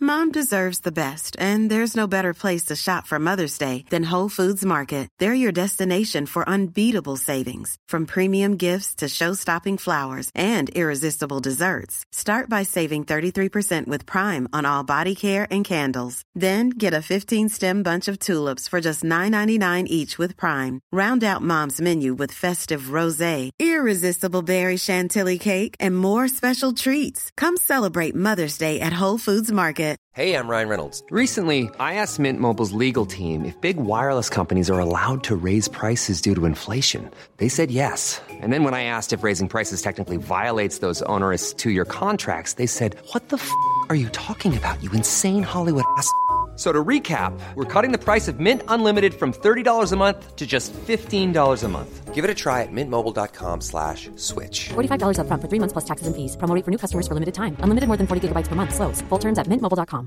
Mom deserves the best, and there's no better place to shop for Mother's Day than Whole Foods Market. They're your destination for unbeatable savings, from premium gifts to show-stopping flowers and irresistible desserts. Start by saving 33% with Prime on all body care and candles. Then get a 15-stem bunch of tulips for just $9.99 each with Prime. Round out Mom's menu with festive rosé, irresistible berry chantilly cake, and more special treats. Come celebrate Mother's Day at Whole Foods Market. Hey, I'm Ryan Reynolds. Recently, I asked Mint Mobile's legal team if big wireless companies are allowed to raise prices due to inflation. They said yes. And then when I asked if raising prices technically violates those onerous two-year contracts, they said, "What the f*** are you talking about, you insane Hollywood ass?" So to recap, we're cutting the price of Mint Unlimited from $30 a month to just $15 a month. Give it a try at mintmobile.com/switch. $45 up front for 3 months plus taxes and fees. Promo rate for new customers for limited time. Unlimited more than 40 gigabytes per month. Slows full terms at mintmobile.com.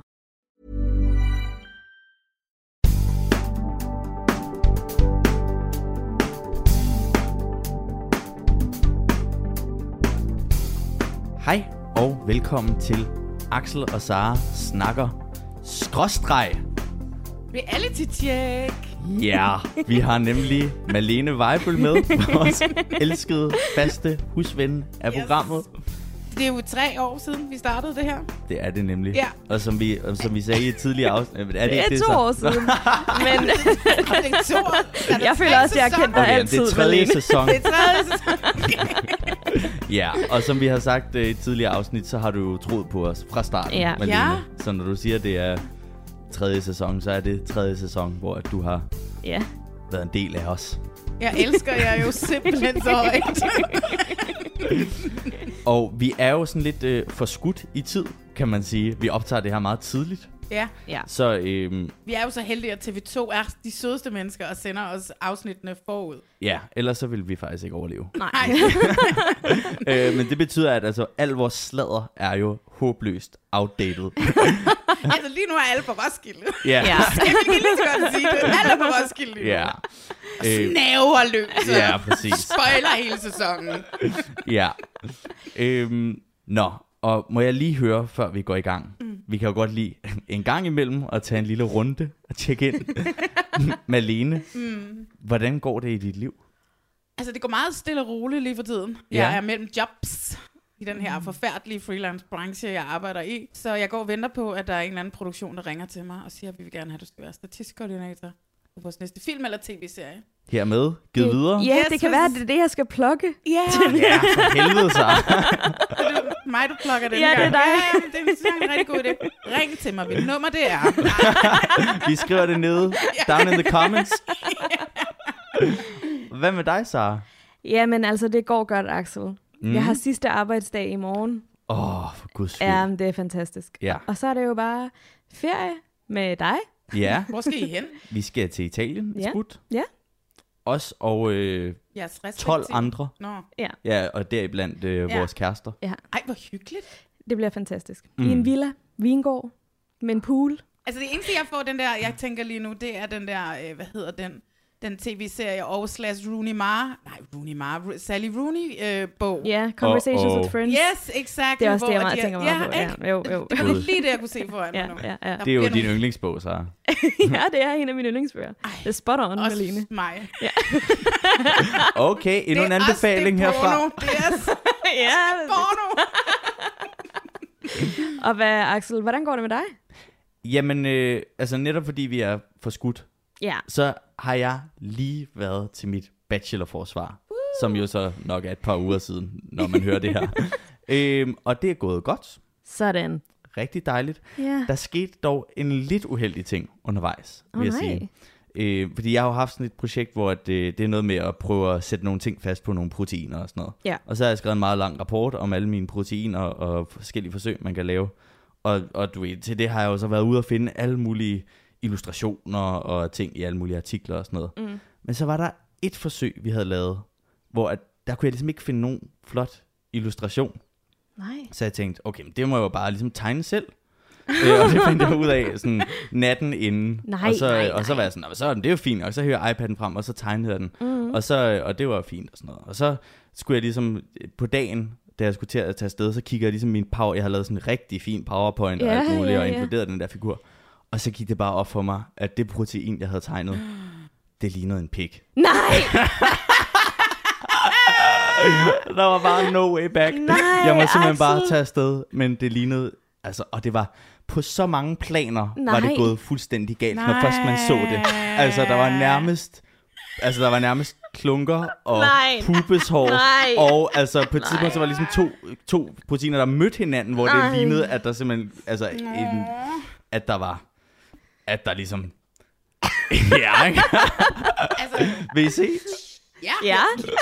Hej og velkommen til Axel og Sara snakker skråstreg. Reality check. Ja, vi har nemlig Malene Weibel med, vores elskede, faste husven af programmet. Det er jo 3 år siden, vi startede det her. Det er det nemlig. Ja. Og som vi sagde i et tidligere afsnit... Det er 2 år siden. Men Det er 2 år. jeg føler også, at jeg har kendt dig altid, det er tredje Malene. sæson. Det er 3. sæson. Ja, og som vi har sagt i et tidligere afsnit, så har du jo troet på os fra starten, Ja. Malene. Ja. Så når du siger, det er 3. sæson, så er det 3. sæson, hvor du har Ja. været en del af os. Jeg elsker jer jo simpelthen så højt. Og vi er jo sådan lidt forskudt i tid, kan man sige. Vi optager det her meget tidligt. Ja, Ja. Så vi er jo så heldige, at TV2 er de sødeste mennesker og sender os afsnittene forud. ja, ellers så vil vi faktisk ikke overleve. Nej. Men det betyder, at altså, al vores sladder er jo håbløst outdated. Altså lige nu er alle på Roskilde. Ja. Ja. Jeg vil lige så godt sige det. Alle er på Roskilde lige nu. Ja. Snæver løs. Ja, præcis. Spoiler hele sæsonen. Ja. Nå, og må jeg lige høre, før vi går i gang. Vi kan jo godt lide en gang imellem at tage en lille runde og tjekke ind. Malene, hvordan går det i dit liv? Altså det går meget stille og roligt lige for tiden. Ja. Jeg er mellem jobs i den her forfærdelige freelance-branche, jeg arbejder i. Så jeg går og venter på, at der er en eller anden produktion, der ringer til mig og siger, at vi vil gerne have, at du skal være statistkoordinator på vores næste film eller tv-serie. Hermed, givet videre. Ja, Yes, det kan være, at det er det, jeg skal plukke. Ja, Ja, for helvede så. mig du plukker den Ja, det er gang. dig. Ja, men det er en rigtig god idé. Ring til mig, hvilket nummer det er. Vi skriver det nede, down in the comments. Hvad med dig, Sara? Jamen altså, det går godt, Axel. Jeg har sidste arbejdsdag i morgen. For guds skyld. Ja, men det er fantastisk. Ja. Og så er det jo bare ferie med dig. Ja, Hvor skal I hen? vi skal til Italien. Ja. Mm. Ja. Os og Jeres 12 andre. Nå. Ja, og deriblandt vores kærester. Ja, Ej, hvor hyggeligt. det bliver fantastisk. I en villa, vingård, med en pool. Altså det eneste, jeg får den der, jeg tænker lige nu, det er den der, hvad hedder den tv-serie og / Rooney Mara, Sally Rooney bog. Ja, Conversations with Friends. Yes, exakt. Det er også det, jeg meget tænker meget på. Ikke? Ja, jo. Det var lige det, jeg kunne se foran mig nu. Ja. Det er jo din yndlingsbog, Sara. Ja, det er en af mine yndlingsbøger. Det er spot on, Også Malene. mig. Okay, endnu en anbefaling det er herfra. porno. Det er Ja, porno. og hvad, Axel, hvordan går det med dig? Jamen, altså netop fordi vi er forskudt, Ja. så har jeg lige været til mit bachelorforsvar, som jo så nok er et par uger siden, når man hører det her. Og det er gået godt. Sådan. Rigtig dejligt. Ja. Der skete dog en lidt uheldig ting undervejs, vil jeg sige. Fordi jeg har jo haft sådan et projekt, hvor det er noget med at prøve at sætte nogle ting fast på nogle proteiner og sådan noget. Ja. Og så har jeg skrevet en meget lang rapport om alle mine proteiner og forskellige forsøg, man kan lave. Og du ved, til det har jeg jo så været ude og finde alle mulige illustrationer og ting i alle mulige artikler og sådan noget. Mm. Men så var der et forsøg, vi havde lavet, hvor der kunne jeg ligesom ikke finde nogen flot illustration. Nej. Så jeg tænkte, okay, men det må jeg jo bare ligesom tegne selv. Og det fandt jeg ud af sådan natten inden. Nej, og så var jeg sådan, så det er jo fint. Og så hører jeg iPad'en frem, og så tegnede jeg den. Og det var fint og sådan noget. Og så skulle jeg ligesom på dagen da jeg skulle til at tage afsted, så kigger jeg ligesom min power. Jeg har lavet sådan en rigtig fin PowerPoint og alt muligt, og inkluderet den der figur. Og så gik det bare op for mig, at det protein, jeg havde tegnet, det lignede en pik. Nej! Der var bare no way back. Nej, jeg må simpelthen Axel. bare tage afsted, men det lignede, altså, og det var på så mange planer, var det gået fuldstændig galt, når først man så det. Altså, der var nærmest klunker og pubeshår, og altså på et tidspunkt, så var det ligesom to proteiner, der mødte hinanden, hvor det lignede, at der simpelthen, altså, at der ligesom, ja, ikke? Altså, vil I se? Ja.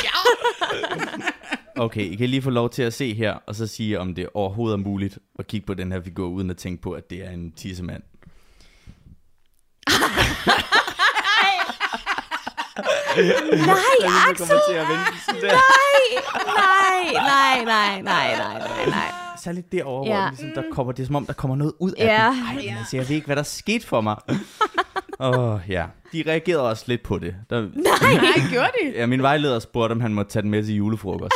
Okay, I kan lige få lov til at se her, og så sige, om det overhovedet er muligt at kigge på den her figur, uden at tænke på, at det er en tissemand. Nej, Axel! Nej. Særligt derovre, hvor ligesom, der kommer, det er som om, der kommer noget ud af den. Ej, men altså, jeg ved ikke, hvad der skete for mig. Ja. De reagerede også lidt på det. Nej, gjorde de? Ja, min vejleder spurgte, om han måtte tage den med til julefrokost.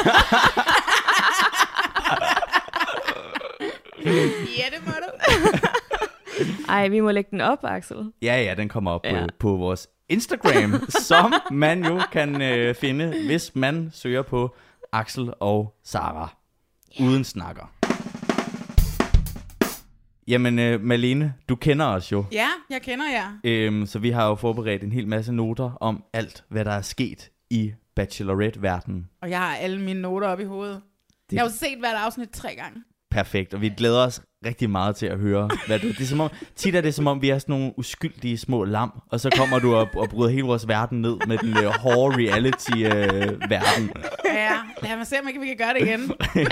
Ja, det må du. Ej, vi må lægge den op, Axel. Ja, den kommer op på vores Instagram, som man jo kan finde, hvis man søger på Axel og Sarah. Uden snakker. Jamen, Malene, du kender os jo. Ja, jeg kender jer. Så vi har jo forberedt en hel masse noter om alt, hvad der er sket i Bachelorette-verdenen. Og jeg har alle mine noter op i hovedet. Jeg har jo set hvert afsnit 3 gange. Perfekt, og vi glæder os rigtig meget til at høre, hvad du... Det er som om, tit er det som om, vi er sådan nogle uskyldige små lam, og så kommer du og bryder hele vores verden ned med den hårde reality-verden. Ja, lad mig se, om vi kan gøre det igen.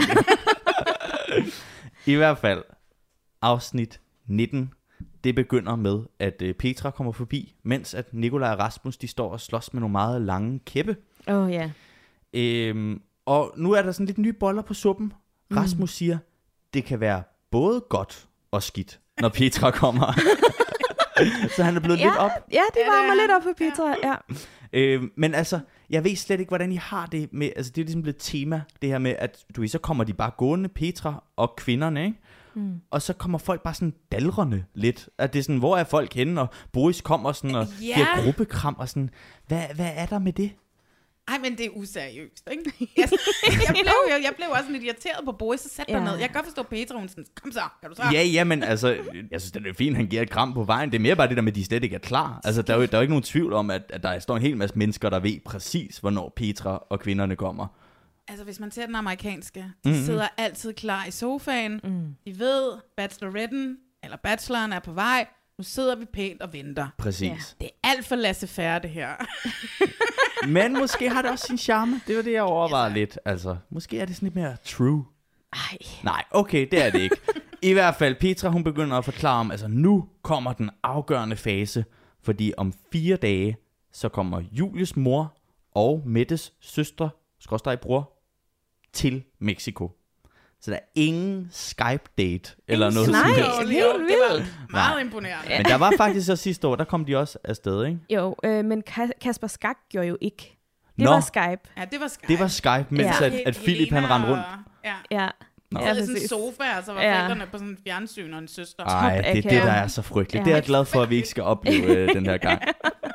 I hvert fald, afsnit 19, det begynder med, at Petra kommer forbi, mens at Nikolaj og Rasmus, de står og slås med nogle meget lange kæppe. Ja. Og nu er der sådan lidt nye boller på suppen. Rasmus siger, det kan være både godt og skidt, når Petra kommer. Så han er blevet lidt op. Ja, det varmer lidt op på Petra, ja. Men altså, jeg ved slet ikke, hvordan I har det med, altså det er ligesom blevet tema, det her med, at du ved, så kommer de bare gående, Petra og kvinderne, ikke? Og så kommer folk bare sådan dalrende lidt. At det er sådan, hvor er folk henne? Og Boris kommer sådan og giver gruppekram og sådan. Hvad er der med det? Ej, men det er useriøst, ikke? Jeg blev også lidt irriteret på Boris, så satte der ned. Jeg kan godt forstå Petra, hun sådan, kom så, kan du så? Ja, men altså, jeg synes, det er fint, han giver et kram på vejen. Det er mere bare det der med, at de slet ikke er klar. Altså, der er jo ikke nogen tvivl om, at der står en hel masse mennesker, der ved præcis, hvornår Petra og kvinderne kommer. Altså, hvis man ser den amerikanske, de sidder altid klar i sofaen. De ved, bacheloren er på vej. Nu sidder vi pænt og venter. Præcis. Ja. Det er alt for laissez-faire, det her. Men måske har det også sin charme. Det var det, jeg overvejede lidt. Altså, måske er det sådan lidt mere true. Nej, okay, det er det ikke. I hvert fald, Petra, hun begynder at forklare om, altså nu kommer den afgørende fase. Fordi om 4 dage, så kommer Julies mor og Mettes søster, bror, til Mexico. Så der er ingen Skype-date eller noget sådan noget. noget. Nej, helt vildt. Meget imponerende. Men der var faktisk så sidste år, der kom de også afsted, ikke? Jo, men Kasper Skak gjorde jo ikke. Det var Skype. Ja, det var Skype. Det var Skype, mens at Philip han rendte rundt. Ja. Nå. Så sådan en sofa, og så var forældrene på sådan en fjernsyn og en søster. Ej, det er det, der er så frygteligt. Det er jeg glad for, at vi ikke skal opleve den her gang.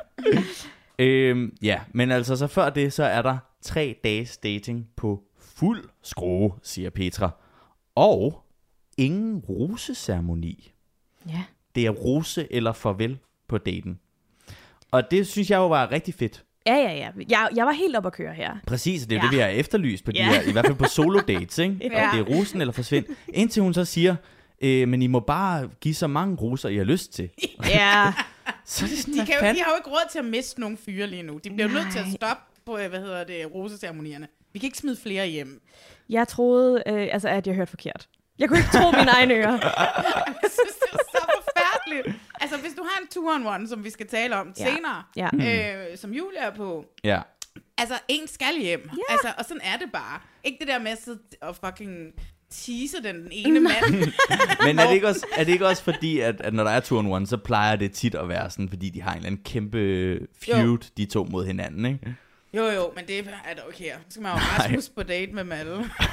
Men altså så før det, så er der 3 dages dating på fuld skrue, siger Petra. Og ingen roseceremoni. Ja. Det er rose eller farvel på daten. Og det synes jeg jo var rigtig fedt. Ja. Jeg var helt op at køre her. Præcis, det er det, vi har efterlyst på de her, i hvert fald på solo-dates, ikke? Og det er rosen eller forsvind. Indtil hun så siger, men I må bare give så mange roser, I har lyst til. Ja. Så det sådan, de har jo ikke råd til at miste nogle fyre lige nu. De bliver nødt til at stoppe på, roseceremonierne. Vi kan ikke smide flere hjem. Jeg troede, at jeg hørte forkert. Jeg kunne ikke tro mine egne ører. Jeg synes, det er så forfærdeligt. Altså, hvis du har en 2-on-1, som vi skal tale om senere, som Julia er på, altså, en skal hjem. Ja. Altså, og sådan er det bare. Ikke det der med at sidde og fucking tease den ene mand. Men er det ikke også fordi, at når der er 2-on-1, så plejer det tit at være sådan, fordi de har en eller anden kæmpe feud, de to mod hinanden, ikke? Jo, men det er da okay. Så skal man jo Rasmus på date med Malle.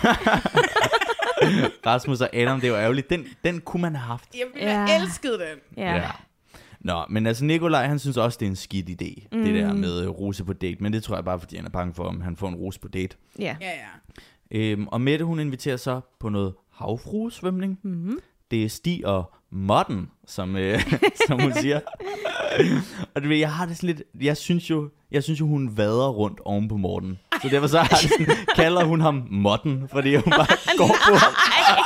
Rasmus og Adam, det var ærgerligt. Den kunne man have haft. Jeg ville have elsket den. Ja. Nå, men altså Nikolaj, han synes også, det er en skidt idé, det der med rose på date. Men det tror jeg bare, fordi han er bange for, om han får en rose på date. Ja. Og Mette, hun inviterer så på noget havfruesvømning. Mm-hmm. Det er Stig og Morten, som hun siger. Og du ved, jeg har det sådan lidt, jeg synes jo, hun vader rundt oven på Morten. Så derfor så kalder hun ham Morten, fordi hun bare går på ham.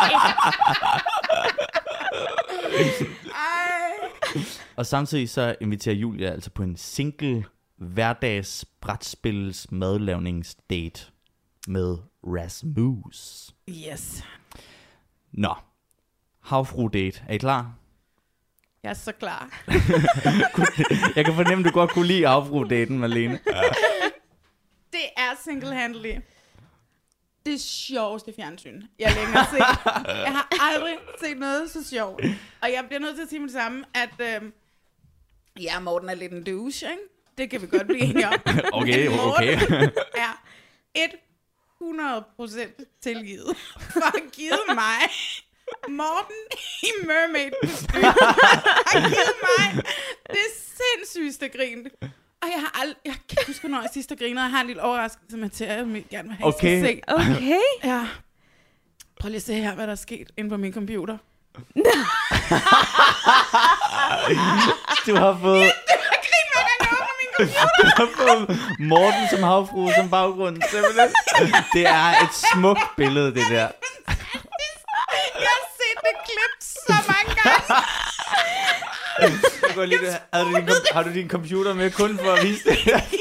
Og samtidig så inviterer Julia altså på en single hverdags brætspils madlavningsdate med Rasmus. Yes. Nå, havfru-date. Er I klar? Jeg er så klar. Jeg kan fornemme, du godt kunne lide havfru-daten, Malene. Det er single-handedly det sjoveste fjernsyn, jeg længere set. Jeg har aldrig set noget så sjovt. Og jeg bliver nødt til at sige med det samme, at Morten er lidt en douche, ikke? Det kan vi godt blive enige om. Okay. Morten er 100% tilgivet for at have givet mig Morten i mermaid-kostyme. Har givet mig det sindssygeste grin. Og jeg kan ikke huske, når jeg sidst griner. Jeg har en lille overraskelse med til, at jeg gerne vil have, okay. Se. Okay. Ja. Prøv lige at se her, hvad der er sket inde på min computer. Du har fået... Jeg griner hver gang, jeg åbner min computer. Du har fået Morten som havfrue som baggrund. Simpelthen. Det er et smukt billede, det der. Jeg har set det klip så mange gange. Har du din computer med kun for at vise det?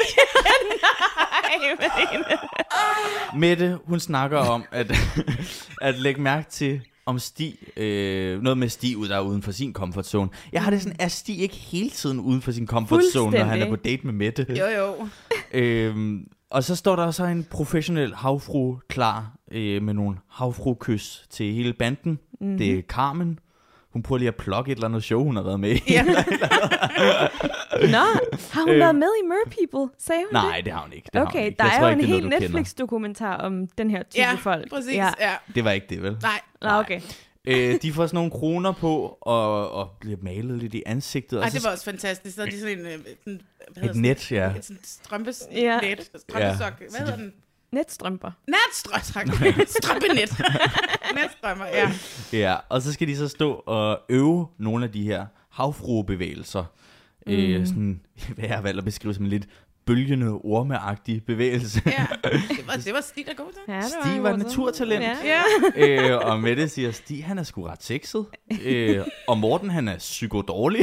Mette, hun snakker om at lægge mærke til om Stig, noget med Stig der er uden for sin comfort zone. Jeg har det sådan, er Stig ikke hele tiden uden for sin comfort zone, når han er på date med Mette? Jo. Og så står der så en professionel havfru klar med nogle havfru-kys til hele banden. Mm-hmm. Det er Carmen. Hun prøver lige at plukke et eller andet show, hun har været med i. Ja. Nå, har hun været med i Mer People? Sagde hun nej, det? Det har hun ikke. Okay, der er jo en hel Netflix-dokumentar om den her type folk. Præcis, ja. Det var ikke det, vel? Nej. Okay. De får sådan nogle kroner på og bliver malet lidt i ansigtet. Ej, det var også fantastisk. Så er de sådan en... et net, ja. Et sådan strømpesok. Hvad hedder den? Netstrømper. Strømpenet. Netstrømper, ja. Ja, og så skal de så stå og øve nogle af de her havfruebevægelser. Sådan, hvad jeg har valgt at beskrive som en lidt bølgende, ormeagtig bevægelse. Ja, det var Stig, der går til. Ja, Stig var et naturtalent. Ja. Og Mette siger, Stig, han er sgu ret sexet. Og Morten, han er psykodårlig.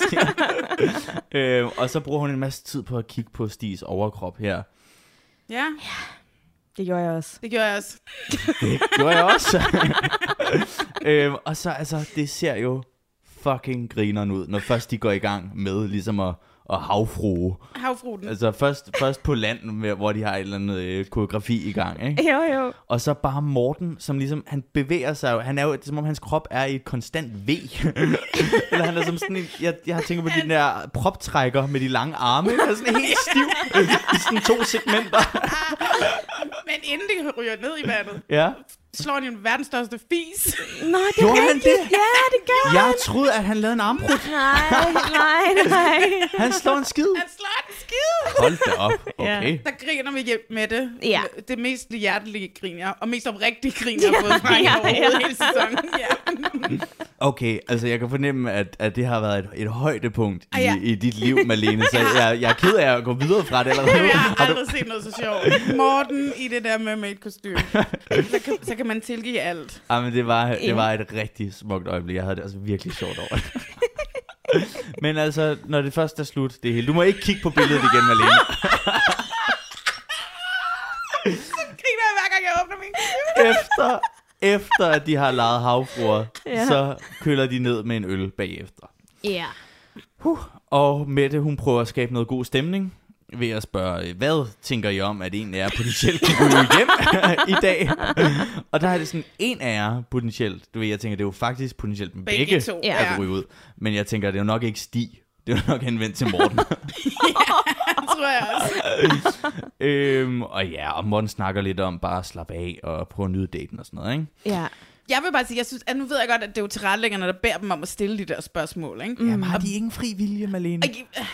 Og så bruger hun en masse tid på at kigge på Stigs overkrop her. Ja. Det gjorde jeg også. Det gjorde jeg også. Det gjorde jeg også. Og så, altså, det ser jo fucking grineren ud, når først de går i gang med ligesom at havfrue. Havfruen. Altså først på land, hvor de har et eller andet koreografi i gang, ikke? Jo. Og så bare Morten, som ligesom, han bevæger sig jo, han er jo, det er, som om hans krop er i et konstant V. Eller han er som sådan en, jeg har tænkt på de der proptrækker med de lange arme, der er sådan helt stiv, i sådan 2 segmenter. Men inden de ryger ned i vandet, ja, slår han jo verdens største fis. Nå, det gjorde er han rigtigt. det? Ja, det gør han. Jeg troede, at han lavede en armbrud. Nej. Han slår en skid. Han slår en skid. Hold da op. Okay. Der griner vi hjem med det. Ja. Det mest hjertelige grin jeg, og mest oprigtige grin jeg har fået fra overhovedet hele sæsonen. Ja. Okay, altså jeg kan fornemme, at det har været et højdepunkt i dit liv, Malene. Så jeg er ked af at gå videre fra det. Eller Jeg har aldrig set noget så sjovt. Morten i det der mermaid-kostyme. Så kan man tilgive alt. Ja, men det var et rigtig smukt øjeblik. Jeg havde det altså virkelig sjovt over det. Men altså, når det først er slut, det hele. Du må ikke kigge på billedet igen, Malene. Så griner jeg hver gang jeg åbner min computer. Efter at de har leget havfruer, så køler de ned med en øl bagefter. Ja. Og Mette, hun prøver at skabe noget god stemning ved at spørge, hvad tænker I om, at en af jer potentielt kan ryge hjem i dag? Og der er det sådan, en af jer potentielt, du ved, jeg tænker, det er jo faktisk potentielt begge to, at ryge ud. Men jeg tænker, det er jo nok ikke Stig, Det var nok henvendt til Morten. tror jeg også. Og Morten snakker lidt om bare at slappe af og prøve at nyde daten og sådan noget, ikke? Ja. Jeg vil bare sige, jeg synes, at nu ved jeg godt, at det er jo tilrettelæggerne, der beder dem om at stille de der spørgsmål, ikke? Jamen, har de ingen fri vilje, Malene?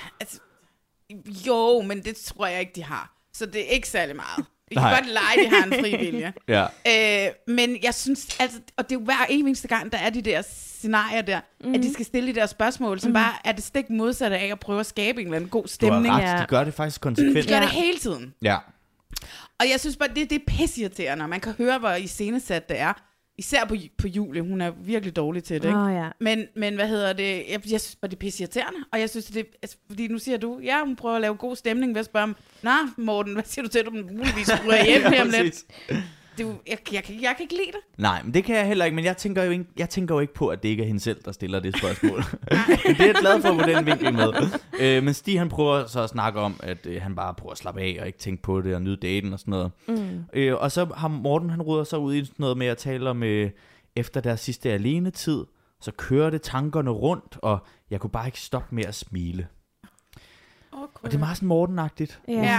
Jo, men det tror jeg ikke, de har. Så det er ikke særlig meget. Vi kan godt lege, de har en fri vilje. Ja. Men jeg synes, altså, og det er jo hver eneste gang, der er de der scenarier der, at de skal stille de der spørgsmål, som bare er det stik modsatte af at prøve at skabe en eller anden god stemning. Du har ret, de gør det faktisk konsekvent. De gør det hele tiden. Ja. Og jeg synes bare, det er pisseirriterende, og man kan høre, hvor iscenesat det er. Især på Julie, hun er virkelig dårlig til det, ikke? Ja. Men hvad hedder det? Jeg synes bare, det er pisseirriterende. Og jeg synes, det er, altså, fordi nu siger du, ja, hun prøver at lave god stemning ved at spørge om, nå, Morten, hvad siger du til, at du muligvis skruer hjem her om lidt? Jeg kan ikke lide det. Nej, men det kan jeg heller ikke, men jeg tænker jo ikke på, at det ikke er hende selv, der stiller det spørgsmål. Det er jeg glad for den vinkel med. Men Stig, han prøver så at snakke om, at han bare prøver at slappe af og ikke tænke på det og nyde daten og sådan noget. Og så har Morten, han ruder så ud i sådan noget med at tale om, efter deres sidste alenetid, så kører det tankerne rundt, og jeg kunne bare ikke stoppe med at smile. Okay. Og det er meget sådan Morten-agtigt. Ja.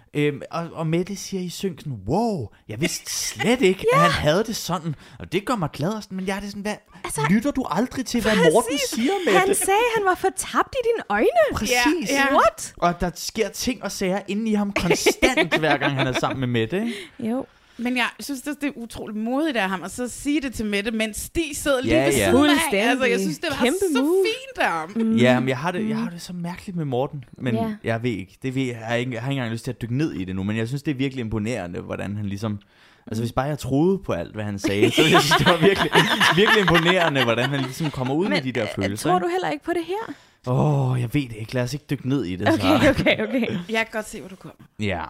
Og Mette siger i synk sådan, wow, jeg vidste slet ikke, at han havde det sådan. Og det gør mig glad, men jeg er det sådan, lytter du aldrig til, hvad Morten siger, Mette? Han sagde, at han var fortabt i dine øjne. Præcis. Ja. What? Og der sker ting og sager inde i ham konstant, hver gang han er sammen med Mette, ikke? Jo. Men jeg synes, det er utroligt modigt af ham, at så sige det til Mette, mens Stig sidder lige ved siden af. Altså, jeg synes, det var så fint af ham. Ja, men jeg har det så mærkeligt med Morten, men jeg ved ikke. Jeg har ikke engang lyst til at dykke ned i det nu, men jeg synes, det er virkelig imponerende, hvordan han ligesom... Altså, hvis bare jeg troede på alt, hvad han sagde, så jeg synes, det var virkelig, virkelig imponerende, hvordan han ligesom kommer ud med de der følelser. Tror du heller ikke på det her? Jeg ved det ikke. Lad os ikke dykke ned i det. Okay. Jeg kan godt se, hvor du kommer. Ja,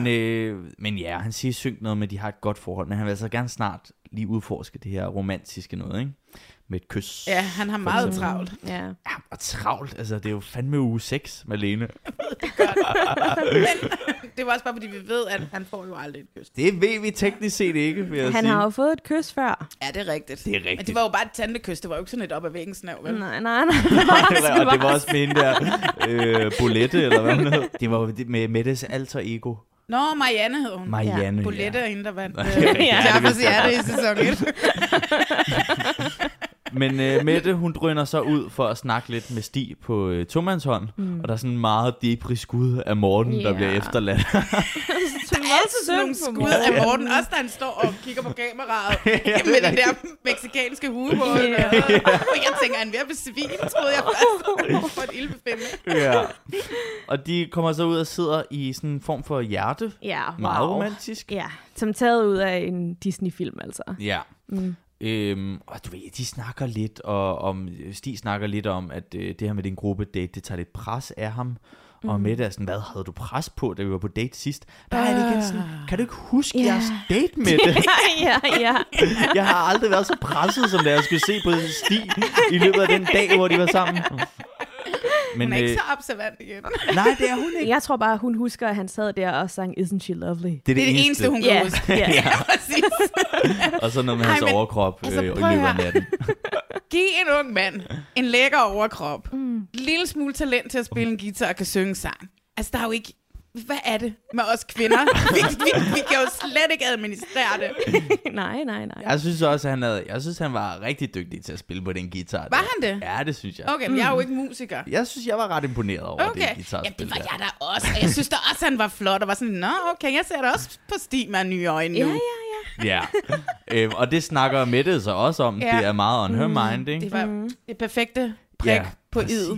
men han siger synk noget med, at de har et godt forhold, men han vil altså gerne snart lige udforske det her romantiske noget, ikke? Med et kys. Ja, han har meget travlt. Ja, og travlt. Altså, det er jo fandme uge 6, Malene. Men det var også bare, fordi vi ved, at han får jo aldrig et kys. Det ved vi teknisk set ikke, vil jeg sige. Han har jo fået et kys før. Ja, det er rigtigt. Det er rigtigt. Men det var jo bare et tantekys. Det var jo ikke sådan et op ad væggen snæv, vel? Nej. Og det var også med hende der Bolette, eller hvad hun hed. Det var jo med Mettes alter ego. Nå, Marianne hed hun. Marianne, Bolette er hende, der vandt. Derfor siger jeg det i sæson 1. Men Mette, hun drøner så ud for at snakke lidt med Stig på tomandshånd, og der er sådan en meget debris skud af Morten, der bliver efterladt. Der er altid sådan nogle skud af Morten, også da han står og kigger på kameraet med den der mexikanske hue på. Og jeg tænker, han er ved at blive civil, troede jeg først. For et ildbefindende. Ja. Og de kommer så ud og sidder i sådan en form for hjerte. Ja, wow. Meget romantisk. Ja, som taget ud af en Disney-film, altså. Ja. Og du ved, de snakker lidt om Stig snakker lidt om, at det her med din gruppe-date, det tager lidt pres af ham. Og Mette er sådan, hvad havde du pres på, da vi var på date sidst? Der er det igen sådan, kan du ikke huske jeres date, Mette? Ja. Jeg har aldrig været så presset, som da jeg skulle se på Stig i løbet af den dag, hvor de var sammen. Men, hun er ikke så observant igen. Nej, det er hun ikke. Jeg tror bare, hun husker, at han sad der og sang Isn't She Lovely. Det er det eneste, hun kan huske. Ja, præcis. Og så noget med hans overkrop i løbet af natten. Giv en ung mand en lækker overkrop. En lille smule talent til at spille en guitar og kan synge en sang. Altså, der er jo ikke... Hvad er det med os kvinder? Vi kan jo slet ikke administrere det. Nej. Jeg synes også, han var rigtig dygtig til at spille på den guitar. Var han det? Ja, det synes jeg. Okay, men jeg er jo ikke musiker. Jeg synes, jeg var ret imponeret over det guitarspil. Ja, det var jeg da også. Og jeg synes da også, han var flot. Og var sådan, nå, okay, jeg ser da også på Stig med nye øjne nu. Ja. Og det snakker Mette så også om. Ja. Det er meget on her mind, ikke? Det var det perfekte prik på id.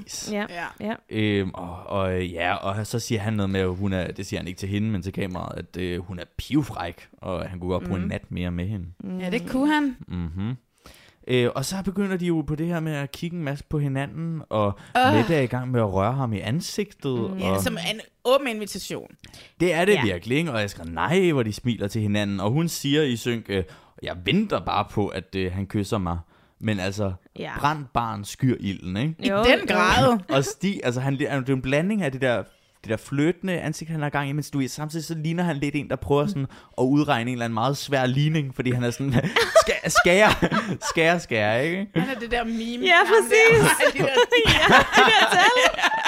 Og så siger han noget med, at det siger han ikke til hende, men til kameraet, at hun er pivfræk, og han kunne godt bruge en nat mere med hende. Ja, det kunne han. Og så begynder de jo på det her med at kigge en masse på hinanden, og Mette er i gang med at røre ham i ansigtet. Ja, som en åben invitation. Det er det virkelig, ikke? Og jeg skriver, nej, hvor de smiler til hinanden. Og hun siger i synk, jeg venter bare på, at han kysser mig. Men altså, brændt barn skyr ilden, ikke? I den grad. Og Stig, altså det er en blanding af det der fløtende ansigt, han har gang i, mens du samtidig så ligner han lidt en, der prøver sådan at udregne en eller anden meget svær ligning, fordi han er sådan, skære, ikke? Han er det der meme. Ja, præcis. De der tal.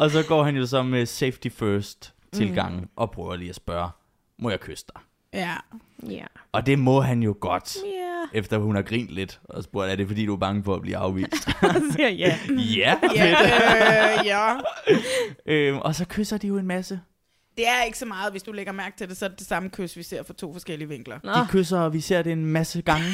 Og så går han jo så med safety first tilgangen og prøver lige at spørge, må jeg kysse dig? Ja. Ja. Og det må han jo godt, Ja. efter hun har grint lidt og spurgt, er det fordi du er bange for at blive afvist? Så siger jeg ja. Ja, Ja. og så kysser de jo en masse. Det er ikke så meget, hvis du lægger mærke til det, så er det det samme kys, vi ser fra 2 forskellige vinkler. De kysser, og vi ser det en masse gange.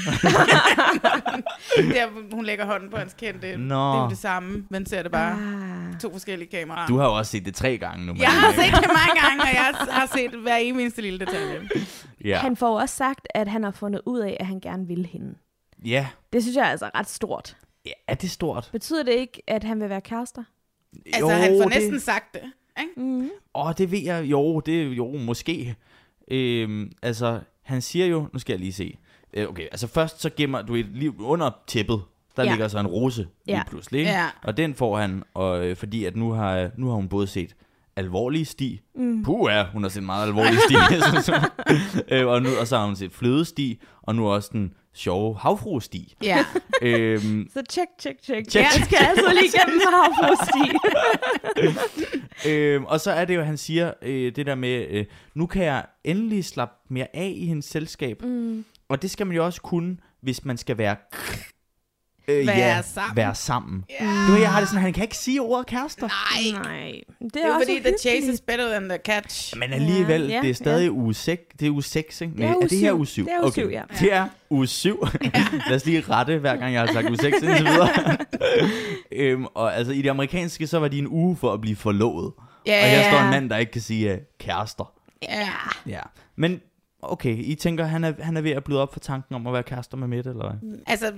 Der, hun lægger hånden på hans kind, det er jo det samme, men ser det bare 2 forskellige kameraer. Du har jo også set det 3 gange nu. Jeg har set det mange gange, og jeg har set hver eneste lille detalje. Ja. Han får også sagt, at han har fundet ud af, at han gerne vil hende. Ja. Det synes jeg er altså ret stort. Ja, er det stort? Betyder det ikke, at han vil være kærester? Altså, han får næsten sagt det, ikke? Mm. Det ved jeg. Jo, måske. Altså, han siger jo, nu skal jeg lige se. Okay, altså først så gemmer du lige under tæppet, der ligger så en rose lige pludselig, ikke? Ja. Og den får han, og fordi at nu har hun både set alvorlige Stig. Hun har set meget alvorlige Stig. og så har hun set flødestig, og nu også den sjove havfruestig. Ja. Så check. Jeg skal altså lige gennem havfruestig. Og så er det jo, han siger det der med, nu kan jeg endelig slappe mere af i hendes selskab. Og det skal man jo også kunne, hvis man skal være være sammen. Yeah. Du ved, jeg har det sådan, han kan ikke sige ordet kærester. Nej. Det er jo fordi, the chase is better than the catch. Men alligevel, det er stadig uge 6. Det er uge 6, ikke? Nej, er det her uge 7? Det er uge 7, ja. Det er uge 7. Lad os lige rette, hver gang jeg har sagt uge 6 indtil videre. Og altså, i det amerikanske, så var de en uge for at blive forlovet. Yeah. Og her står en mand, der ikke kan sige kærester. Ja. Men okay, I tænker, han er ved at blive op for tanken om at være kærester med Mette, eller hvad? Altså,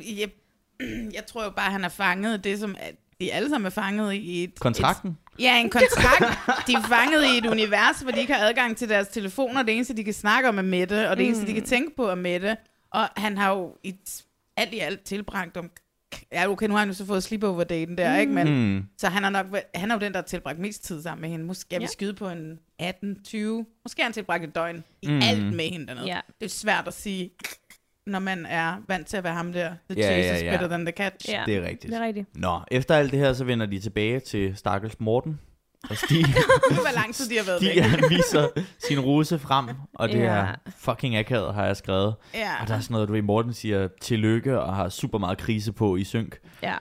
jeg tror jo bare, han er fanget det, som de alle sammen er fanget i et... Kontrakten? En kontrakt. De er fanget i et univers, hvor de ikke har adgang til deres telefoner. Det eneste, de kan snakke om er Mette, og det eneste, de kan tænke på er Mette. Og han har jo alt i alt tilbragt om... Ja, okay, nu har han jo så fået sleepover-daten der, ikke? Men, så han er jo den, der har tilbragt mest tid sammen med hende. Måske skal vi skyde på en 18-20. Måske har han tilbragt et døgn i alt med hende dernede. Ja. Det er svært at sige, når man er vant til at være ham der. The chase is better than the catch. Ja. Det er rigtigt. Det er rigtigt. Nå, efter alt det her, så vender de tilbage til stakkels Morten. Og Stig, Hvor lang tid de har været væk. han viser sin rose frem, og det er fucking akavet, har jeg skrevet. Ja. Og der er sådan noget, du ved, Morten siger tillykke, og har super meget krise på i synk. Ja.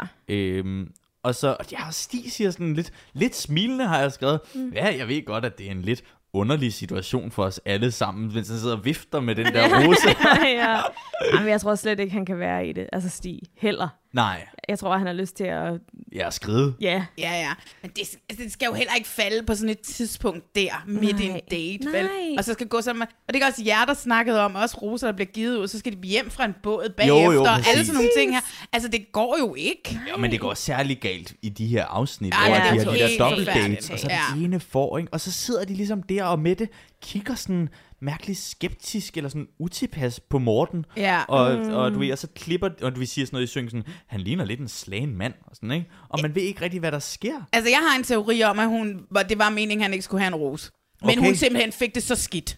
Og så, Stig siger sådan lidt smilende, har jeg skrevet. Ja, jeg ved godt, at det er en lidt underlig situation for os alle sammen, mens han sidder og vifter med den der rose. Ja. Jamen, jeg tror slet ikke, han kan være i det. Altså Stig heller. Nej. Jeg tror, han har lyst til at... Ja, skride. Ja. Ja. Men det skal jo heller ikke falde på sådan et tidspunkt der, midt i en date, vel? Og så skal gå sammen. Og det kan også jer, der snakkede om, også Rosa, der bliver givet ud, så skal de hjem fra en båd bagefter, og alle sådan nogle ting her. Altså, det går jo ikke. Jo, men det går særlig galt i de her afsnit, Ej, hvor ja, de det har er de der helt dobbeltdates, forfærdeligt. og så er den ene for, ikke? Og så sidder de ligesom der, og Mette kigger sådan mærkeligt skeptisk, eller sådan utilpas på Morten. Ja. Og du ved, og så klipper, og du siger sådan noget i syngen, sådan, han ligner lidt en slagen mand, og sådan, ikke? Og man ved ikke rigtig, hvad der sker. Altså, jeg har en teori om, at det var meningen, at han ikke skulle have en rose. Men hun simpelthen fik det så skidt.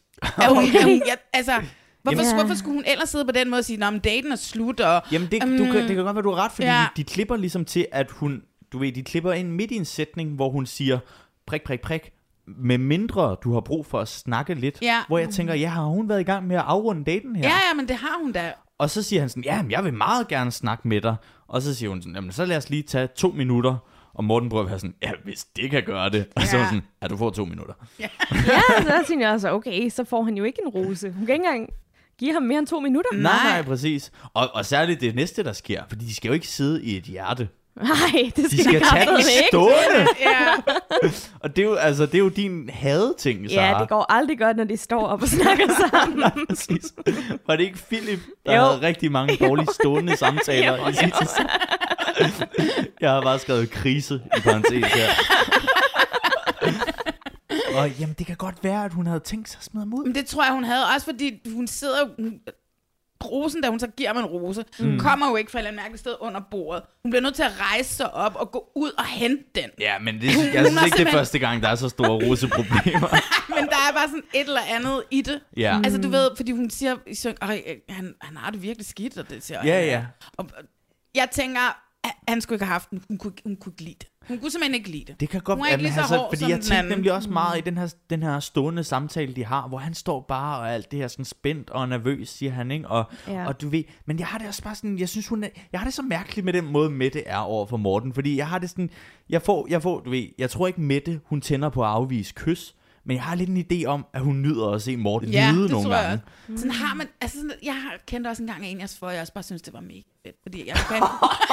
Hvorfor skulle hun ellers sidde på den måde og sige, nå, men daten er slut, og... Jamen, det kan godt være, du har ret, fordi de klipper ligesom til, at hun, du ved, de klipper ind midt i en sætning, hvor hun siger, prik, med mindre du har brug for at snakke lidt, hvor jeg tænker, har hun været i gang med at afrunde daten her? Ja, men det har hun da. Og så siger han sådan, jeg vil meget gerne snakke med dig. Og så siger hun sådan, jamen så lad os lige tage 2 minutter. Og Morten prøver at være sådan, hvis det kan gøre det. Og så er sådan, du får 2 minutter. Ja, så tænker jeg også, okay, så får han jo ikke en rose. Hun kan ikke engang give ham mere end 2 minutter. Nej, præcis. Og særligt det næste, der sker, fordi de skal jo ikke sidde i et hjerte. Nej, det skal de skal tage den stående. Og det er jo din hadeting, Sarah. Ja, det går aldrig godt, når de står op og snakker sammen. Præcis. Var det ikke Philip, der havde rigtig mange dårlige stående samtaler i sit tid? Jeg har bare skrevet krise i parentes her. Og jamen, det kan godt være, at hun havde tænkt sig at smide ham ud. Men det tror jeg, hun havde. Også fordi hun sidder rosen, da hun så giver mig en rose, kommer jo ikke fra et eller andet mærkeligt sted under bordet. Hun bliver nødt til at rejse sig op og gå ud og hente den. Ja, men jeg synes ikke, det er første gang, der er så store roseproblemer. Men der er bare sådan et eller andet i det. Ja. Altså, du ved, fordi hun siger, han har det virkelig skidt, og det siger ja. Og jeg tænker, han skulle ikke have haft den. Hun kunne ikke lide det. Hun kunne simpelthen ikke lide det. Det kan godt Hun er ikke lige så hård fordi som jeg den tænkte anden. nemlig også meget i den her stående samtale, de har, hvor han står bare og alt det her sådan spændt og nervøs, siger han, ikke? Og du ved, men jeg har det også bare sådan, jeg synes jeg har det så mærkeligt med den måde, Mette er over for Morten, fordi jeg har det sådan, jeg får, du ved, jeg tror ikke Mette, hun tænder på at afvise kys, men jeg har lidt en idé om, at hun nyder at se Morten lide nogle gange. Sådan har man, altså sådan, jeg har kendt også engang en, jeg også bare synes, det var mega fedt, fordi jeg kan...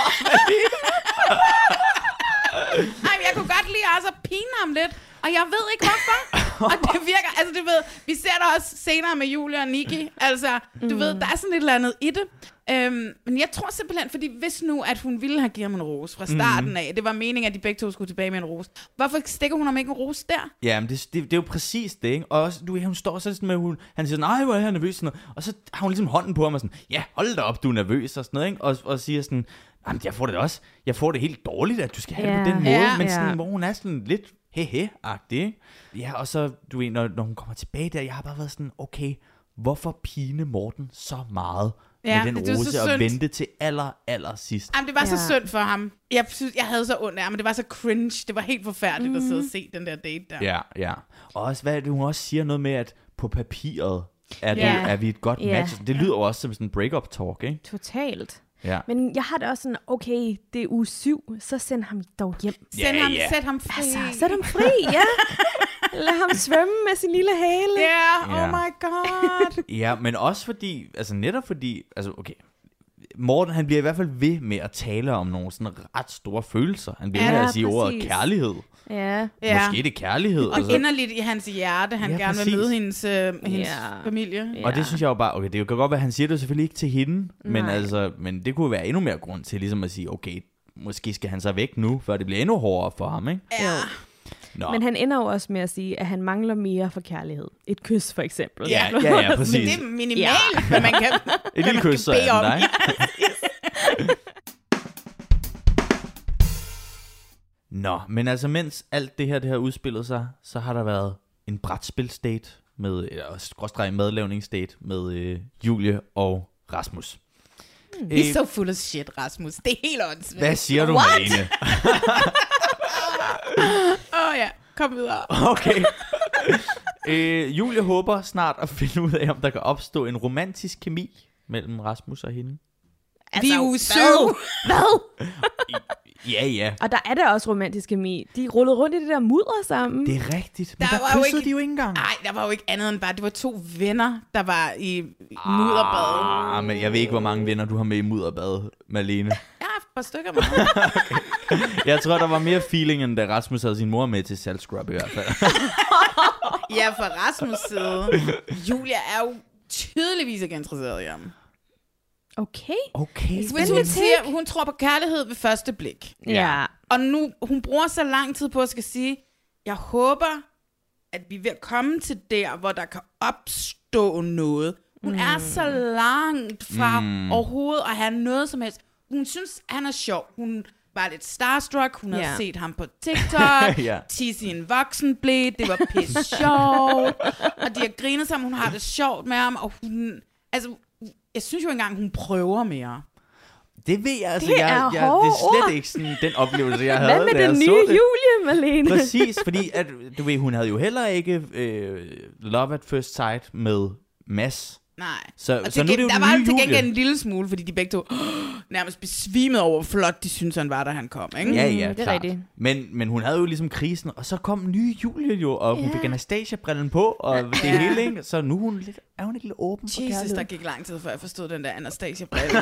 Nej, jeg kunne godt lide også at pine ham lidt, og jeg ved ikke hvorfor. Og det virker, altså du ved, vi ser der også senere med Julie og Nikki, altså du ved, der er sådan et eller andet i det. Men jeg tror simpelthen, fordi hvis nu, at hun ville have givet ham en rose fra starten af, det var meningen, at de begge to skulle tilbage med en rose, hvorfor stikker hun ham ikke en rose der? Ja, men det er jo præcis det, ikke? Og også, du ved, hun står sådan med, han siger sådan, nej, hvor er jeg nervøs, sådan noget. Og så har hun ligesom hånden på ham og sådan, ja, hold da op, du er nervøs, og sådan noget, ikke? Og siger sådan, jamen, jeg får det også, jeg får det helt dårligt, at du skal have det på den måde, men sådan, hvor hun er sådan lidt hehe-agtig, ikke? Ja, og så, du ved, når hun kommer tilbage der, jeg har bare været sådan, okay, hvorfor pine Morten så meget med den rose og vente til aller sidst? Jamen, det var så synd for ham. Jeg synes, jeg havde så ondt af ham, men det var så cringe. Det var helt forfærdeligt at sidde og se den der date der. Ja. Og også, hvad hun også siger noget med, at på papiret er vi et godt match. Det lyder jo også som sådan en break-up talk, ikke? Totalt. Ja. Men jeg har det også sådan, okay, det er uge 7, så send ham dog hjem. Sæt ham fri. Altså, sæt ham fri, ja. Lad ham svømme med sin lille hale. Yeah, oh my god. Ja, men også fordi, altså netop fordi, altså okay, Morten, han bliver i hvert fald ved med at tale om nogle sådan ret store følelser. Han bliver ved at sige ordet kærlighed. Ja. Måske det kærlighed. Og altså inderligt i hans hjerte, han gerne vil møde hendes familie. Ja. Og det synes jeg jo bare, okay, det kan godt være, at han siger det selvfølgelig ikke til hende, men det kunne være endnu mere grund til ligesom at sige, okay, måske skal han så væk nu, før det bliver endnu hårdere for ham, ikke? Ja. Nå. Men han ender jo også med at sige, at han mangler mere for kærlighed. Et kys, for eksempel. Ja, præcis. Men det er minimalt, hvad man kan et lille kys, så er den dig. Nå, men altså mens alt det her udspillet sig, så har der været en brætspilsdate med, eller madlavningsdate med Julie og Rasmus. Vi er så fuld af shit, Rasmus. Det er helt åndssvagt. Hvad siger du, Malene? Ja, kom videre. Okay. Julie håber snart at finde ud af, om der kan opstå en romantisk kemi mellem Rasmus og hende. Altså, vi er uge 7. Hvad? Ja. Og der er der også romantisk kemi. De rullede rundt i det der mudder sammen. Det er rigtigt. Men der kyssede de jo ikke engang. Nej, der var jo ikke andet end bare, det var 2 venner, der var i mudderbadet. Men jeg ved ikke, hvor mange venner du har med i mudderbadet, Malene. Jeg har et par stykker med. Jeg tror, der var mere feeling, end da Rasmus havde sin mor med til saltscrub i hvert fald. Ja, for Rasmus' side. Julia er jo tydeligvis ikke interesseret i ham. Okay. Hvis hun siger, hun tror på kærlighed ved første blik. Ja. Og nu, hun bruger så lang tid på at skal sige, jeg håber, at vi er ved at komme til der, hvor der kan opstå noget. Hun er så langt fra overhovedet at have noget som helst. Hun synes, han er sjov. Hun var lidt starstruck. Hun havde set ham på TikTok. Tisse i en voksenblæ. Det var pisse sjovt. Og de har grinet sammen. Hun har det sjovt med ham. Og hun... Altså, jeg synes jo engang, hun prøver mere. Det ved jeg, altså. Det det er slet ikke sådan den oplevelse, jeg havde. Hvad med den nye Julie, Malene? Præcis, fordi at, du ved, hun havde jo heller ikke Love at First Sight med Mads. Nej. Så nu er det jo der den var nye til gengæld Julie. en lille smule, fordi de begge to nærmest besvimede over, hvor flot de synes han var, da han kom. Ikke? Ja, det er klart. rigtigt. Men hun havde jo ligesom krisen, og så kom nye Julie jo, og hun fik Anastasia-brillen på, og det hele, ikke? Så nu er hun lidt åben for kærlighed. Jesus, der gik lang tid, før jeg forstod den der Anastasia-brille.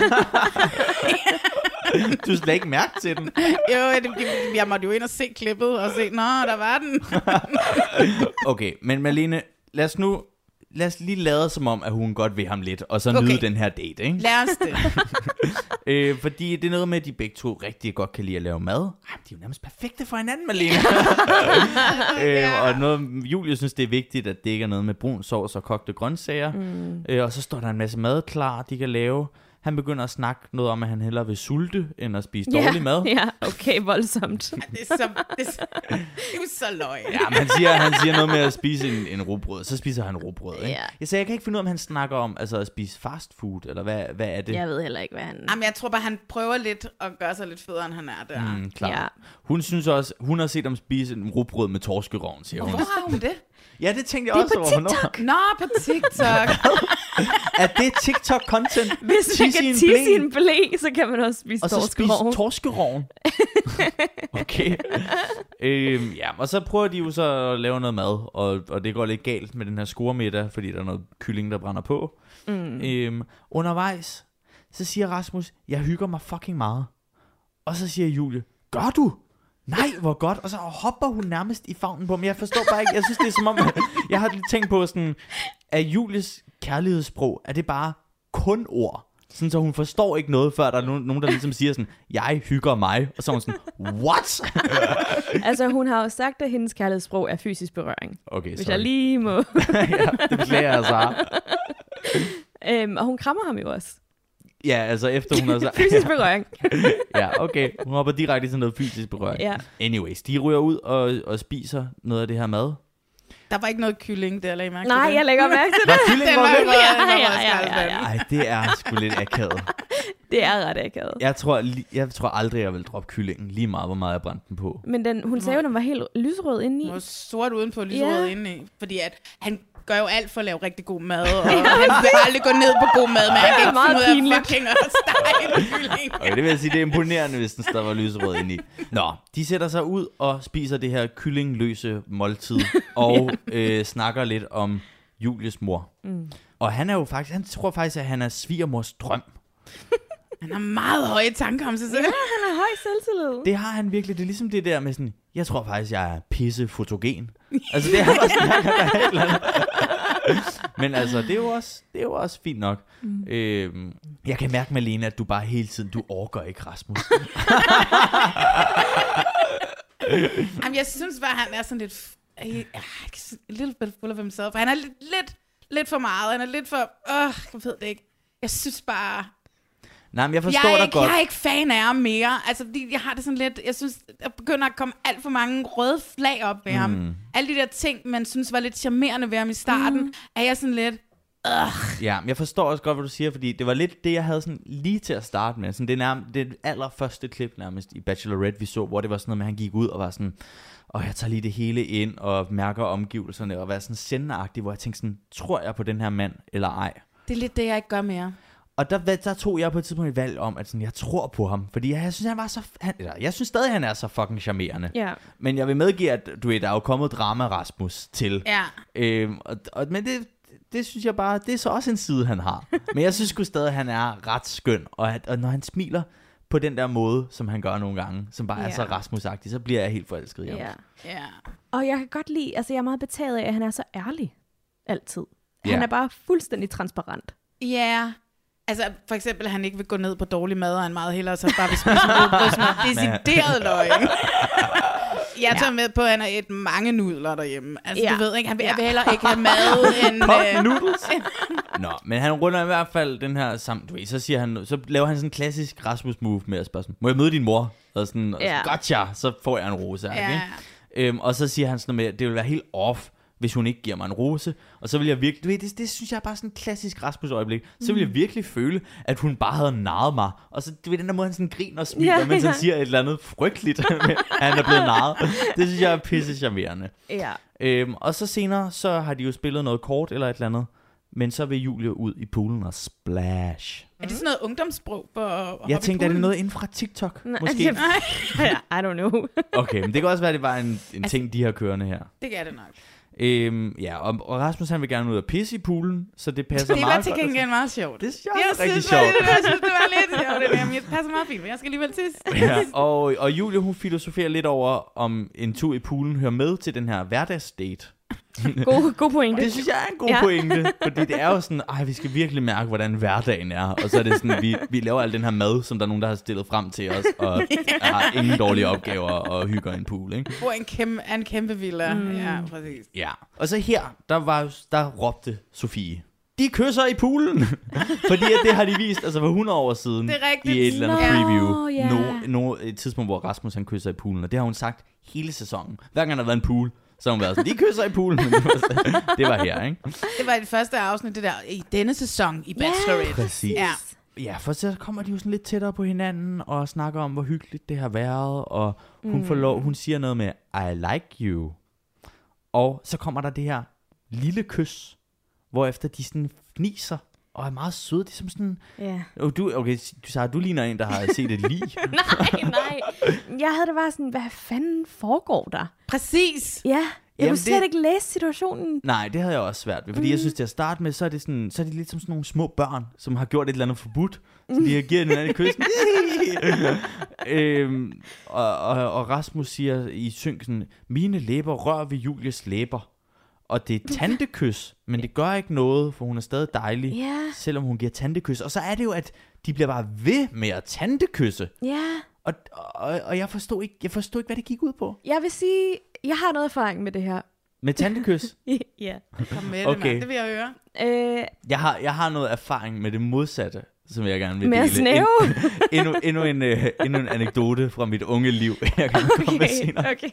Du slet ikke mærke til den. Jo, jeg måtte jo ind og se klippet, og se, der var den. Okay, men Malene, lad os lige lade som om, at hun godt vil ham lidt, og så nyde den her date, ikke? Lad os det. Fordi det er noget med, at de begge to rigtig godt kan lide at lave mad. De er jo nærmest perfekte for hinanden, Malene. Og noget, Julie synes, det er vigtigt, at det ikke er noget med brun sovs og kogte grøntsager. Og så står der en masse mad klar, de kan lave. Han begynder at snakke noget om, at han hellere vil sulte, end at spise dårlig mad. Ja, okay, voldsomt. Det er jo så løgn. Ja, men han siger noget med at spise en rugbrød. Så spiser han rugbrød, ikke? Ja. Jeg kan ikke finde ud af, om han snakker om altså at spise fast food, eller hvad er det? Jeg ved heller ikke, hvad han... Jamen, jeg tror bare, han prøver lidt at gøre sig lidt federe, end han er der. Klar. Ja. Hun synes også, hun har set ham spise en rugbrød med torskerogn, siger hun. Hvor har hun det? Ja, det tænkte jeg også over. TikTok. Nå, på TikTok. Er det TikTok-content? Hvis man kan tisse i en blæ, så kan man også spise og så torskerogn. spise torskerogn. Okay. Ja, og så prøver de jo så at lave noget mad, og det går lidt galt med den her skoremiddag, fordi der er noget kylling, der brænder på. Undervejs, så siger Rasmus, jeg hygger mig fucking meget. Og så siger Julie, gør du? Nej, hvor godt. Og så hopper hun nærmest i favnen på ham. Jeg forstår bare ikke. Jeg synes, det er som om, jeg har tænkt på sådan, at Julies kærlighedssprog, er det bare kun ord? Sådan, så hun forstår ikke noget, før der er nogen, der ligesom siger sådan, jeg hygger mig. Og så er hun sådan, what? Altså, hun har jo sagt, at hendes kærlighedssprog er fysisk berøring. Okay, Hvis jeg lige må. Ja, det beklager jeg så. Og hun krammer ham jo også. Ja, altså efter hun har sagt... Fysisk berøring. Ja, okay. Hun hopper direkte i sådan noget fysisk berøring. Ja. Anyways, de ryger ud og spiser noget af det her mad. Der var ikke noget kylling der, lagde mærke Nej, til det. jeg lægger mærke til det. Var kylling Den var med? jo Ja. Ej, det er sgu lidt akavet. Det er ret akavet. Jeg tror aldrig, jeg vil droppe kyllingen, lige meget, hvor meget jeg brændte den på. Men hun sagde jo, at den var helt lyserød indeni. Den var sort udenpå, lyserød indeni. Fordi at han gør jo alt for at lave rigtig god mad, og han vil aldrig gå ned på god mad, men han kan ikke meget finde ud af pinligt. fucking at stege en kylling. Okay, det vil jeg sige, det er imponerende, hvis den der var lyserød inde i. Nå, de sætter sig ud og spiser det her kyllingløse måltid, og snakker lidt om Julies mor. Og han tror faktisk, at han er svigermors drøm. Han har meget høje tanker om sig selv. Ja, han har høj selvtillid. Det har han virkelig. Det er ligesom det der med sådan, jeg tror faktisk, jeg er pisse fotogen. Altså det er han også, der er et eller andet. Men altså, det er jo også fint nok. Jeg kan mærke, Malene, at du bare hele tiden, du orker ikke, Rasmus. Jamen, jeg synes bare, han er sådan lidt... little bit full of himself. Han er lidt for meget. Han er lidt for... jeg ved det ikke. Jeg synes bare... Nej, men jeg forstår dig godt. Jeg er ikke fan af ham mere. Altså, jeg har det sådan lidt... Jeg synes, der begynder at komme alt for mange røde flag op ved ham. Alle de der ting, man synes var lidt charmerende ved ham i starten, er jeg sådan lidt... Ja, men jeg forstår også godt, hvad du siger, fordi det var lidt det, jeg havde sådan lige til at starte med. Sådan det allerførste klip nærmest i Bachelorette, vi så, hvor det var sådan noget med, at han gik ud og var sådan... Og jeg tager lige det hele ind og mærker omgivelserne og var sådan sendeagtig, hvor jeg tænkte sådan, tror jeg på den her mand eller ej? Det er lidt det, jeg ikke gør mere. Og der tog jeg på et tidspunkt et valg om, at sådan, jeg tror på ham. Fordi jeg synes, han var så... jeg synes stadig, han er så fucking charmerende. Ja. Men jeg vil medgive, at du ved, der er jo kommet drama Rasmus til. Ja. Men det synes jeg bare, det er så også en side, han har. Men jeg synes sgu stadig, at han er ret skøn. Og når han smiler på den der måde, som han gør nogle gange, som bare er så Rasmus-agtig, så bliver jeg helt forelsket i ham. Ja. Og jeg kan godt lide, altså jeg er meget betaget af, at han er så ærlig. Altid. Han er bare fuldstændig transparent. Ja. Altså, for eksempel, at han ikke vil gå ned på dårlig mad, og han meget hellere så bare vil spise en rugbrødsmad. Decideret løgn. Jeg tager med på, at han har et mange nudler derhjemme. Altså, du ved ikke, han vil heller ikke have mad end... noodles? Nå, men han runder i hvert fald den her sammen. Du ved, så laver han sådan en klassisk Rasmus-move med at spørge sådan, må jeg møde din mor? Og sådan, gotcha, så får jeg en rose. Ikke? Og så siger han sådan noget med, det vil være helt off, hvis hun ikke giver mig en rose. Og så vil jeg virkelig, du ved, det synes jeg er bare sådan en klassisk Rasmus-øjeblik. Så vil jeg virkelig føle, at hun bare havde narret mig. Og så, du ved, den der måde, han sådan griner og smiler, mens han siger et eller andet frygteligt, at han er blevet narret. Det synes jeg er pisse charmerende. Ja. Og så senere, så har de jo spillet noget kort eller et eller andet. Men så vil Julie ud i poolen og splash. Er det sådan noget ungdomssprog for at hoppe Jeg tænkte, i er det poolen? noget inden fra TikTok? Måske? I don't know. Okay, men det kan også være, at det var en ting, de har kørende her. Det gør det nok. Og Rasmus han vil gerne ud og pisse i poolen, så det passer meget godt. Det var til gengæld meget sjovt. Det synes jeg er rigtig sjovt. Jeg synes, det var lidt sjovt. Det passer meget fint, men jeg skal alligevel tisse. Ja, og Julie, hun filosoferer lidt over, om en tur i poolen hører med til den her hverdagsdate. God pointe. Det synes jeg er en god pointe, fordi det er jo sådan, vi skal virkelig mærke, hvordan hverdagen er. Og så er det sådan, vi laver al den her mad, som der er nogen, der har stillet frem til os, og har ingen dårlige opgaver og hygger en pool, ikke? Hvor en kæmpe villa. Ja, præcis. Ja. Og så her, der råbte Sofie. de kysser i poolen. Fordi at det har de vist altså for 100 år siden. Det er rigtigt. I et eller andet preview. Yeah. Et tidspunkt, hvor Rasmus han kysser i poolen. Og det har hun sagt hele sæsonen. Hver gang der har været en pool, så har hun været sådan, de kysser i poolen. Men det var her, ikke? Det var det første afsnit, det der i denne sæson i Bachelorette. Præcis. Ja. Ja, for så kommer de jo sådan lidt tættere på hinanden og snakker om, hvor hyggeligt det har været. Og hun siger noget med, I like you. Og så kommer der det her lille kys, hvorefter de sådan fniser og er meget søde. Det er som sådan... Yeah. Du ligner en, der har set et lig. nej. Jeg havde det bare sådan, hvad fanden foregår der? Præcis. Ja, jeg kunne slet ikke læse situationen. Nej, det havde jeg også svært ved. Fordi jeg synes, til at starte med, så er det lidt som sådan nogle små børn, som har gjort et eller andet forbudt. Så de har givet en anden kys. Og Rasmus siger i synken, mine læber rører ved Julies læber. Og det er tantekys, men det gør ikke noget, for hun er stadig dejlig, selvom hun giver tantekys. Og så er det jo, at de bliver bare ved med at tantekysse. Ja. Og jeg forstod ikke, hvad det gik ud på. Jeg vil sige, jeg har noget erfaring med det her. Med tantekys? Ja. Kom med det, mand. Det vil jeg høre. Jeg har noget erfaring med det modsatte, som jeg gerne vil med dele. Endnu en anekdote fra mit unge liv, jeg kan komme med senere. Okay.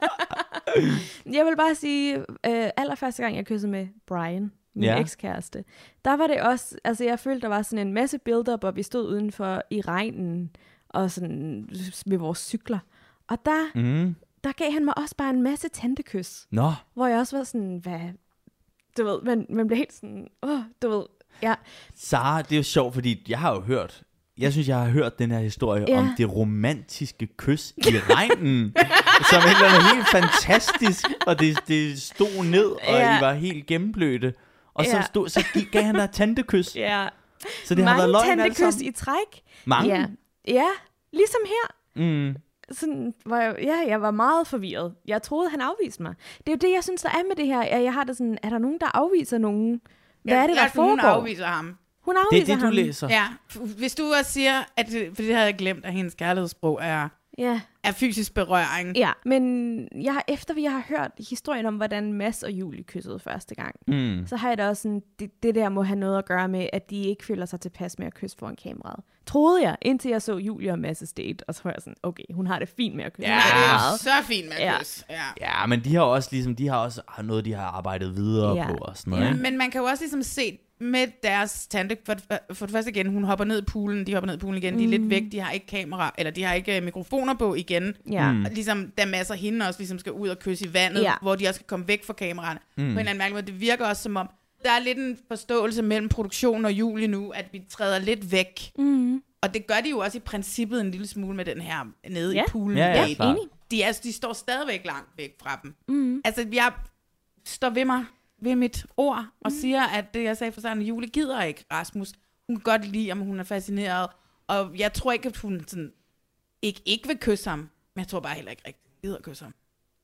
Jeg vil bare sige, allerførste gang jeg kyssede med Brian, min ekskæreste, der var det også, altså jeg følte, der var sådan en masse build-up, og vi stod udenfor i regnen, og sådan med vores cykler. Og der gav han mig også bare en masse tantekys. Nå. Hvor jeg også var sådan, hvad... Du ved, man blev helt sådan... du ved, ja. Sara, det er jo sjovt, fordi jeg har har hørt den her historie om det romantiske kys i regnen, som et eller andet helt fantastisk, og det stod ned, og I var helt gennemblødte. Og så gav han dig et tantekys. Ja. Så det har været løgn alt sammen. Mange tantekys i træk. Mange? Ja, ligesom her. Sådan var jeg var meget forvirret. Jeg troede, han afviste mig. Det er jo det, jeg synes, der er med det her. Jeg har det sådan, er der nogen, der afviser nogen? Hvad er det, der foregår? Hun afviser ham. Hun afviser ham. Det er det, du læser. Ja, hvis du også siger, at for det havde jeg glemt, at hendes kærlighedssprog er fysisk berøring. Ja, men efter vi har hørt historien om, hvordan Mads og Julie kyssede første gang, så har jeg da også sådan, det der må have noget at gøre med, at de ikke føler sig tilpas med at kysse foran kameraet. Troede jeg, indtil jeg så Julie og Mads' date, og så var jeg sådan, okay, hun har det fint med at kysse. Ja, det er så fint med at kysse. Ja, men de har også noget, de har arbejdet videre på og sådan noget. Ja, men man kan jo også ligesom se med deres tante, for det første igen, hun hopper ned i poolen, de hopper ned i poolen igen, de er lidt væk, de har ikke kamera, eller de har ikke mikrofoner på igen. Ligesom da Mads og hende også ligesom skal ud og kysse i vandet, hvor de også skal komme væk fra kameraerne. På en eller anden mærkelig måde, det virker også som om, der er lidt en forståelse mellem produktion og Julie nu, at vi træder lidt væk. Og det gør de jo også i princippet en lille smule med den her nede i poolen. Ja, de står stadigvæk langt væk fra dem. Altså, jeg står ved mit ord, og siger, at det, jeg sagde for sådan, at Julie gider ikke Rasmus. Hun kan godt lide, om hun er fascineret. Og jeg tror ikke, at hun sådan, ikke vil kysse ham. Men jeg tror bare heller ikke rigtig gider at kysse ham.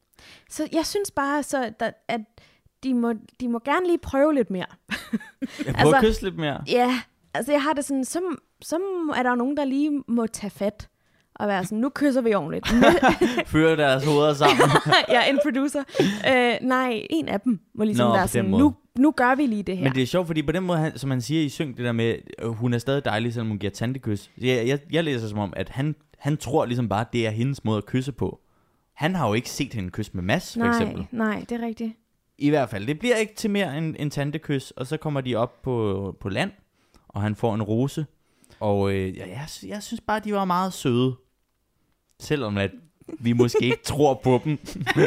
Så jeg synes bare, at de må gerne lige prøve lidt mere. Prøve at kysse lidt mere? Ja, altså jeg har det sådan, så er der nogen, der lige må tage fat. Og være sådan, nu kysser vi ordentligt. Fører deres hoveder sammen. Ja, en producer. Nej, en af dem må ligesom være sådan, nu gør vi lige det her. Men det er sjovt, fordi på den måde, som man siger i synk, det der med, hun er stadig dejlig, selvom hun giver tantekys. Jeg læser som om, at han tror ligesom bare, det er hendes måde at kysse på. Han har jo ikke set hende kysse med Mads, for eksempel. Nej, det er rigtigt. I hvert fald, det bliver ikke til mere end tantekys, og så kommer de op på land, og han får en rose. Og jeg synes bare, de var meget søde. Selvom at vi måske ikke tror på dem.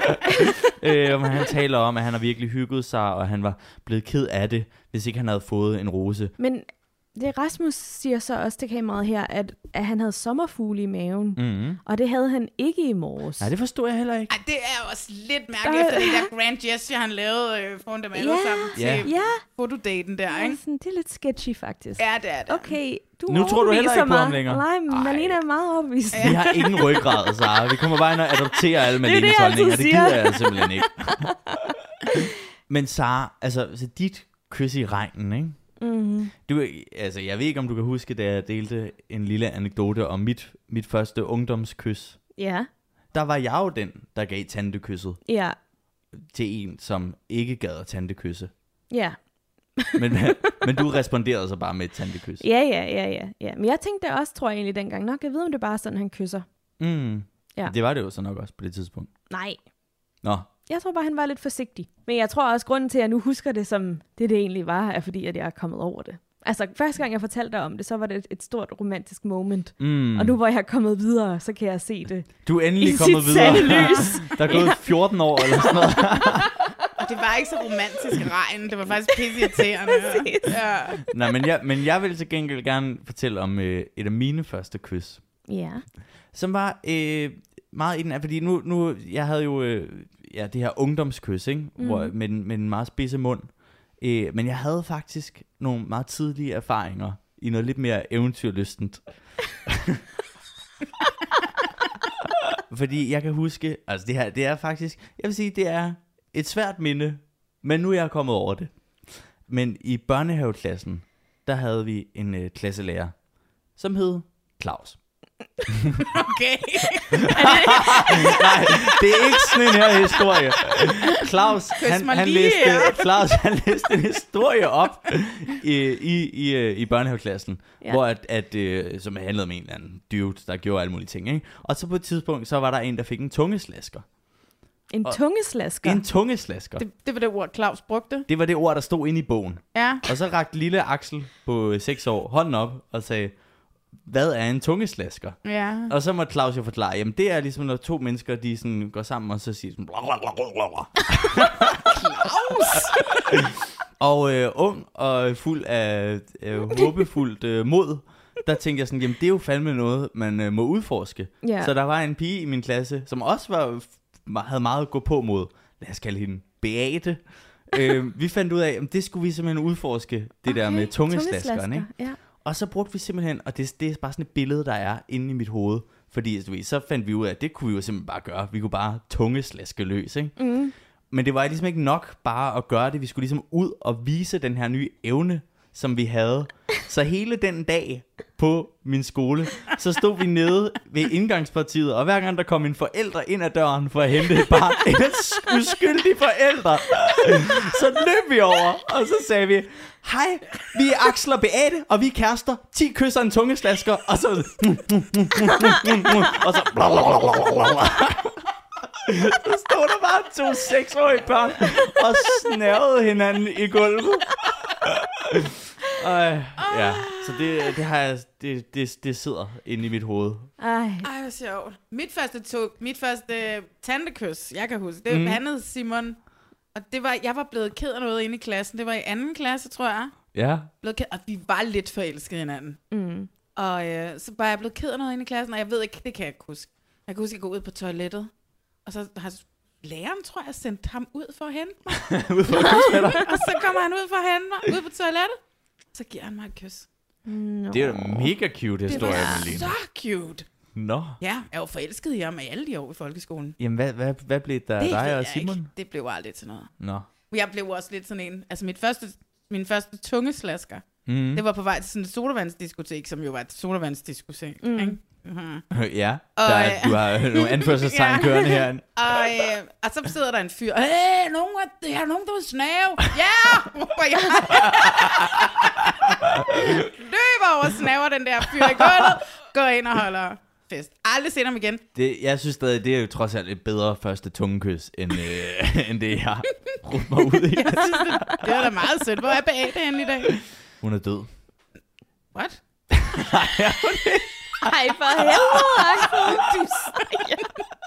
Men han taler om, at han har virkelig hygget sig, og han var blevet ked af det, hvis ikke han havde fået en rose. Men det Rasmus siger så også til kameraet her, at han havde sommerfugle i maven, og det havde han ikke i morges. Nej, det forstod jeg heller ikke. Ej, det er også lidt mærkeligt efter det der grand gesture, han lavede foran dem alle sammen til fotodaten der, ikke? Sådan, det er lidt sketchy faktisk. Ja, det er det. Okay, nu tror du heller ikke på ham længere. Nej, Malene er meget overbevist. Vi har ingen ryggrad, Sara. Vi kommer bare ind og adopterer alle Malenes holdninger. Det gider jeg simpelthen ikke. Men Sara, altså dit kys i regnen, ikke? Jeg ved ikke, om du kan huske, da jeg delte en lille anekdote om mit første ungdomskys. Ja. Der var jeg jo den, der gav tantekysset. Ja. Til en, som ikke gad at tantekysse. Ja. Men du responderede så bare med et tantekys. Ja. Men jeg tænkte også, tror jeg egentlig dengang, nok jeg ved, om det bare er sådan, han kysser. Ja. Det var det jo så nok også på det tidspunkt. Nej. Nå. Jeg tror bare, han var lidt forsigtig. Men jeg tror også, grunden til, at jeg nu husker det, som det egentlig var, er fordi, at jeg er kommet over det. Altså, første gang jeg fortalte dig om det, så var det et stort romantisk moment. Og nu hvor jeg er kommet videre, så kan jeg se det. Du er endelig kommet videre. Der er gået 14 år eller sådan noget. Og det var ikke så romantisk regn. Det var faktisk pisseirriterende. Ja. Nej, men jeg vil til gengæld gerne fortælle om et af mine første kys. Ja. Som var meget i den, fordi nu jeg havde jo det her ungdomskys, ikke? Med en meget spidse mund. Men jeg havde faktisk nogle meget tidlige erfaringer i noget lidt mere eventyrlystent. Fordi jeg kan huske, altså det er faktisk, jeg vil sige, det er et svært minde, men nu er jeg kommet over det. Men i børnehaveklassen, der havde vi en klasselærer, som hed Claus. Okay. Nej, det er ikke sådan en her historie. Claus, han læste en historie op i børnehaveklassen, hvor som handlede om en eller anden dude, der gjorde alle mulige ting, ikke? Og så på et tidspunkt, så var der en, der fik en tungeslasker. En tungeslasker? En tungeslasker. Det var det ord, Claus brugte? Det var det ord, der stod inde i bogen. Ja. Og så rakte lille Axel på 6 år hånden op og sagde, hvad er en tungeslasker? Ja. Og så må Claus jo forklare, jamen det er ligesom, når to mennesker, de sådan går sammen, og så siger sådan, Claus! Og ung og fuld af håbefuldt mod, der tænkte jeg sådan, jamen det er jo fandme noget, man må udforske. Yeah. Så der var en pige i min klasse, som også havde meget at gå på mod, lad os kalde hende Beate. Vi fandt ud af, at det skulle vi simpelthen udforske, det der med tungeslaskeren, ikke? Ja. Og så brugte vi simpelthen, og det er bare sådan et billede, der er inde i mit hoved. Fordi så fandt vi ud af, at det kunne vi jo simpelthen bare gøre. Vi kunne bare tungeslaske løs, ikke? Men det var ligesom ikke nok bare at gøre det. Vi skulle ligesom ud og vise den her nye evne, som vi havde. Så hele den dag på min skole, så stod vi nede ved indgangspartiet, og hver gang der kom en forældre ind ad døren for at hente et barn, en uskyldig forældre, så løb vi over, og så sagde vi, hej, vi er Axel og Beate, og vi er kærester, 10 kysser en tungeslasker, og så og så så stod der bare 2 6-årige børn og snærvede hinanden i gulvet. Ja, så det har jeg, det sidder inde i mit hoved. Ej, hvor sjovt. Mit første tantekys, jeg kan huske, det handlede Simon. Og jeg var blevet ked af noget inde i klassen. Det var i 2. klasse, tror jeg. Ja. Blevet ked, og vi var lidt forelskede hinanden. Og så var jeg blevet ked af noget inde i klassen, og jeg ved ikke, det kan jeg ikke huske. Jeg kan huske, at jeg går ud på toilettet, og så har læreren, tror jeg, sendt ham ud for at hente mig. Og så kommer han ud for at hente mig, ud på toilettet. Så giver han mig et kys. No. Det er jo en mega cute historie, Malene. Det var så cute. Nå. Ja, jeg var forelsket i ham i alle de år i folkeskolen. Jamen, hvad blev der af dig og Simon? Ikke. Det blev aldrig til noget. Nå. Jeg blev også lidt sådan en, altså min første tungeslasker, det var på vej til sådan et sodavandsdiskotek, som jo var et sodavandsdiskotek, ikke? Ja, du har nogle anførselstegn kørende herinde. Og så sidder der en fyr. Hey, nogen der vil snave. Ja! Løber over og snaver den der fyr i gulvet. Går ind og holder fest. Aldrig set ham igen. Jeg synes stadig, det er jo trods alt et bedre første tungekys, end det jeg har brugt mig ud i. Jeg synes, det var da meget sødt. Hvor er Beate henne i dag? Hun er død. What? Nej, ej, for helvede, Axel. Du siger.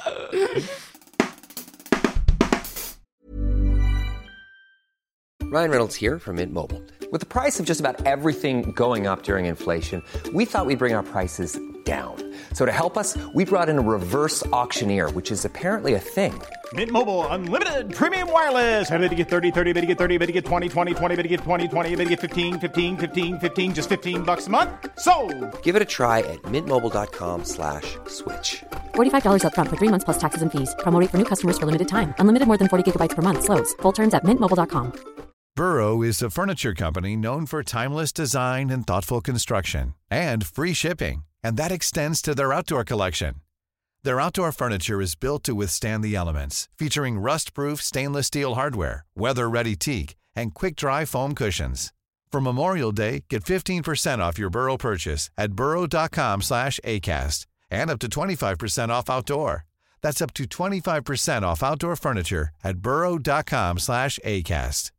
Ryan Reynolds here from Mint Mobile. With the price of just about everything going up during inflation, we thought we'd bring our prices down. So to help us, we brought in a reverse auctioneer, which is apparently a thing. Mint Mobile Unlimited Premium Wireless. How to get 30, 30, bit to get 30, bit to get 20, 20, 20, bit to get 20, 20, bit to get 15, 15, 15, 15, just $15 a month? Sold! Give it a try at mintmobile.com/switch. $45 up front for 3 months plus taxes and fees. Promo rate for new customers for limited time. Unlimited more than 40 gigabytes per month. Slows full terms at mintmobile.com. Burrow is a furniture company known for timeless design and thoughtful construction, and free shipping, and that extends to their outdoor collection. Their outdoor furniture is built to withstand the elements, featuring rust-proof stainless steel hardware, weather-ready teak, and quick-dry foam cushions. For Memorial Day, get 15% off your Burrow purchase at burrow.com/ACAST and up to 25% off outdoor. That's up to 25% off outdoor furniture at burrow.com/ACAST.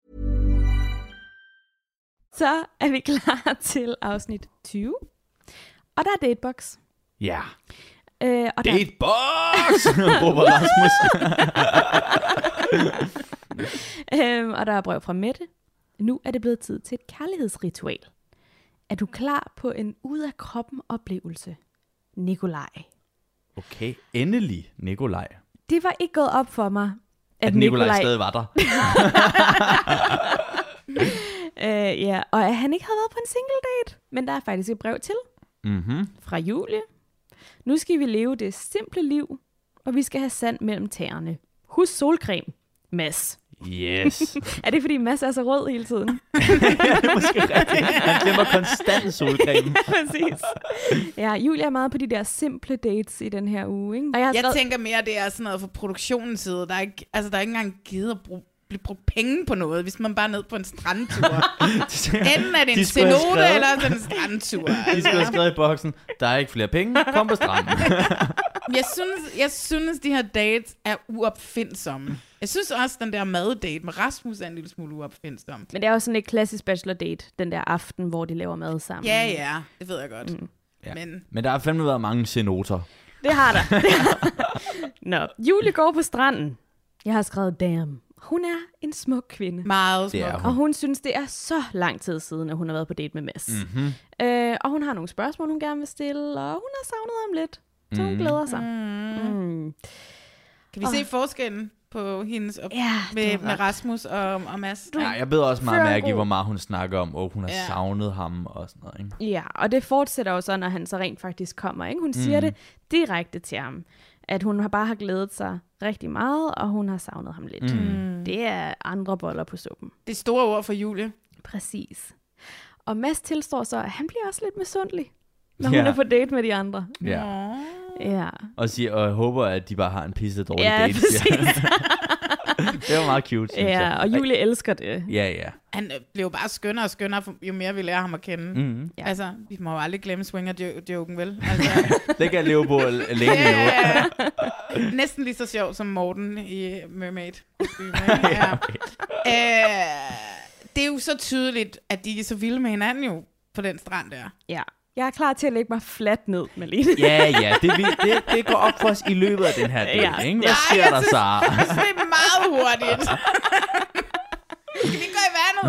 Så er vi klar til afsnit 20. Og der er Datebox. Ja. Og Datebox! råber Rasmus. og der er brev fra Mette. Nu er det blevet tid til et kærlighedsritual. Er du klar på en ud-af-kroppen oplevelse? Nikolaj. Okay, endelig Nikolaj. Det var ikke gået op for mig, at Nikolaj stadig var der. Ja, og at han ikke havde været på en single date. Men der er faktisk et brev til. Fra Julie. Nu skal vi leve det simple liv, og vi skal have sand mellem tæerne. Husk solcreme, Mads. Yes. Er det fordi Mads er så rød hele tiden? Måske rigtigt. Han glemmer konstant solcreme. Præcis. Ja, Julia er meget på de der simple dates i den her uge, ikke? Og jeg tænker mere, det er sådan noget fra produktionens side. Der er ikke engang givet at blive brugt penge på noget, hvis man bare er ned på en strandtur. Enten er det en cenote, eller er det en strandtur. De skulle have skrevet i boksen, der er ikke flere penge, kom på stranden. Jeg synes, de her dates er uopfindsomme. Jeg synes også, den der maddate med Rasmus er en lille smule uopfindsom. Men det er jo sådan et klassisk bachelor date, den der aften, hvor de laver mad sammen. Ja, det ved jeg godt. Ja. Men der har fandme været mange cenoter. Det har der. Nå, Julie går på stranden. Jeg har skrevet, damn. Hun er en smuk kvinde. Meget smuk. Og hun synes, det er så lang tid siden, at hun har været på date med Mads. Og hun har nogle spørgsmål, hun gerne vil stille, og hun har savnet ham lidt. Så hun glæder sig. Kan vi se forskellen på hendes med Rasmus og Mads? Ja, jeg beder også meget mærke i, hvor meget hun snakker om, og hun har savnet ham og sådan noget. Ikke? Ja, og det fortsætter jo så, når han så rent faktisk kommer. Ikke? Hun siger det direkte til ham, at hun bare har glædet sig rigtig meget, og hun har savnet ham lidt. Det er andre boller på suppen. Det er store ord for Julie. Præcis. Og Mads tilstår så, at han bliver også lidt misundelig, når hun er på date med de andre. Ja. Ja. Og jeg håber, at de bare har en pisse dårlig date. Præcis. Det var meget cute, synes jeg. Og Julie elsker det. Ja. Han blev bare skønnere og skønnere, jo mere vi lærer ham at kende. Ja. Altså, vi må jo aldrig glemme swinger-joken, vel? Altså. Det kan jeg leve på længe nu. Næsten lige så sjovt som Morten i Mermaid. Det er jo så tydeligt, at de er så vilde med hinanden jo på den strand der. Ja. Jeg er klar til at lægge mig fladt ned, Malene. Ja, det går op for os i løbet af den her dag, ikke? Hvad sker der så? Jeg synes, det er meget hurtigt. Skal vi gå i vandet?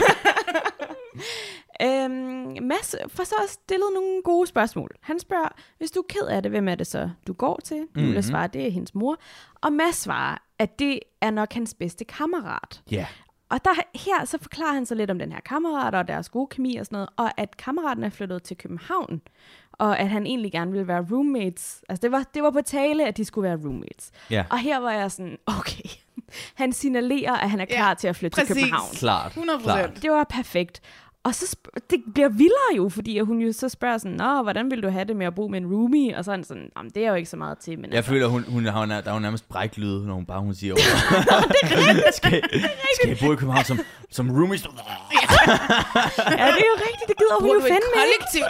Mads får så også stillet nogle gode spørgsmål. Han spørger, hvis du er ked af det, hvem er det så, du går til? Julia svarer, det er hendes mor. Og Mads svarer, at det er nok hans bedste kammerat. Ja. Og her så forklarer han så lidt om den her kammerat og deres gode kemi og sådan noget, og at kammeraten er flyttet til København, og at han egentlig gerne ville være roommates. Altså det var på tale, at de skulle være roommates. Ja. Og her var jeg sådan, okay, han signalerer, at han er klar til at flytte til København. Klart. 100%. Det var perfekt. Og så det bliver vildere jo, fordi hun jo så spørger sådan, hvordan vil du have det med at bo med en roomie? Og sådan, det er jo ikke så meget til. Men jeg føler, der er jo nærmest bræklyd, når hun siger, skal I bo i København som roomies? Ja, det er jo rigtigt, det gider hun jo fandme ikke.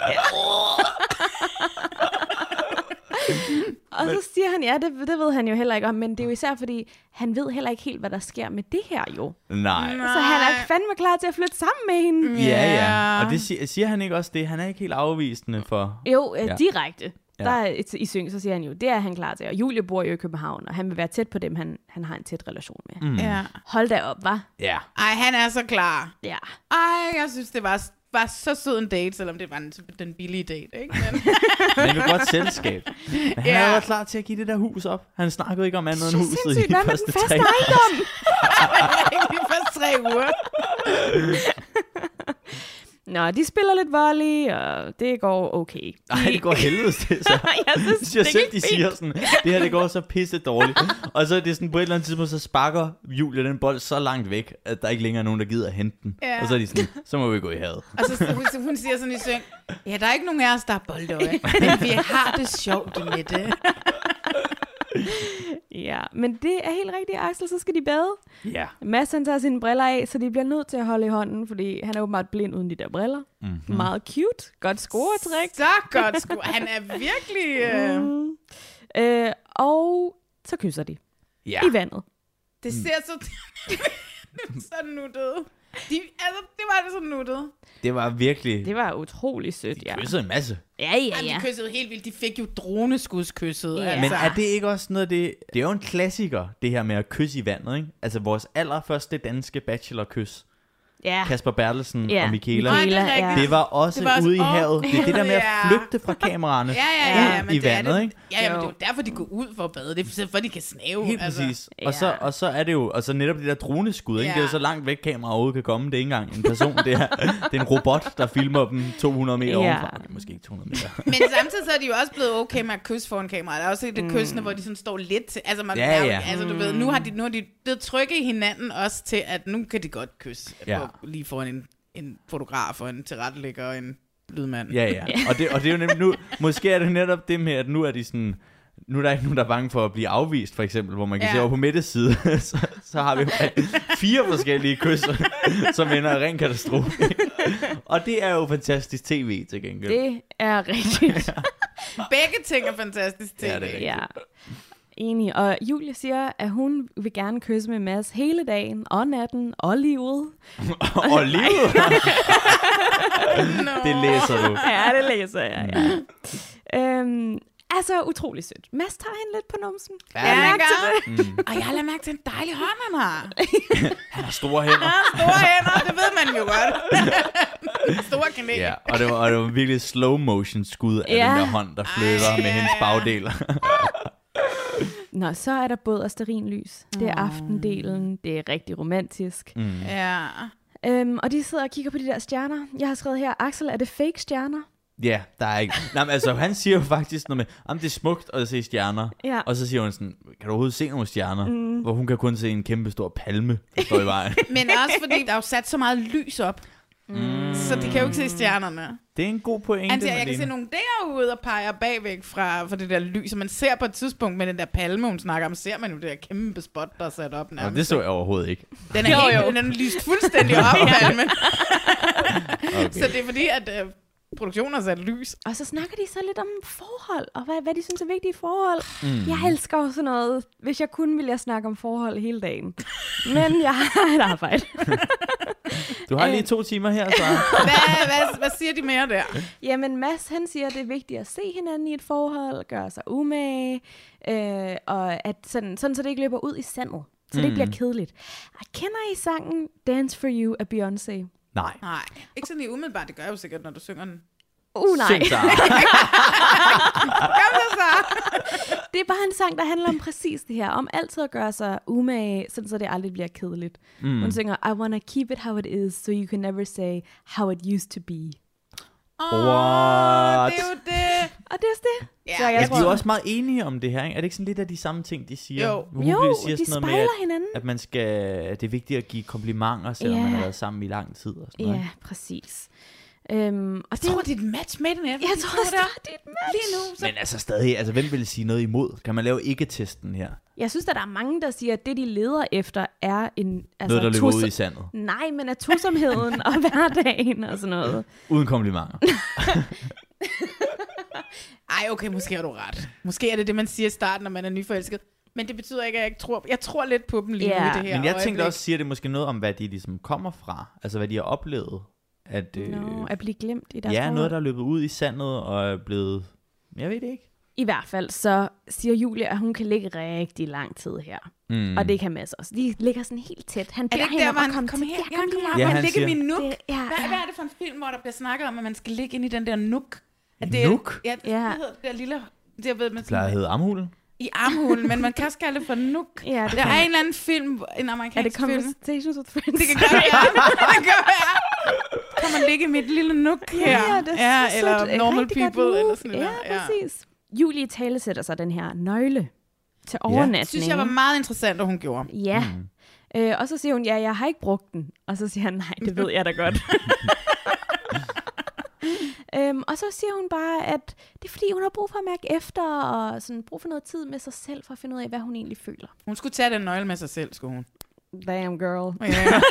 Og så siger han, det ved han jo heller ikke om, men det er jo især fordi, han ved heller ikke helt, hvad der sker med det her jo. Nej. Så han er fandme klar til at flytte sammen med hende. Ja. Og det siger han ikke også det? Han er ikke helt afvisende for... Jo, direkte. Der i synk, så siger han jo, det er han klar til. Og Julie bor jo i København, og han vil være tæt på dem, han har en tæt relation med. Ja. Hold da op, hva'? Ja. Ej, han er så klar. Ja. Ej, jeg synes, det var så sød en date, selvom det var den billige date, ikke? Men det var godt selskab. Men han var klar til at give det der hus op. Han snakkede ikke om andet end huset i de første 3 uger. De første 3 uger. Nå, de spiller lidt volley, og det går okay. Nej, det går helvedes det så. Jeg synes, selv, de siger sådan, det her det går så pisse dårligt. Og så er det sådan, på et eller andet tidspunkt, så sparker Julia den bold så langt væk, at der ikke længere er nogen, der gider at hente den. Ja. Og så er de sådan, så må vi gå i havet. Og så hun siger sådan i syng, ja, der er ikke nogen af os, der er boldøje, men vi har det sjovt med det. Ja, men det er helt rigtigt, Axel, så skal de bade. Ja. Mads, han tager sine briller af, så de bliver nødt til at holde i hånden, fordi han er åbenbart blind uden de der briller. Mm-hmm. Meget cute. Godt scoretræk. Så godt Han er virkelig... Og så kysser de Ja. i vandet. Det ser så nuttet. Det var det så nuttet. Det var virkelig... Det var utrolig sødt, De ja. kyssede en masse. Ja. De kyssede helt vildt. De fik jo droneskudskysset. Ja. Altså. Men er det ikke også noget af det... Det er jo en klassiker, det her med at kysse i vandet, ikke? Altså vores allerførste danske bachelorkys. Ja. Kasper Bertelsen Ja. og Michaela. Nej, det er rigtigt. Det var også ude i havet. Det er det der med at flygte fra kameraerne Ja, i vandet, ikke? Ja, men det er jo derfor, de går ud for at bade. Det er for, de kan snæve. Helt præcis. Og så er det jo, og så netop det der droneskud, ikke? Det er jo så langt væk kameraet overhovedet kan komme. Det er ikke engang en person, det er en robot, der filmer dem 200 meter ovenfra. Okay, måske ikke 200 meter. Men samtidig så er de jo også blevet okay med at kysse foran kameraet. Der er også det kyssene, hvor de sådan står lidt til. Altså, man, altså du ved, nu har de blevet trykket i hinanden også til, at nu kan de godt kysse lige foran en fotograf og en tilrettelægger og en lydmand. Ja. Og det er jo nemlig nu, måske er det netop det med, at nu er de sådan, nu er der ikke nogen, der er bange for at blive afvist, for eksempel, hvor man kan se over på Mettes side, så har vi 4 forskellige kysser, som ender i ren katastrofe. Og det er jo fantastisk tv til gengæld. Det er rigtigt. Begge ting er fantastisk tv. Ja, det er rigtigt. Ja. Enig. Og Julie siger, at hun vil gerne kysse med Mads hele dagen, og natten, og livet. Og livet? Det læser du. Ja, det læser jeg, ja. Altså, utrolig sødt. Mads tager hende lidt på numsen. Ja, han gør. Og jeg har lagt mærke til en dejlig hånd, han har. Han har store hænder. Store hænder, det ved man jo godt. Store knæ. Ja, og det var virkelig slow motion skud af den der hånd, der flytter med hendes bagdeler. Nå, så er der båd og stearinlys. Det er aftendelen. Det er rigtig romantisk. Ja. Og de sidder og kigger på de der stjerner. Jeg har skrevet her, Axel, er det fake stjerner? Ja, der er ikke... Nej, men altså, han siger jo faktisk noget med, det er smukt at se stjerner. Ja. Og så siger hun sådan, kan du overhovedet se nogle stjerner? Hvor hun kan kun se en kæmpe stor palme, der står i vejen. Men også fordi, der er jo sat så meget lys op. Så de kan jo ikke se stjernerne. Det er en god pointe, Altså, jeg kan se nogle derude og peger bagvæk fra det der lys, og man ser på et tidspunkt med den der palme, hun snakker om, ser man jo det der kæmpe spot, der er sat op nærmest. Og det så jeg overhovedet ikke. Den er den er lyst fuldstændig op, palmen. Okay. Så det er fordi, at produktionen har sat lys. Og så snakker de så lidt om forhold, og hvad de synes er vigtige forhold. Jeg elsker jo sådan noget. Hvis jeg kunne, ville jeg snakke om forhold hele dagen. Men jeg har et arbejde. Du har lige 2 timer her, så... Hvad siger de mere der? Jamen Mads, han siger, at det er vigtigt at se hinanden i et forhold, gøre sig umage, og at sådan så det ikke løber ud i sandet. Så det ikke bliver kedeligt. Kender I sangen Dance for You af Beyoncé? Nej. Ikke sådan lige umiddelbart, det gør jeg jo sikkert, når du synger den. Nej. Syng så. Det er bare en sang, der handler om præcis det her. Om altid at gøre sig umage, sådan så det aldrig bliver kedeligt. Hun synger, I wanna keep it how it is, so you can never say how it used to be. What? Det er jo det. Og det er også det. Ja, Så Jeg er jo også meget enige om det her, ikke? Er det ikke sådan lidt af de samme ting, de siger? Jo. Hun Jo, siger de sådan noget spejler med, hinanden. at man skal, det er vigtigt at give komplimenter, selvom man har været sammen i lang tid. Og sådan noget. Ja, præcis. Og Jeg tror, det er et match med den her. Jeg tror også, det er et match. Lige nu. Så... Men altså stadig, altså hvem vil sige noget imod? Kan man lave ikke-testen her? Jeg synes, at der er mange, der siger, at det, de leder efter, er en... Altså, Noget, der løber ud i sandet. Nej, men er tosomheden og hverdagen og sådan noget. Uden komplimenter. Ej, okay, måske har du ret. Måske er det det, man siger i starten, når man er nyforelsket. Men det betyder ikke, at jeg ikke tror... Jeg tror lidt på dem lige nu i det her Men jeg tænkte øjeblik. også, siger det måske noget om, hvad de ligesom kommer fra. Altså, hvad de har oplevet. At blive glemt i deres ja, forhold. noget, der er løbet ud i sandet og er blevet... Jeg ved det ikke. I hvert fald så siger Julie, at hun kan ligge rigtig lang tid her. Og det kan Mads også. De ligger sådan helt tæt. Han Er det beder ikke hende der, om hvor at han komme kommer til. her? Ja, kom lige her. Ja, han han ligger siger- min nuk. Det- ja, Hvad er det for en film, hvor der bliver snakket om, at man skal ligge ind i den der nuk? Nuk? Ja, det hedder det der lille... Det ved man Det plejer at hedde armhulen. i armhulen, men man kan også kalde det for nuk. Ja, det Der kan er man. en eller anden film, en Er det amerikansk film. Conversations with Friends? Det kan godt være. Det kan være. Kan man ligge i mit lille nuk her? Ja, det er så eller sødt. normal Rigtig godt people, move. eller sådan Ja, noget. præcis. Julie talesætter sig den her nøgle til overnatning. Det synes jeg var meget interessant, at hun gjorde. Ja. Og så siger hun, ja, jeg har ikke brugt den. Og så siger han, nej, det ved jeg da godt. Og så siger hun bare, at det er fordi, hun har brug for at mærke efter, og sådan brug for noget tid med sig selv, for at finde ud af, hvad hun egentlig føler. Hun skulle tage den nøgle med sig selv, skulle hun. Damn, girl. Yeah.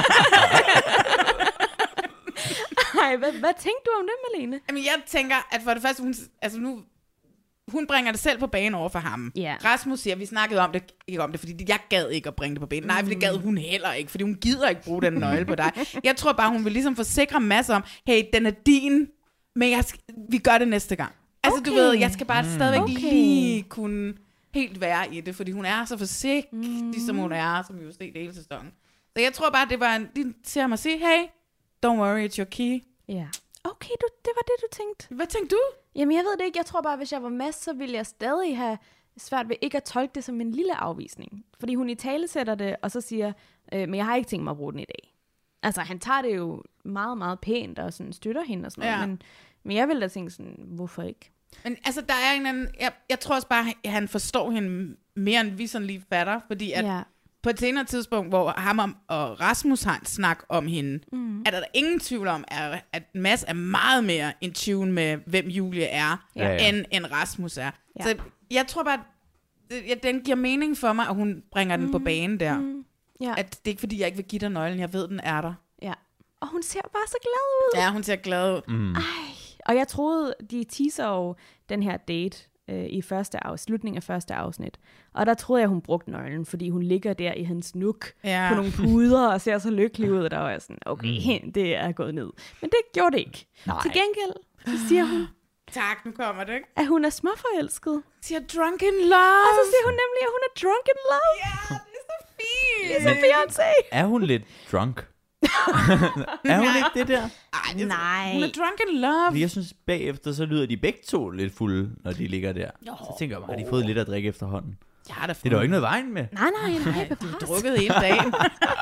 Ej, hvad tænkte du om det, Malene? Jamen, jeg tænker, at for det første, hun bringer det selv på banen over for ham. Yeah. Rasmus siger, vi snakkede om det, ikke om det, fordi jeg gad ikke at bringe det på banen. Nej, for det gad hun heller ikke, fordi hun gider ikke bruge den nøgle på dig. Jeg tror bare, hun vil ligesom forsikre masser om, hey, den er din, men vi gør det næste gang. Altså, du ved, jeg skal bare stadigvæk lige kunne helt være i det, fordi hun er så forsigtig, som hun er, som vi vil se det hele sæsonen. Så jeg tror bare, det var til ham at sige, hey, don't worry, it's your key. Ja. Okay, det var det, du tænkte. Hvad tænkte du? Jamen, jeg ved det ikke. Jeg tror bare, hvis jeg var Mads, så ville jeg stadig have svært ved ikke at tolke det som en lille afvisning. Fordi hun i tale sætter det, og så siger, men jeg har ikke tænkt mig at bruge den i dag. Altså, han tager det jo meget, meget pænt, og sådan støtter hende og sådan noget. Men jeg vil da tænke sådan, hvorfor ikke? Men altså, der er en anden... Jeg tror også bare, at han forstår hende mere, end vi sådan lige fatter. Fordi at på et senere tidspunkt, hvor ham og Rasmus har en snak om hende, er der ingen tvivl om, at Mads er meget mere in tune med, hvem Julie er, end Rasmus er. Ja. Så jeg tror bare, den giver mening for mig, at hun bringer den på banen der. Ja. At det er ikke fordi, jeg ikke vil give dig nøglen, jeg ved, den er der. Ja. Og hun ser bare så glad ud. Ja, hun ser glad ud. Ej. Og jeg troede, de teaser jo den her date i slutningen af første afsnit. Og der troede jeg, hun brugte nøglen, fordi hun ligger der i hans nuk på nogle puder og ser så lykkelig ud. Og der var jeg sådan, okay, det er gået ned. Men det gjorde det ikke. Nej. Til gengæld, så siger hun, tak, nu kommer det, ikke? At hun er småforelsket. Siger drunk in love. Og så siger hun nemlig, at hun er drunk in love. Ja, det er så fint. Ligesom Beyoncé. Er hun lidt drunk? Er hun ikke det der? Ej, nej. Hun er drunk in love. Jeg synes bagefter, så lyder de begge to lidt fulde, når de ligger der. Så tænker jeg, har de fået lidt at drikke efterhånden? Ja, det er der jo ikke noget vejen med. Nej, du har drukket hele dagen.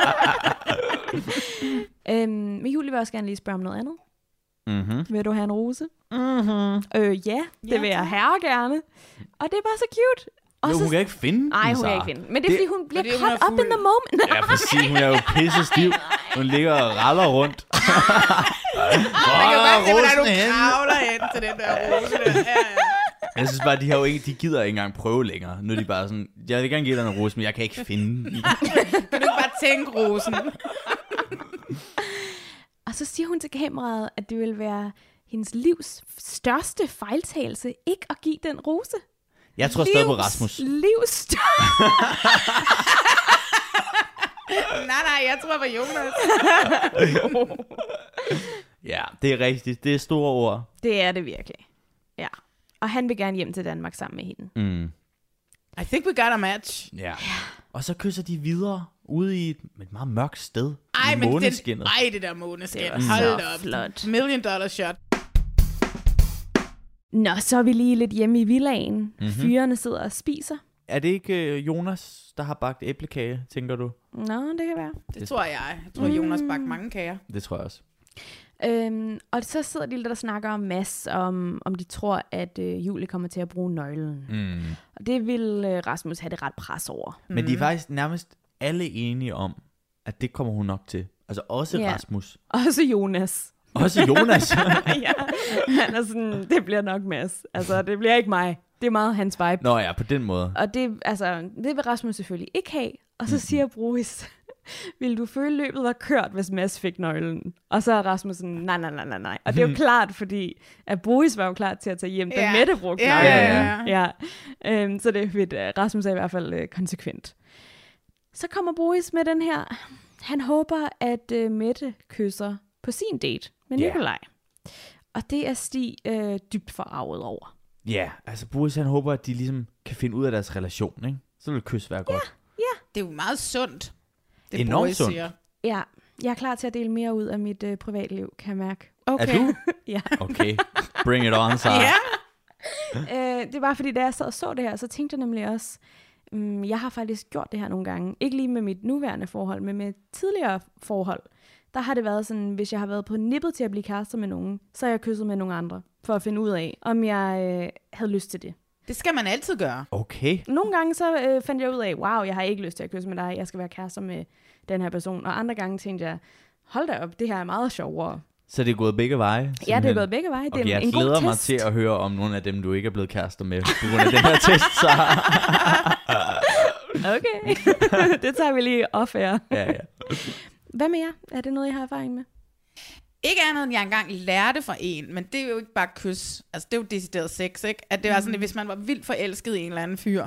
Men Julie vil også gerne lige spørge om noget andet. Mm-hmm. Vil du have en rose? Ja, det vil jeg gerne. Og det er bare så cute. Jo, hun kan ikke finde den. Nej, hun kan ikke finde den. Men det er, fordi hun bliver caught up in the moment. Ja, præcis. Hun er jo pisse stiv. Hun ligger og raller rundt. Man kan bare se, hvordan du kravler hen til den der rose der. Jeg synes bare, de gider ikke engang prøve længere. Nu er de bare sådan, jeg vil gerne give dig en rose, men jeg kan ikke finde den. Kan du ikke bare tænke rosen? Og så siger hun til kameraet, at det vil være hendes livs største fejltagelse ikke at give den rose. Jeg tror stadig på Rasmus. Livs Nej, jeg tror på Jonas. Ja, det er rigtigt. Det er store ord. Det er det virkelig. Ja. Og han vil gerne hjem til Danmark sammen med hende. I think we got a match. Ja. Og så kysser de videre ude i et meget mørkt sted. Ej, men måneskinnet. Det der måneskin. Hold da op. Flot. $1 million shot. Nå, så er vi lige lidt hjemme i villaen. Fyrene sidder og spiser. Er det ikke Jonas, der har bagt æblekage, tænker du? Nå, det kan være. Det tror jeg. Jeg tror, Jonas bagte mange kager. Det tror jeg også. Og så sidder de lidt og snakker om Mads, om de tror, at Julie kommer til at bruge nøglen. Og det vil Rasmus have det ret pres over. Men de er faktisk nærmest alle enige om, at det kommer hun nok til. Altså også Rasmus. Også Jonas. Også Jonas? Ja, han er sådan, det bliver nok Mads. Altså, det bliver ikke mig. Det er meget hans vibe. Nå ja, på den måde. Og det vil Rasmus selvfølgelig ikke have. Og så siger Bruce, vil du føle løbet var kørt, hvis Mads fik nøglen? Og så er Rasmus sådan, nej. Og det er jo klart, fordi at Bruce var jo klar til at tage hjem, da Mette brugte nøglen. Ja. Så det er fedt. Rasmus er i hvert fald konsekvent. Så kommer Bruce med den her. Han håber, at Mette kysser på sin date med Nikolaj. Og det er Stig dybt forarvet over. Ja, altså Bruce han håber, at de ligesom kan finde ud af deres relation, ikke? Så vil kys være godt. Ja. Det er jo meget sundt. Det enormt sundt. Siger. Ja, jeg er klar til at dele mere ud af mit privatliv, kan jeg mærke. Okay. Er du? Ja. Okay, bring it on, Sarah. Ja. Det var fordi, da jeg sad og så det her, så tænkte jeg nemlig også, jeg har faktisk gjort det her nogle gange. Ikke lige med mit nuværende forhold, men med tidligere forhold. Der har det været sådan, hvis jeg har været på nippet til at blive kærester med nogen, så har jeg kysset med nogle andre, for at finde ud af, om jeg havde lyst til det. Det skal man altid gøre. Okay. Nogle gange så fandt jeg ud af, wow, jeg har ikke lyst til at kysse med dig, jeg skal være kærester med den her person. Og andre gange tænkte jeg, hold da op, det her er meget sjovere. Så det er gået begge veje? Simpelthen. Ja, det er gået begge veje. Det er okay, jeg en god glæder mig test. til at høre om nogle af dem, du ikke er blevet kærester med på grund af den her test. Så. Okay, det tager vi lige off-air. Ja. Hvad med jer? Er det noget, I har erfaring med? Ikke andet, end jeg engang lærte fra en, men det er jo ikke bare kys. Altså, det er jo decideret sex, ikke? At det var sådan, at hvis man var vildt forelsket i en eller anden fyr,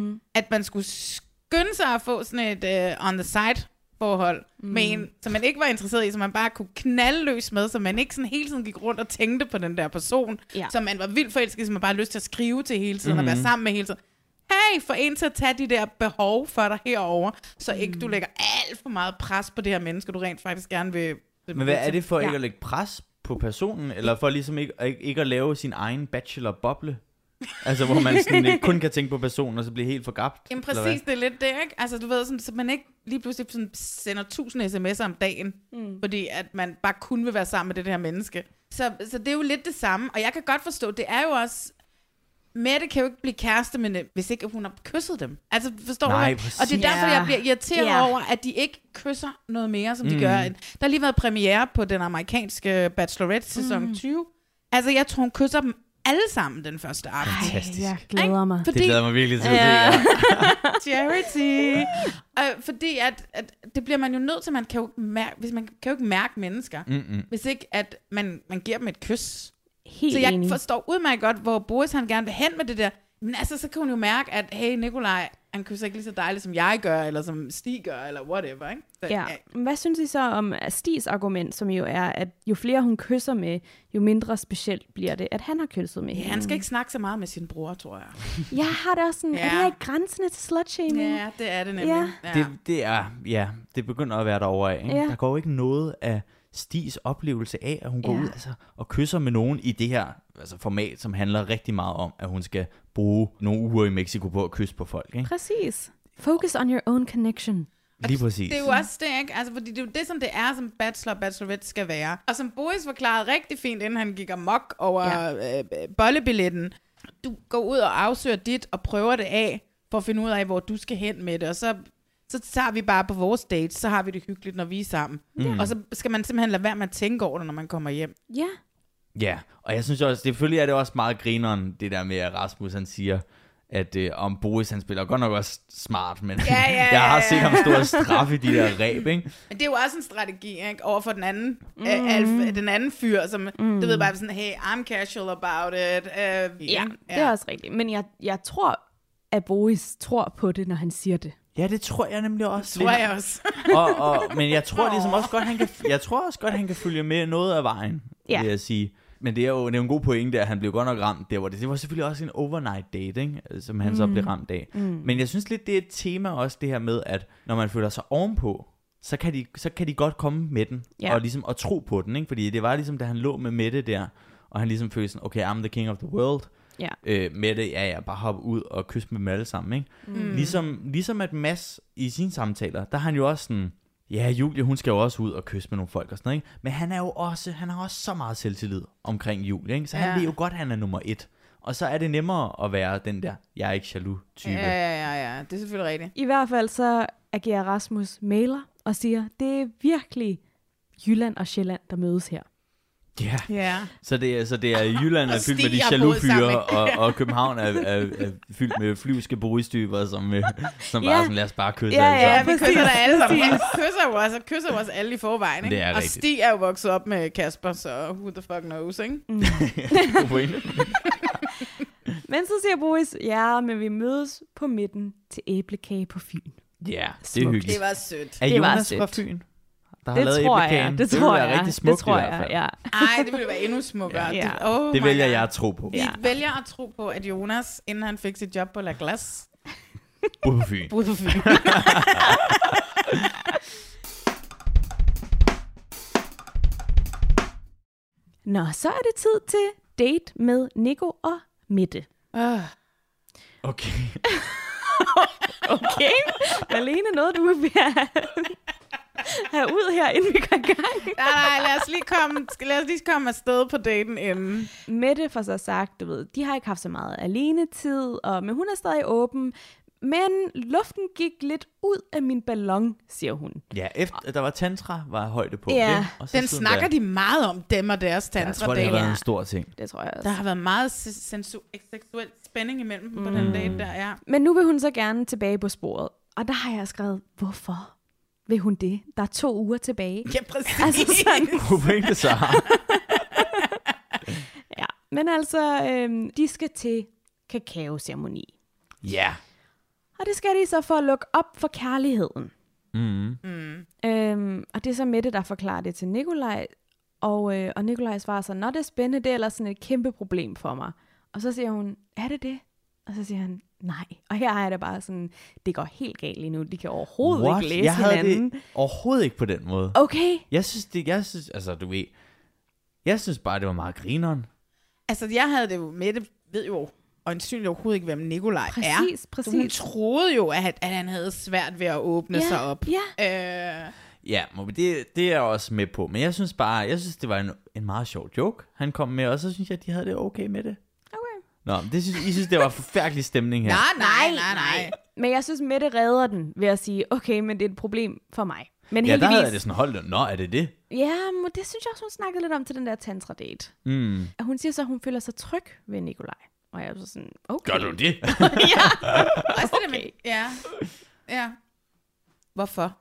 at man skulle skynde sig at få sådan et on the side forhold med en, som man ikke var interesseret i, som man bare kunne knalde løs med, så man ikke sådan hele tiden gik rundt og tænkte på den der person, som man var vildt forelsket i, som man bare havde lyst til at skrive til hele tiden og være sammen med hele tiden. Hey, for en til at tage de der behov for dig herover, så ikke du lægger alt for meget pres på det her menneske, du rent faktisk gerne vil. Men hvad er det for ikke at lægge pres på personen, eller for ligesom ikke at lave sin egen bachelor-boble? Altså, hvor man sådan ikke kun kan tænke på personen, og så bliver helt forgabt? Jamen præcis, det er lidt det, ikke? Altså, du ved, sådan, så man ikke lige pludselig sådan sender 1000 sms'er om dagen, fordi at man bare kun vil være sammen med det her menneske. Så det er jo lidt det samme, og jeg kan godt forstå, det er jo også... Mette kan jo ikke blive kæreste med dem, hvis ikke hun har kysset dem. Altså, forstår du? Og det er derfor, jeg bliver irriteret over, at de ikke kysser noget mere, som de gør. Der har lige været premiere på den amerikanske Bachelorette sæson 20. Altså, jeg tror, hun kysser dem alle sammen den første aften. Fantastisk. Jeg glæder mig. Det glæder mig virkelig til at se. Charity. Fordi at det bliver man jo nødt til, man kan jo ikke mærke mennesker, hvis ikke at man giver dem et kys. Helt så jeg enig. forstår udmærket godt, hvor Boris han gerne vil hen med det der. Men altså, så kan hun jo mærke, at hey, Nikolaj, han kysser ikke lige så dejligt, som jeg gør, eller som Stig gør, eller whatever, ikke? Så, Ja. Hvad synes I så om Stigs argument, som jo er, at jo flere hun kysser med, jo mindre specielt bliver det, at han har kysset med hende? Han skal ikke snakke så meget med sin bror, tror jeg. Jeg har det også sådan, er det her ikke grænsende til slutshaming? Ja, det er det nemlig. Ja. Det begynder at være derovre af. Ikke? Ja. Der går jo ikke noget af Stigs oplevelse af, at hun går ud og kysser med nogen i det her format, som handler rigtig meget om, at hun skal bruge nogle uger i Mexico på at kysse på folk. Ikke? Præcis. Focus on your own connection. Lige præcis. Det er jo også det, ikke? Altså, fordi det er jo det, som det er, som bachelor og bachelorette skal være. Og som Boris forklarede rigtig fint, inden han gik amok over bollebilletten. Du går ud og afsøger dit og prøver det af, for at finde ud af, hvor du skal hen med det. Og så tager vi bare på vores date, så har vi det hyggeligt, når vi er sammen. Og så skal man simpelthen lade være med at tænke over det, når man kommer hjem. Ja. Ja, og jeg synes også, selvfølgelig er det også meget grineren, det der med, at Rasmus han siger, at om Boris han spiller godt nok også smart, men jeg har set ham stå og straffe de der ræb, ikke? Men det er jo også en strategi, ikke? Over for den anden, den anden fyr, som du ved bare sådan, hey, I'm casual about it. Ja, det er også rigtigt. Men jeg tror, at Boris tror på det, når han siger det. Ja, det tror jeg nemlig også. Det tror jeg også. Men jeg tror ligesom også godt, han kan følge med noget af vejen, vil jeg sige. Men det er jo en god pointe, at han blev godt nok ramt der, hvor det var selvfølgelig også en overnight date, ikke? Som han så blev ramt af. Men jeg synes lidt, det er et tema også, det her med, at når man føler sig ovenpå, så kan de godt komme med den, og ligesom at tro på den, ikke? Fordi det var ligesom, da han lå med Mette der, og han ligesom følte sådan, okay, I'm the king of the world. Mette, bare hoppe ud og kysse med dem alle sammen, ikke? Ligesom at Mads i sine samtaler, der har han jo også sådan, ja, Julie, hun skal jo også ud og kysse med nogle folk og sådan noget, ikke? Men han har også så meget selvtillid omkring Julie, ikke? Så han ved jo godt, at han er nummer 1. Og så er det nemmere at være den der, jeg er ikke jaloux type. Ja, det er selvfølgelig rigtigt. I hvert fald så agerer Rasmus mailer og siger, det er virkelig Jylland og Sjælland, der mødes her. Ja. Så det er Jylland er fyldt med de jaloux-fyre, og København er fyldt med flyvske boristyper, som bare sådan, lad os bare kysse alle sammen. Ja, vi kysser der alle sammen. Han kysser jo også alle i forvejen, ikke? Det er og Stig er jo vokset op med Kasper, så who the fuck knows, ikke? Men så siger Boris, men vi mødes på midten til æblekage på Fyn. Ja, det er hyggeligt. Det var sødt. Er Jonas fra Fyn? Det tror jeg. Det tror jeg. Rigtig smukt, det tror jeg, ja. Ej, det ville være endnu smukkere. Det vælger jeg at tro på. Vi vælger at tro på, at Jonas, inden han fik sit job på La Glace, boede på Fyn. Nå, så er det tid til date med Nico og Mette. Okay. Okay. Malene, noget du vil have ud her, inden vi går i gang. Nej, lad os lige komme afsted på daten inden. Mette får så sagt, du ved, de har ikke haft så meget alenetid, men hun er stadig åben Men luften gik lidt ud af min ballon, siger hun. Ja, efter der var tantra, var højde på Ja, det. Og så Den snakker de meget om, dem og deres Jeg tror, det tantra-date. har været en stor ting. Det tror jeg også. Der har været meget seksuel spænding imellem dem på den date der, ja. Men nu vil hun så gerne tilbage på sporet. Og der har jeg skrevet, hvorfor vil hun det? Der er 2 uger tilbage. Ja, præcis. Altså sådan, Hun pointe så. ja. Men altså, de skal til kakaoceremoni. Ja. Og det skal de så for at lukke op for kærligheden. Og det er så Mette, der forklarer det til Nikolaj. Og Nikolaj svarer så, når det er spændende, det er ellers sådan et kæmpe problem for mig. Og så siger hun, er det det? Og så siger han, nej. Og her er det bare sådan, det går helt galt lige nu. De kan overhovedet ikke læse Jeg havde hinanden. det overhovedet ikke på den måde. Okay. Jeg synes, altså du ved, jeg synes bare, det var meget grineren. Altså, jeg havde det jo, Mette ved jo øjensynligt overhovedet ikke, hvem Nikolaj er. Præcis. Så hun troede jo, at han havde svært ved at åbne sig op. Ja. Ja, det er jeg også med på. Men jeg synes det var en meget sjov joke, han kom med. Og så synes jeg, at de havde det okay med det. Okay. Nå, I synes, det var forfærdelig stemning her. Nej. Men jeg synes, Mette redder den ved at sige, okay, men det er et problem for mig. Men Ja, der heldigvis, havde det sådan, hold da, nå, er det det? ja, men det synes jeg også, hun snakkede lidt om til den der tantra-date. Og hun siger så, at hun føler sig tryg ved Nikolaj. Og jeg er så sådan, okay. Gør du det? Også det med, ja. Hvorfor?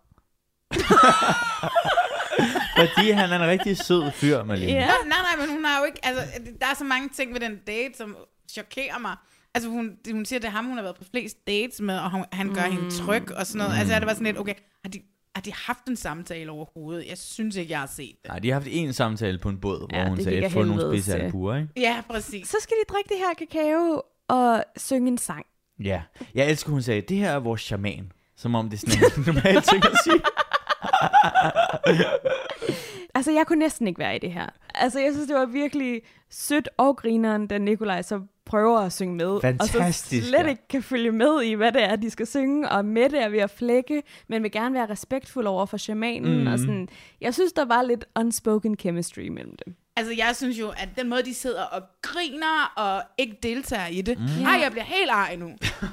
Fordi han er en rigtig sød fyr, Malene. Ja. Nej, men hun har jo ikke, altså, der er så mange ting ved den date, som chokerer mig. Altså, hun siger, det er ham, hun har været på flest dates med, og han gør hende tryg og sådan noget. Altså, det var sådan lidt, okay, har de haft en samtale overhovedet? Jeg synes ikke, jeg har set det. Nej, de har haft en samtale på en båd, hvor hun det sagde, gik af få nogle helvede spidse til. albuer, ikke? Ja, præcis. Så skal de drikke det her kakao og synge en sang. Ja. Jeg elsker, hun sagde, det her er vores shaman. Som om det er sådan en normal ting at sige. Altså, jeg kunne næsten ikke være i det her. Altså, jeg synes, det var virkelig sødt og grineren, da Nikolaj så prøver at synge med. Fantastisk, Og så slet ja. ikke kan følge med i, hvad det er, de skal synge. Og Mette er ved at flække, men vil gerne være respektfuld over for shamanen. Og sådan, jeg synes, der var lidt unspoken chemistry mellem dem. Altså, jeg synes jo, at den måde, de sidder og griner og ikke deltager i det. Jeg bliver helt ej nu.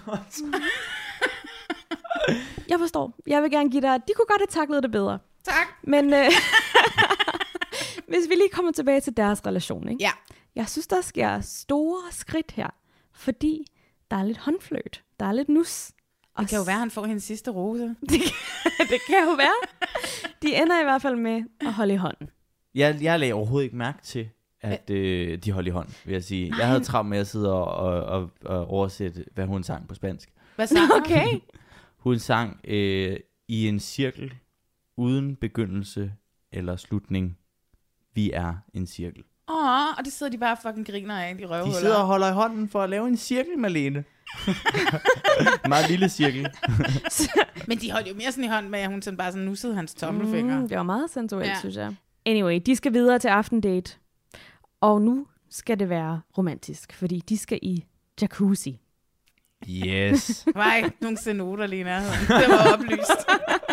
Jeg forstår. Jeg vil gerne give dig, de kunne godt have taklet det bedre. Tak. Men hvis vi lige kommer tilbage til deres relation, ikke? Ja. Jeg synes, der sker store skridt her, fordi der er lidt håndfløjt, der er lidt nus. Og Det kan jo være, at han får hendes sidste rose. det kan jo være. De ender i hvert fald med at holde i hånden. Jeg lagde overhovedet ikke mærke til, at de holdt i hånd, vil jeg sige. Jeg havde travlt med at sidde og oversætte, hvad hun sang på spansk. Hvad så? Okay. Hun sang i en cirkel, uden begyndelse eller slutning. Vi er en cirkel. Og det sidder de bare fucking griner af, de røvhuller. De sidder og holder i hånden for at lave en cirkel, Malene. En meget lille cirkel. Men de holdt jo mere sådan i hånden med, at hun sådan bare sådan nussede hans tommelfinger. Det var meget sensuelt, synes jeg. Anyway, de skal videre til aftendate. Og nu skal det være romantisk, fordi de skal i jacuzzi. Yes. Nej, nogle senoter lige i nærheden. Det var oplyst.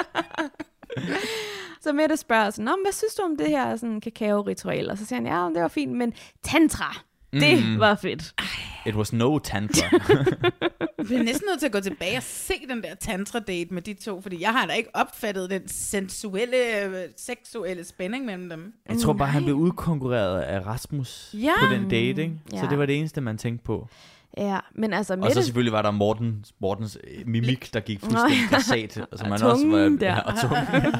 Så Mette spørger sådan, hvad synes du om det her sådan kakao-ritual? Og så siger han, ja, det var fint, men tantra, det var fedt. It was no tantra. Jeg bliver næsten nødt til at gå tilbage og se den der tantra-date med de to, fordi jeg har da ikke opfattet den seksuelle spænding mellem dem. Jeg tror bare, han blev udkonkurreret af Rasmus på den date, ikke? Så Ja. det var det eneste, man tænkte på. Ja, men altså Og Mette... så selvfølgelig var der Mortens mimik, der gik fuldstændig kassat. Og som han tungen også var, der. og tungen.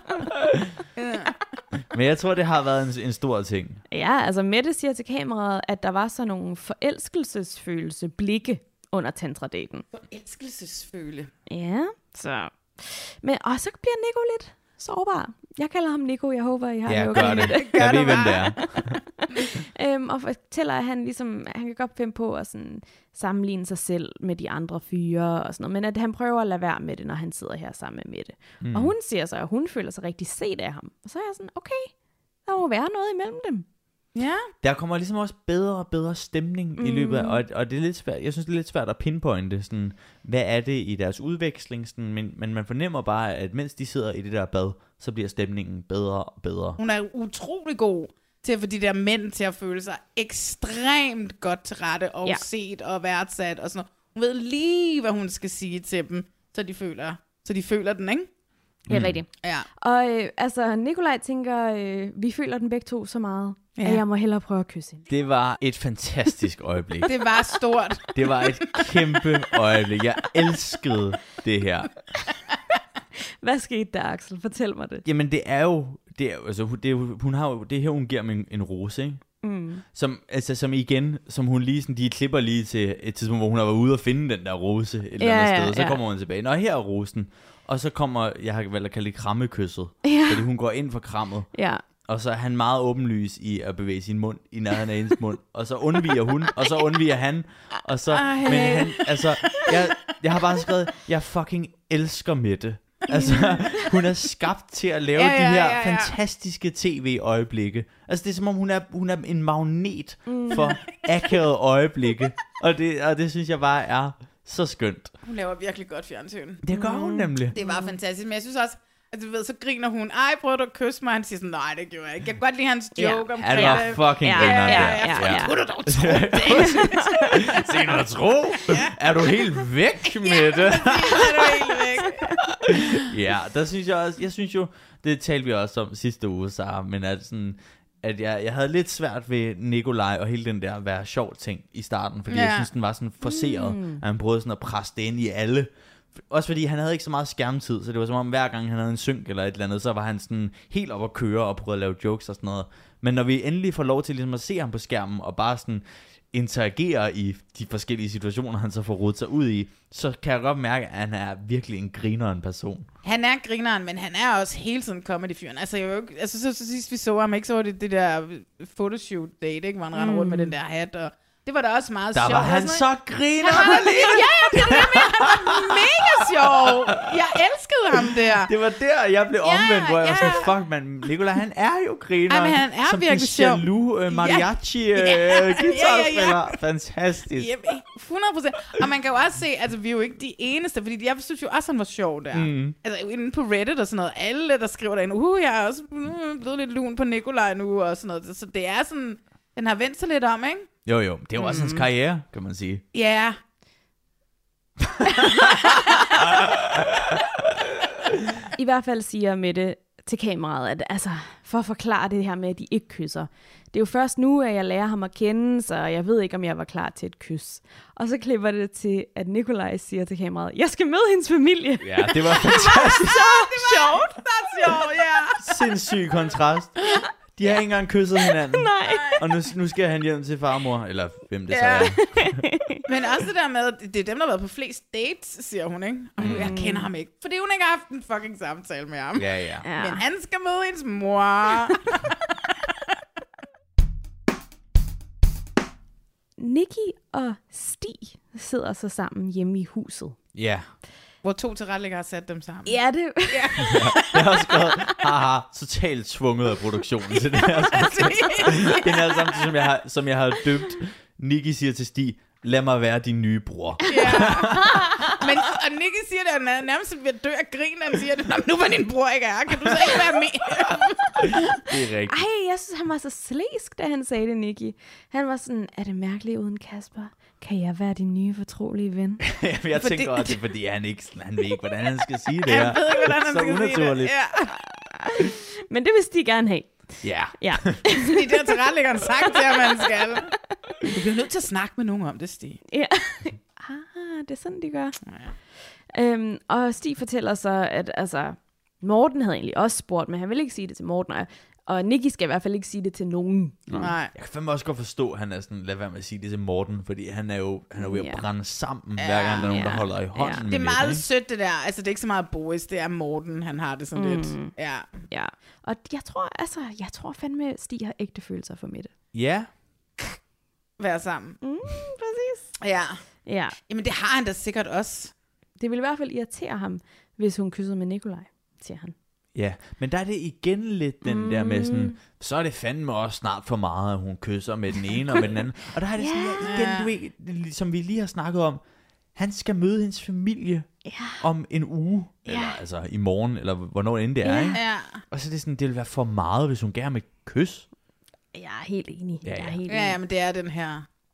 Men jeg tror, det har været en stor ting. Ja, altså Mette siger til kameraet, at der var så nogle forelskelsesfølelse blikke under tantradaten. Forelskelsesføle. Ja, så... Men og så bliver Nico lidt sårbar. Jeg kalder ham Nico, jeg håber, I har Ja, det okay gør med det. Jeg ved, hvem det er. Og fortæller, at han ligesom, han kan godt finde på at sådan sammenligne sig selv med de andre fyre og sådan noget, men at han prøver at lade være med det, når han sidder her sammen med Mette. Og hun siger så, at hun føler sig rigtig set af ham. Og så er jeg sådan, okay, der må være noget imellem dem. Ja. Der kommer ligesom også bedre og bedre stemning i løbet af, og det er lidt svært, jeg synes, det er lidt svært at pinpointe, sådan, hvad er det i deres udveksling, sådan, men man fornemmer bare, at mens de sidder i det der bad, så bliver stemningen bedre og bedre. Hun er utrolig god til at få de der mænd til at føle sig ekstremt godt til rette og set og værdsat og sådan noget. Hun ved lige, hvad hun skal sige til dem, så de føler den, ikke? Det er rigtigt. Ja. Og Nikolaj tænker, vi føler den begge to så meget, at jeg må hellere prøve at kysse hende. Det var et fantastisk øjeblik. Det var stort. Det var et kæmpe øjeblik. Jeg elskede det her. Hvad skete der, Axel? Fortæl mig det. Jamen det er jo hun har jo det her, hun giver mig en rose, ikke? Som hun lige sådan, de klipper lige til et tidspunkt, hvor hun har været ude og finde den der rose et eller andet sted, så kommer hun tilbage. Nå, her er rosen. Og så kommer, jeg har valgt at kalde det krammekysset, fordi hun går ind for krammet. Ja. Og så er han meget åbenlys i at bevæge sin mund i nærheden af hendes mund. Og så undviger hun, og så undviger han. Og så, men han, altså, jeg har bare skrevet, jeg fucking elsker Mette. Altså, hun er skabt til at lave de her fantastiske tv-øjeblikke. Altså, det er som om, hun er en magnet for akavede øjeblikke. Og det synes jeg bare er så skønt. Hun laver virkelig godt fjernsyn. Det gør hun nemlig. Det var fantastisk, men jeg synes også, at du ved, så griner hun, prøver du at kysse mig? Han siger sådan, nej, det gjorde jeg ikke. Jeg kan godt lide hans joke omkring det. Han var fucking griner der. Kunne du dog tro det? Se noget tro? Er du helt væk med det? Er du helt væk? Ja, der synes jeg også, jeg synes jo, det talte vi også om sidste uge, Sara, men at jeg havde lidt svært ved Nikolaj og hele den der være sjov ting i starten, fordi jeg synes, den var sådan forceret, at han prøvede sådan at presse det ind i alle. Også fordi han havde ikke så meget skærmtid, så det var som om hver gang han havde en synk eller et eller andet, så var han sådan helt op at køre og prøvede at lave jokes og sådan noget. Men når vi endelig får lov til ligesom at se ham på skærmen og bare sådan interagere i de forskellige situationer, han så får rodet sig ud i, så kan jeg godt mærke, at han er virkelig en grineren person. Han er grineren, men han er også hele tiden comedy-fyren. Altså, så sidst vi så ham, ikke, så var det der photoshoot date, ikke, hvor han render rundt med den der hat, og det var da også meget sjovt. Der var han så griner. Ja, han var mega sjov. Jeg elskede ham der. Det var der, jeg blev omvendt, hvor jeg var sådan, fuck man, Nikolaj, han er jo griner. Men han er som virkelig sjov. Som jaloux mariachi guitarspiller. Fantastisk. 100%. Og man kan jo også se, altså vi er jo ikke de eneste, fordi jeg synes jo også, han var sjov der. Altså inde på Reddit og sådan noget, alle der skriver derinde, jeg er også blevet lidt lun på Nikolaj nu og sådan noget. Så det er sådan, den har vendt sig lidt om, ikke? Jo, det er jo også hans karriere, kan man sige. Ja. I hvert fald siger Mette til kameraet, at altså, for at forklare det her med, at de ikke kysser. Det er jo først nu, at jeg lærer ham at kende, så jeg ved ikke, om jeg var klar til et kys. Og så klipper det til, at Nikolaj siger til kameraet, jeg skal møde hendes familie. Ja, det var fantastisk. Så sjovt. Sindssyg kontrast. De har ikke engang kysset hinanden. Nej. Og nu skal han hjem til farmor, eller hvem det så er. Men også det der med, det er dem, der har været på flest dates, siger hun, ikke? Og jeg kender ham ikke, fordi hun ikke har haft en fucking samtale med ham. Ja. Men han skal møde hendes mor. Nikki og Stig sidder så sammen hjemme i huset. Ja. Hvor 2 tilrettelæggere har sat dem sammen. Ja, det... Jeg har skrevet, totalt tvunget af produktionen til det her. Den her samtidig, som jeg har døbt. Nikki siger til Stig, lad mig være din nye bror. Ja. Og Nikki siger det, at nærmest ved at dø af grin, han siger det, nu var din bror ikke her, kan du så ikke være med? Det er rigtigt. Ej, jeg synes, han var så slæsk, da han sagde det, Nikki. Han var sådan, er det mærkeligt uden Kasper? Kan jeg være din nye fortrolige ven? Jeg tænker også, det er fordi, han ved ikke, hvordan han skal sige det her. Jeg ved ikke, hvordan han skal sige det. Ja. Men det vil Stig gerne have. Ja. Fordi det har tilrettelæggeren sagt til ham, man skal. Du bliver nødt til at snakke med nogen om det, Stig. Ja. Det er sådan, de gør. Ja. Og Stig fortæller så, at altså, Morten havde egentlig også spurgt, men han ville ikke sige det til Morten. Og Nikki skal i hvert fald ikke sige det til nogen. Nej. Jeg kan fandme også godt forstå, at han er sådan, lad være med at sige det til Morten, fordi han er jo ved at brænde sammen, hver gang der er nogen, der holder i hånden. Det er meget sødt, det der. Altså, det er ikke så meget Boris, det er Morten, han har det sådan lidt. Ja. Og jeg tror fandme, Stig har ægte følelser for Mette. Ja. Være sammen. Præcis. Ja. Ja. Jamen, det har han da sikkert også. Det ville i hvert fald irritere ham, hvis hun kyssede med Nikolaj, siger han. Ja, men der er det igen lidt den der med sådan, så er det fandme også snart for meget, at hun kysser med den ene og med den anden. Og der er det sådan, igen, du ved, som vi lige har snakket om, han skal møde hendes familie om en uge, eller altså i morgen, eller hvornår end det er, ikke? Ja. Og så er det sådan, det vil være for meget, hvis hun gerne vil kysse. Jeg er helt enig. Ja, men det er den her.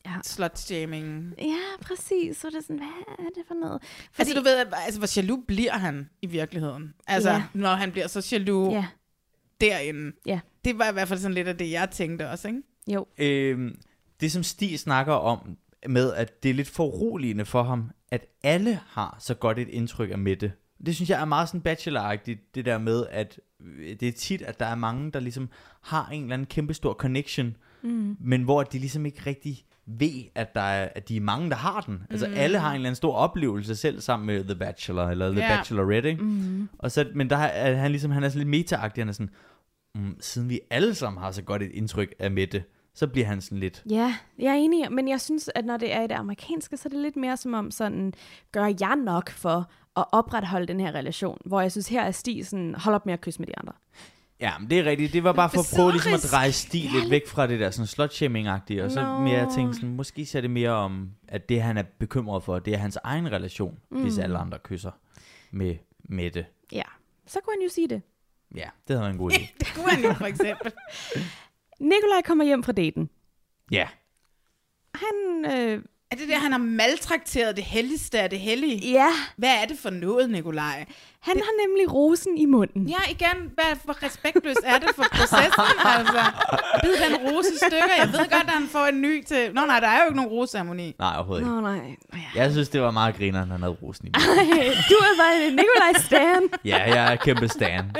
slut-shaming. Ja, præcis. Så er det sådan, hvad er det for noget? Fordi... Altså, du ved, hvor jaloux bliver han i virkeligheden? Altså, når han bliver så jaloux derinde. Ja. Det var i hvert fald sådan lidt af det, jeg tænkte også, ikke? Jo. Det, som Stig snakker om, med at det er lidt foruroligende for ham, at alle har så godt et indtryk af Mette. Det synes jeg er meget sådan bachelor-agtigt, det der med, at det er tit, at der er mange, der ligesom har en eller anden kæmpestor connection, men hvor de ligesom ikke rigtig ved, at de er mange, der har den. Altså alle har en eller anden stor oplevelse selv sammen med The Bachelor, eller The Bachelorette, ikke? Og så, men der er han ligesom, han er sådan lidt meta-agtig, han er sådan, siden vi alle sammen har så godt et indtryk af Mette, så bliver han sådan lidt... Ja, jeg er enig, men jeg synes, at når det er i det amerikanske, så er det lidt mere som om sådan, gør jeg nok for at opretholde den her relation, hvor jeg synes, her er Stig sådan, hold op med at kysse med de andre. Ja, men det er rigtigt. Det var bare for at prøve ligesom at dreje Stig lidt væk fra det der sådan slut-shaming-agtige, og så mere tænke sådan, måske ser det mere om, at det han er bekymret for, det er hans egen relation, hvis alle andre kysser med Mette. Ja, så kunne han jo sige det. Ja, det havde været en god idé. Det kunne han jo for eksempel. Nikolaj kommer hjem fra daten. Ja. Han... Er det der, han har maltrakteret det helligste af det hellige? Ja. Hvad er det for noget, Nikolaj? Han har nemlig rosen i munden. Ja, igen, hvor respektløst er det for processen, altså? Bid den rose i stykker. Jeg ved godt, at han får en ny til... Nå nej, der er jo ikke nogen roseceremoni. Nej, overhovedet ikke. Nå nej. Jeg synes, det var meget griner, han havde rosen i munden. Du er bare Nikolaj Stan. Ja, jeg er kæmpe Stan.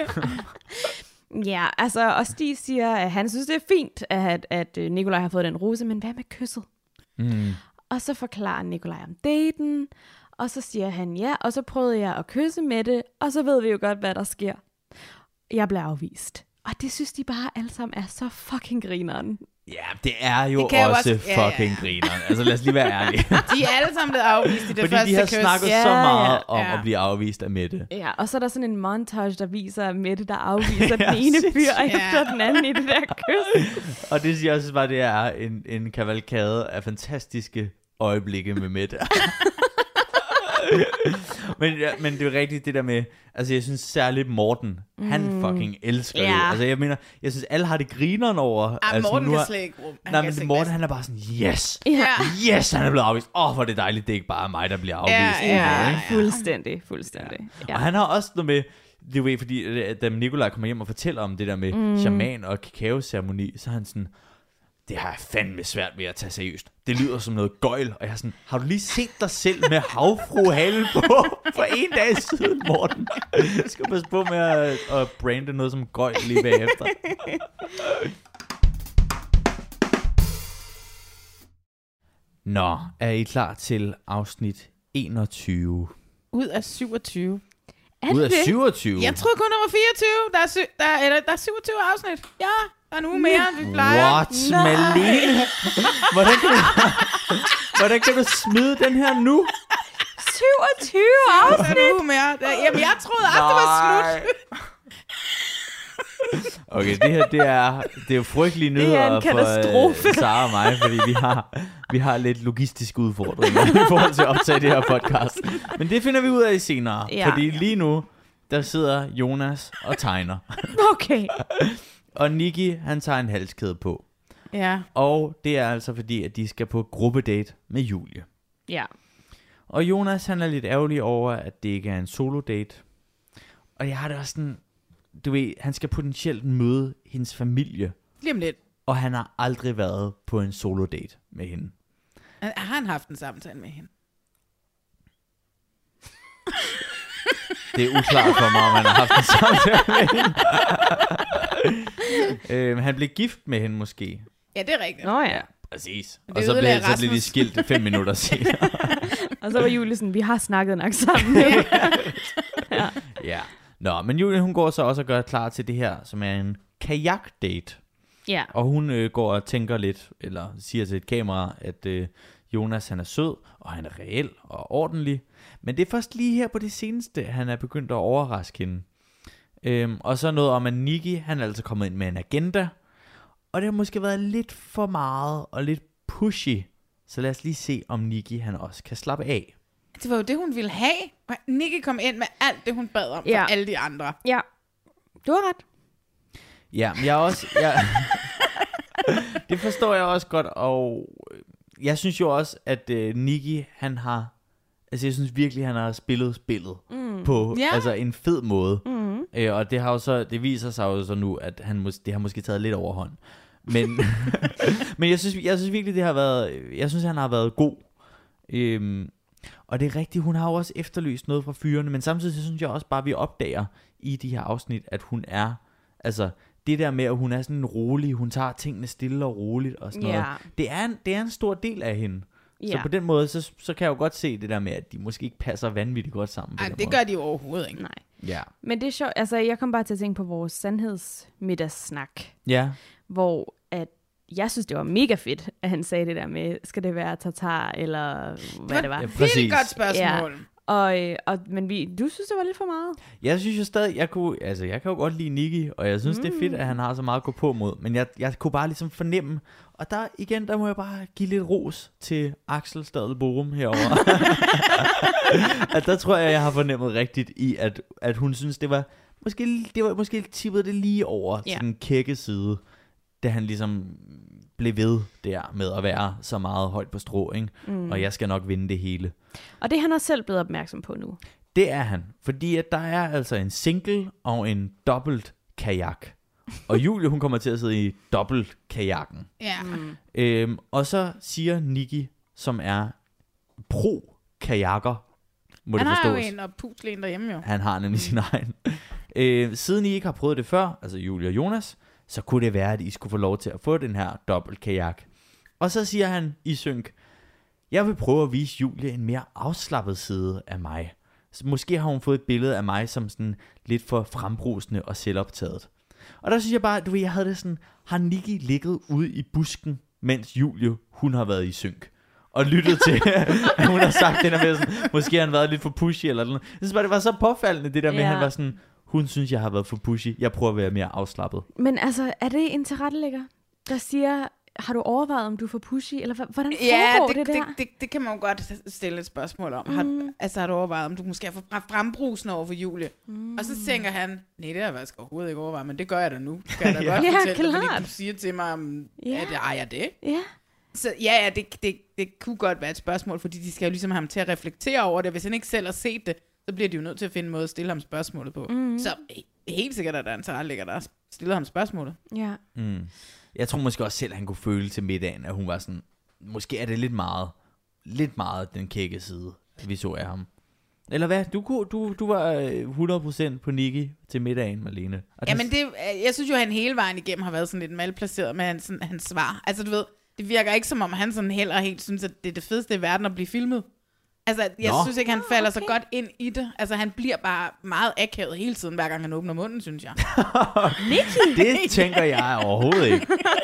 Ja, altså, og Stig siger, at han synes, det er fint, at Nikolaj har fået den rose, men hvad med kysset? Og så forklarer Nikolaj om daten, og så siger han ja, og så prøvede jeg at kysse med det, og så ved vi jo godt, hvad der sker. Jeg blev afvist. Og det synes de bare alle sammen er så fucking grineren. Ja, det er jo også fucking grineren. Altså lad os lige være ærlige. De er alle sammen blevet afvist i det første kys. Fordi de har snakket så meget om at blive afvist af Mette. Ja, og så er der sådan en montage, der viser Mette, der afviser den ene fyr efter den anden i det der kys. Og det siger også bare, det er en kavalkade af fantastiske øjeblikke med Mette. men det er jo rigtigt det der med, altså jeg synes særligt Morten, han fucking elsker det. Altså jeg mener, jeg synes alle har det grineren over. Altså, Morten kan slet ikke nej, men Morten han er bare sådan, yes, han er blevet afvist. Hvor det er dejligt, det er ikke bare mig, der bliver afvist. Fuldstændig. Ja. Og han har også noget med, det ved, fordi da Nikolaj kommer hjem og fortæller om det der med shaman og kakaoceremoni, så er han sådan, det har jeg fandme svært ved at tage seriøst. Det lyder som noget gøjl. Og jeg er sådan, har du lige set dig selv med havfruhalen på for en dag siden, Morten? Jeg skal passe på med at brande noget som gøjl lige bagefter. Nå, er I klar til afsnit 21? Ud af 27. Ud af 27? Jeg troede kun, der var 24. Der er 27 afsnit. Ja. Der er en uge mere, end vi plejer. What, Malene? Hvordan kan du smide den her nu? 27 afsnit? Der er en uge mere. Jamen, jeg troede også, det var slut. Okay, det her, det er jo frygtelige nyheder for Sara og mig, fordi vi har lidt logistiske udfordringer i forhold til at optage det her podcast. Men det finder vi ud af senere, fordi lige nu, der sidder Jonas og tegner. Okay. Og Nicky, han tager en halskæde på. Ja. Og det er altså fordi, at de skal på gruppedate med Julie. Ja. Og Jonas, han er lidt ærgerlig over, at det ikke er en solo-date. Og jeg har det også sådan, du ved, han skal potentielt møde hendes familie. Lige om lidt. Og han har aldrig været på en solo-date med hende. Har han haft en samtale med hende? Det er uklart for mig, om han har haft en samtale med hende. Han blev gift med hende måske. Ja, det er rigtigt. Nå ja. Præcis. Og så blev de skilt 5 minutter senere. Og så var Julie sådan, vi har snakket nok sammen. Ja. Nå, men Julie, hun går så også og gør klar til det her, som er en kajak-date. Ja. Og hun går og tænker lidt, eller siger til et kamera, at Jonas han er sød, og han er reel og ordentlig. Men det er først lige her på det seneste, han er begyndt at overraske hende. Og så noget om, at Nicky, han er altså kommet ind med en agenda. Og det har måske været lidt for meget og lidt pushy. Så lad os lige se, om Nicky han også kan slappe af. Det var jo det, hun ville have. Nicky kom ind med alt det, hun bad om for alle de andre. Ja, du har ret. Ja, men jeg også... det forstår jeg også godt, og jeg synes jo også, at Nicky, han har... Altså, jeg synes virkelig, han har spillet spillet på altså en fed måde. Og det har jo så, det viser sig jo så nu, at det har måske taget lidt overhånd. Men, men jeg synes virkelig, det har været... Jeg synes, han har været god. Og det er rigtigt, hun har jo også efterlyst noget fra fyrene, men samtidig så synes jeg også bare, at vi opdager i de her afsnit, at hun er... Altså, det der med, at hun er sådan rolig, hun tager tingene stille og roligt og sådan noget. Det er en stor del af hende. Så på den måde, så kan jeg jo godt se det der med, at de måske ikke passer vanvittigt godt sammen. Nej, det gør de jo overhovedet ikke. Nej. Ja. Men det er sjovt, altså jeg kom bare til at tænke på vores sandhedsmiddagssnak. Ja. Hvor at jeg synes, det var mega fedt, at han sagde det der med, skal det være tartar, eller hvad det var. Ja, præcis. Godt spørgsmål. Ja. Men du synes, det var lidt for meget? Jeg synes jo stadig, jeg kan jo godt lide Nicky, og jeg synes, det er fedt, at han har så meget at gå på mod. Men jeg kunne bare ligesom fornemme, og der må jeg bare give lidt ros til Axel Stadel Borum herovre. At der tror jeg har fornemmet rigtigt i, at hun synes, det var måske tippet det lige over til den kække side, da han ligesom blev ved der med at være så meget højt på strå, ikke? Og jeg skal nok vinde det hele. Og det er han også selv blevet opmærksom på nu. Det er han, fordi at der er altså en single og en dobbelt kajak. Og Julie, hun kommer til at sidde i dobbelt kajakken. Ja. Og så siger Nicky, som er pro-kajakker, må det forstås. Han har jo en og puslen derhjemme jo. Han har nemlig sin egen. Siden I ikke har prøvet det før, altså Julie og Jonas, så kunne det være, at I skulle få lov til at få den her dobbelt kajak. Og så siger han i synk, jeg vil prøve at vise Julie en mere afslappet side af mig. Så måske har hun fået et billede af mig som sådan lidt for frembrusende og selvoptaget. Og der synes jeg bare, jeg havde det sådan, har Nicky ligget ude i busken, mens Julie, hun har været i synk. Og lyttet til, at hun har sagt det der med sådan, måske har han været lidt for pushy eller noget. Jeg synes bare, det var så påfaldende, det der med, at han var sådan, hun synes, jeg har været for pushy. Jeg prøver at være mere afslappet. Men altså, er det en tilrettelægger, der siger, har du overvejet, om du er for pushy? Eller hvordan foregår det der? Det kan man jo godt stille et spørgsmål om. Har du overvejet, om du måske er for frembrusende over for Julie? Og så tænker han, nej, det har jeg faktisk overhovedet ikke overvejet, men det gør jeg da nu. Kan jeg da godt fortælle dig, fordi du siger til mig, at jeg er det. Ja. Så det kunne godt være et spørgsmål, fordi de skal jo ligesom have ham til at reflektere over det. Hvis han ikke selv har set det, så bliver de jo nødt til at finde en måde at stille ham spørgsmålet på. Så helt sikkert, at der er en tilrettelægger, der stiller ham spørgsmålet. Ja. Jeg tror måske også selv, at han kunne føle til middagen, at hun var sådan, måske er det lidt meget den kække side, vi så af ham. Eller hvad? Du var 100% på Nicky til middagen, Malene. Jamen, jeg synes jo, at han hele vejen igennem har været sådan lidt malplaceret med hans svar. Altså, du ved, det virker ikke som om, han sådan heller helt synes, at det er det fedeste i verden at blive filmet. Altså, jeg synes ikke, han falder så godt ind i det. Altså, han bliver bare meget akavet hele tiden, hver gang han åbner munden, synes jeg. Nicky! Det tænker jeg overhovedet ikke.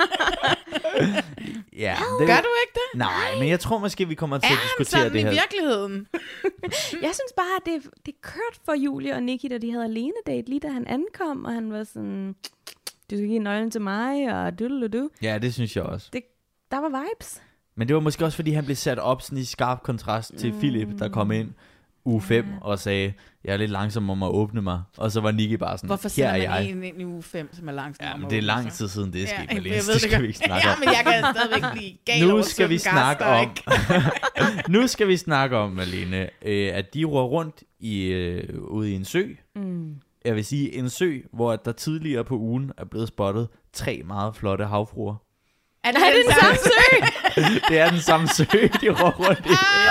Ja, gør du ikke det? Nej, men jeg tror måske, vi kommer til at diskutere det her. i virkeligheden? Jeg synes bare, at det kørte for Julie og Nicky, da de havde alene date, lige da han ankom, og han var sådan, du skal give nøglen til mig, og du. Ja, det synes jeg også. Der var vibes. Men det var måske også, fordi han blev sat op sådan i skarp kontrast til Philip, der kom ind uge 5 og sagde, jeg er lidt langsom om at åbne mig. Og så var Nicky bare sådan, hvorfor sender man en ind i uge 5, som er langsom? Ja, men det er lang tid siden, det er sket, Malene. Det skal vi ikke snakke om. Ja, men jeg kan stadigvæk blive gal nu skal vi snakke om, nu skal vi snakke om, Malene, at de ror rundt ude i en sø. Jeg vil sige en sø, hvor der tidligere på ugen er blevet spottet 3 meget flotte havfruer. Er det den samme sø? Det er den samme sø, de ror rundt i.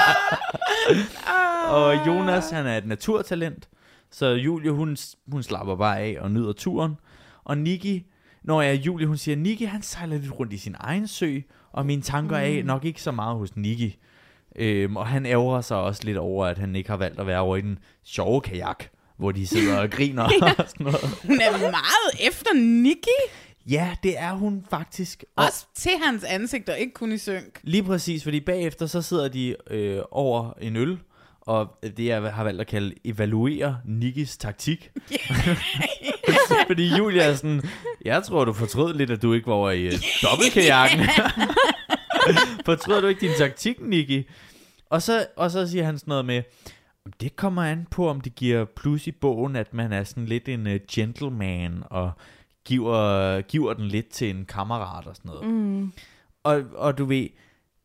Og Jonas, han er et naturtalent, så Julie, hun slapper bare af og nyder turen. Og Nicky, Julie, hun siger, Nicky, han sejler lidt rundt i sin egen sø, og mine tanker er nok ikke så meget hos Nicky. Og han ærger sig også lidt over, at han ikke har valgt at være over i den sjove kajak, hvor de sidder og griner og sådan noget. Hun er meget efter Nicky. Ja, det er hun faktisk. Også til hans ansigt, og ikke kun i synk. Lige præcis, fordi bagefter så sidder de over en øl, og det jeg har valgt at kalde evaluere Nickys taktik. Fordi Julia er sådan, jeg tror du fortrød lidt, at du ikke var over i dobbeltkajakken. Fortrød du ikke din taktik, Nicky? Og så siger han sådan noget med, det kommer an på, om det giver plus i bogen, at man er sådan lidt en gentleman, og giver den lidt til en kammerat og sådan noget. Og du ved,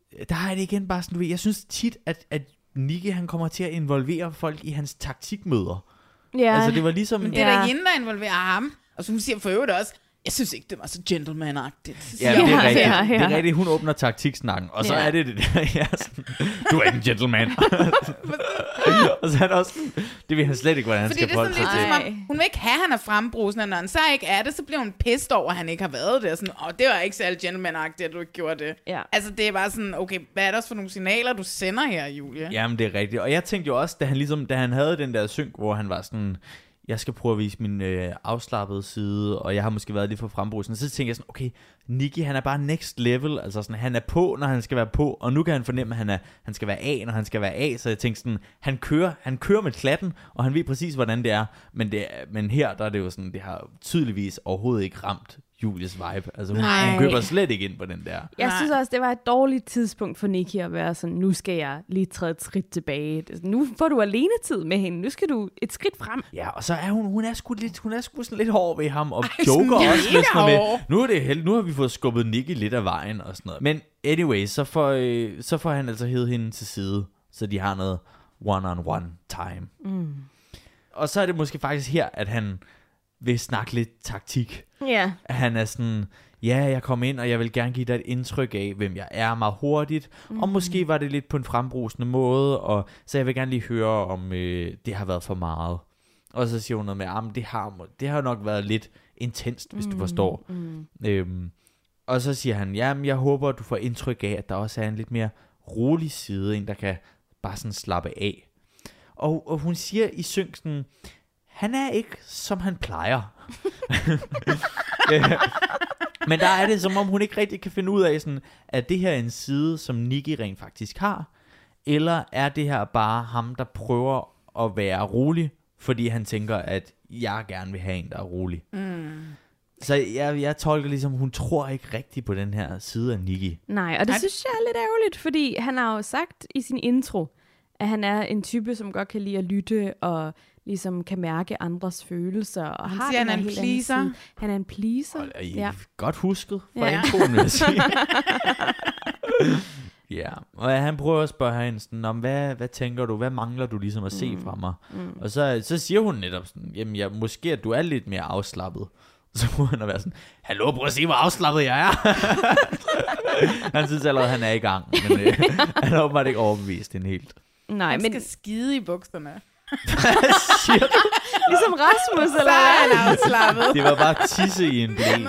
der er det igen bare sådan, jeg synes tit, at Nicky, han kommer til at involvere folk i hans taktikmøder. Ja. Altså, det var ligesom... Men det er da hende, der involverer ham. Og så hun siger for øvrigt også, jeg synes ikke, det var så gentleman-agtigt. Ja, det er rigtigt. Ja. Det er rigtigt. Hun åbner taktiksnakken, og så er det der, sådan, du er ikke en gentleman. Og så er det også sådan, det vil han slet ikke, hvordan han skal forholde sig til. Hun vil ikke have, at han er frembrusende, når han så ikke er det, så bliver hun pissed over, at han ikke har været der. Sådan, det var ikke særlig gentleman-agtigt, at du ikke gjorde det. Ja. Altså, det er bare sådan, okay, hvad er der for nogle signaler, du sender her, Julie? Jamen, det er rigtigt. Og jeg tænkte jo også, da han havde den der synk, hvor han var sådan... Jeg skal prøve at vise min afslappede side, og jeg har måske været lidt for frembrusende. Så tænker jeg sådan, okay, Nicky, han er bare next level. Altså sådan, han er på, når han skal være på, og nu kan han fornemme, at han skal være af, når han skal være af. Så jeg tænkte sådan, han kører med klatten, og han ved præcis, hvordan det er. Men her, der er det jo sådan, det har tydeligvis overhovedet ikke ramt Julies vibe. Altså hun køber slet ikke ind på den der. Jeg synes også, det var et dårligt tidspunkt for Nicky at være sådan, nu skal jeg lige træde et skridt tilbage. Nu får du alenetid med hende. Nu skal du et skridt frem. Ja, og så er hun er sgu sådan lidt hård ved ham, og joker også lidt med. Nu har vi fået skubbet Nicky lidt af vejen og sådan noget. Men anyway, så får han altså hævet hende til side, så de har noget one-on-one time. Mm. Og så er det måske faktisk her, at han vil snakke lidt taktik. Ja. Han er sådan, jeg kom ind, og jeg vil gerne give dig et indtryk af, hvem jeg er meget hurtigt. Og måske var det lidt på en frembrusende måde, og så jeg vil gerne lige høre, om det har været for meget. Og så siger hun noget med, det har nok været lidt intenst, hvis du forstår. Og så siger han, jamen jeg håber, du får indtryk af, at der også er en lidt mere rolig side, en der kan bare sådan slappe af. Og hun siger i synken, han er ikke, som han plejer. Men der er det, som om hun ikke rigtig kan finde ud af, sådan, at det her er en side, som Nicky rent faktisk har, eller er det her bare ham, der prøver at være rolig, fordi han tænker, at jeg gerne vil have en, der er rolig. Så jeg tolker ligesom, hun tror ikke rigtigt på den her side af Nicky. Nej, og det synes jeg er lidt ærgerligt, fordi han har jo sagt i sin intro, at han er en type, som godt kan lide at lytte og ligesom kan mærke andres følelser. Og han siger, han er en pleaser. Han er en pleaser. Ja. Godt husket fra introen, vil jeg sige. Ja, og han prøver at spørge hende sådan, hvad tænker du, hvad mangler du ligesom at se fra mig? Og så siger hun netop sådan, jamen måske at du er lidt mere afslappet. Så må han være sådan, hallo, prøv at se, hvor afslappet jeg er. Han synes allerede, han er i gang, men han har åbenbart ikke overbevist hende helt. Nej, han skal skide i bukserne. Hvad siger du? Ligesom Rasmus, eller hvad? Han er afslappet. Det var bare tisse i en blæ.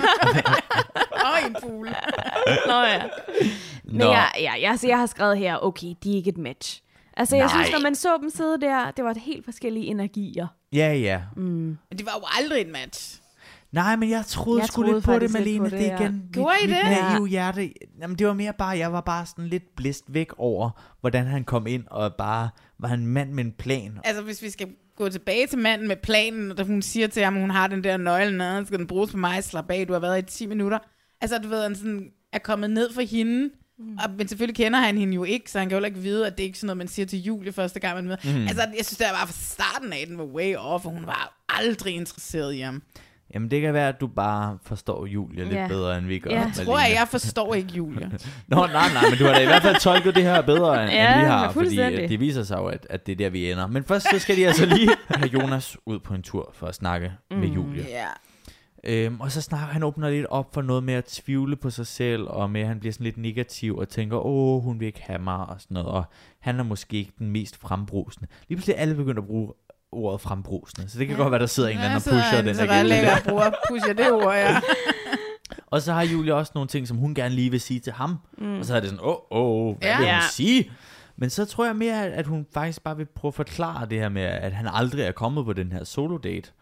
Og en fugl. Nå ja. Men jeg har skrevet her, okay, de er ikke et match. Altså, jeg synes, når man så dem sidde der, det var helt forskellige energier. Ja. Men det var jo aldrig et match. Nej, men jeg troede sgu lidt på det, Malene. Det igen. Gjorde I det? Naiv hjerte. Jamen, det var mere bare, jeg var bare sådan lidt blæst væk over, hvordan han kom ind, og bare var en mand med en plan. Altså, hvis vi skal gå tilbage til manden med planen, og hun siger til ham, hun har den der nøgle nede, skal den bruges på mig, slap af, du har været i 10 minutter. Altså, du ved, han sådan er kommet ned for hende, men selvfølgelig kender han hende jo ikke, så han kan jo ikke vide, at det er ikke sådan noget, man siger til Julie første gang, man møder. Altså, jeg synes, det var fra starten af, den var way off, og hun var aldrig interesseret i ham. Jamen, det kan være, at du bare forstår Julia lidt bedre, end vi gør. Jeg tror, jeg forstår ikke Julia. Nej, men du har da i hvert fald tolket det her bedre, end vi har, fordi det viser sig jo, at det er der, vi ender. Men først så skal de altså lige have Jonas ud på en tur for at snakke med Julia. Og så snakker han åbner lidt op for noget med at tvivle på sig selv, og med at han bliver sådan lidt negativ og tænker, hun vil ikke have mig og sådan noget, og han er måske ikke den mest frembrusende. Lige pludselig er alle begyndt at bruge ordet frembrusende, så det kan godt være, der sidder en eller anden og pusher den der. Pusher det ord, ja. Og så har Julia også nogle ting, som hun gerne lige vil sige til ham, og så er det sådan, hvad vil hun sige? Men så tror jeg mere, at hun faktisk bare vil prøve at forklare det her med, at han aldrig er kommet på den her solo-date,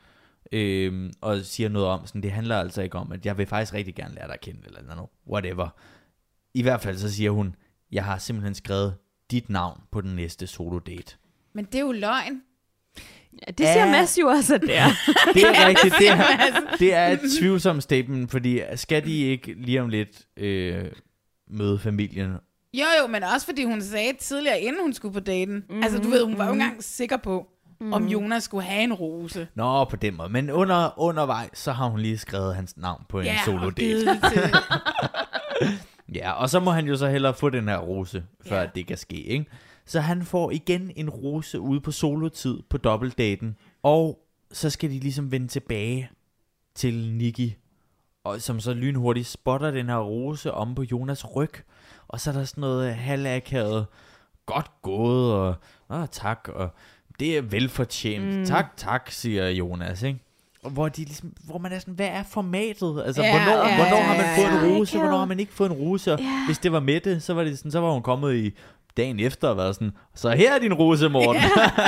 og siger noget om, sådan, det handler altså ikke om, at jeg vil faktisk rigtig gerne lære dig at kende, eller noget, whatever. I hvert fald så siger hun, jeg har simpelthen skrevet dit navn på den næste solo-date. Men det er jo løgn. Ja, det siger Mads jo også, at det er. Det er rigtigt. Det er et tvivlsomt statement, fordi skal de ikke lige om lidt møde familien? Jo, men også fordi hun sagde tidligere, inden hun skulle på daten. Altså, du ved, hun var jo engang sikker på, om Jonas skulle have en rose. Nå, på den måde. Men undervejs, så har hun lige skrevet hans navn på en solo-date. Ja, og så må han jo så hellere få den her rose, før det kan ske, ikke? Så han får igen en rose ude på solotid på dobbeltdaten, og så skal de ligesom vende tilbage til Nikki, og som så lynhurtigt spotter den her rose om på Jonas' ryg, og så er der sådan noget halvakavet, godt gået, og tak, og det er velfortjent, tak, siger Jonas, ikke? Hvor man er sådan, hvad er formatet? Altså, hvornår har man fået en rose, hvornår har man ikke fået en rose? Hvis det var Mette, så var det sådan, så var hun kommet i dagen efter og været sådan, så her er din rose, Morten.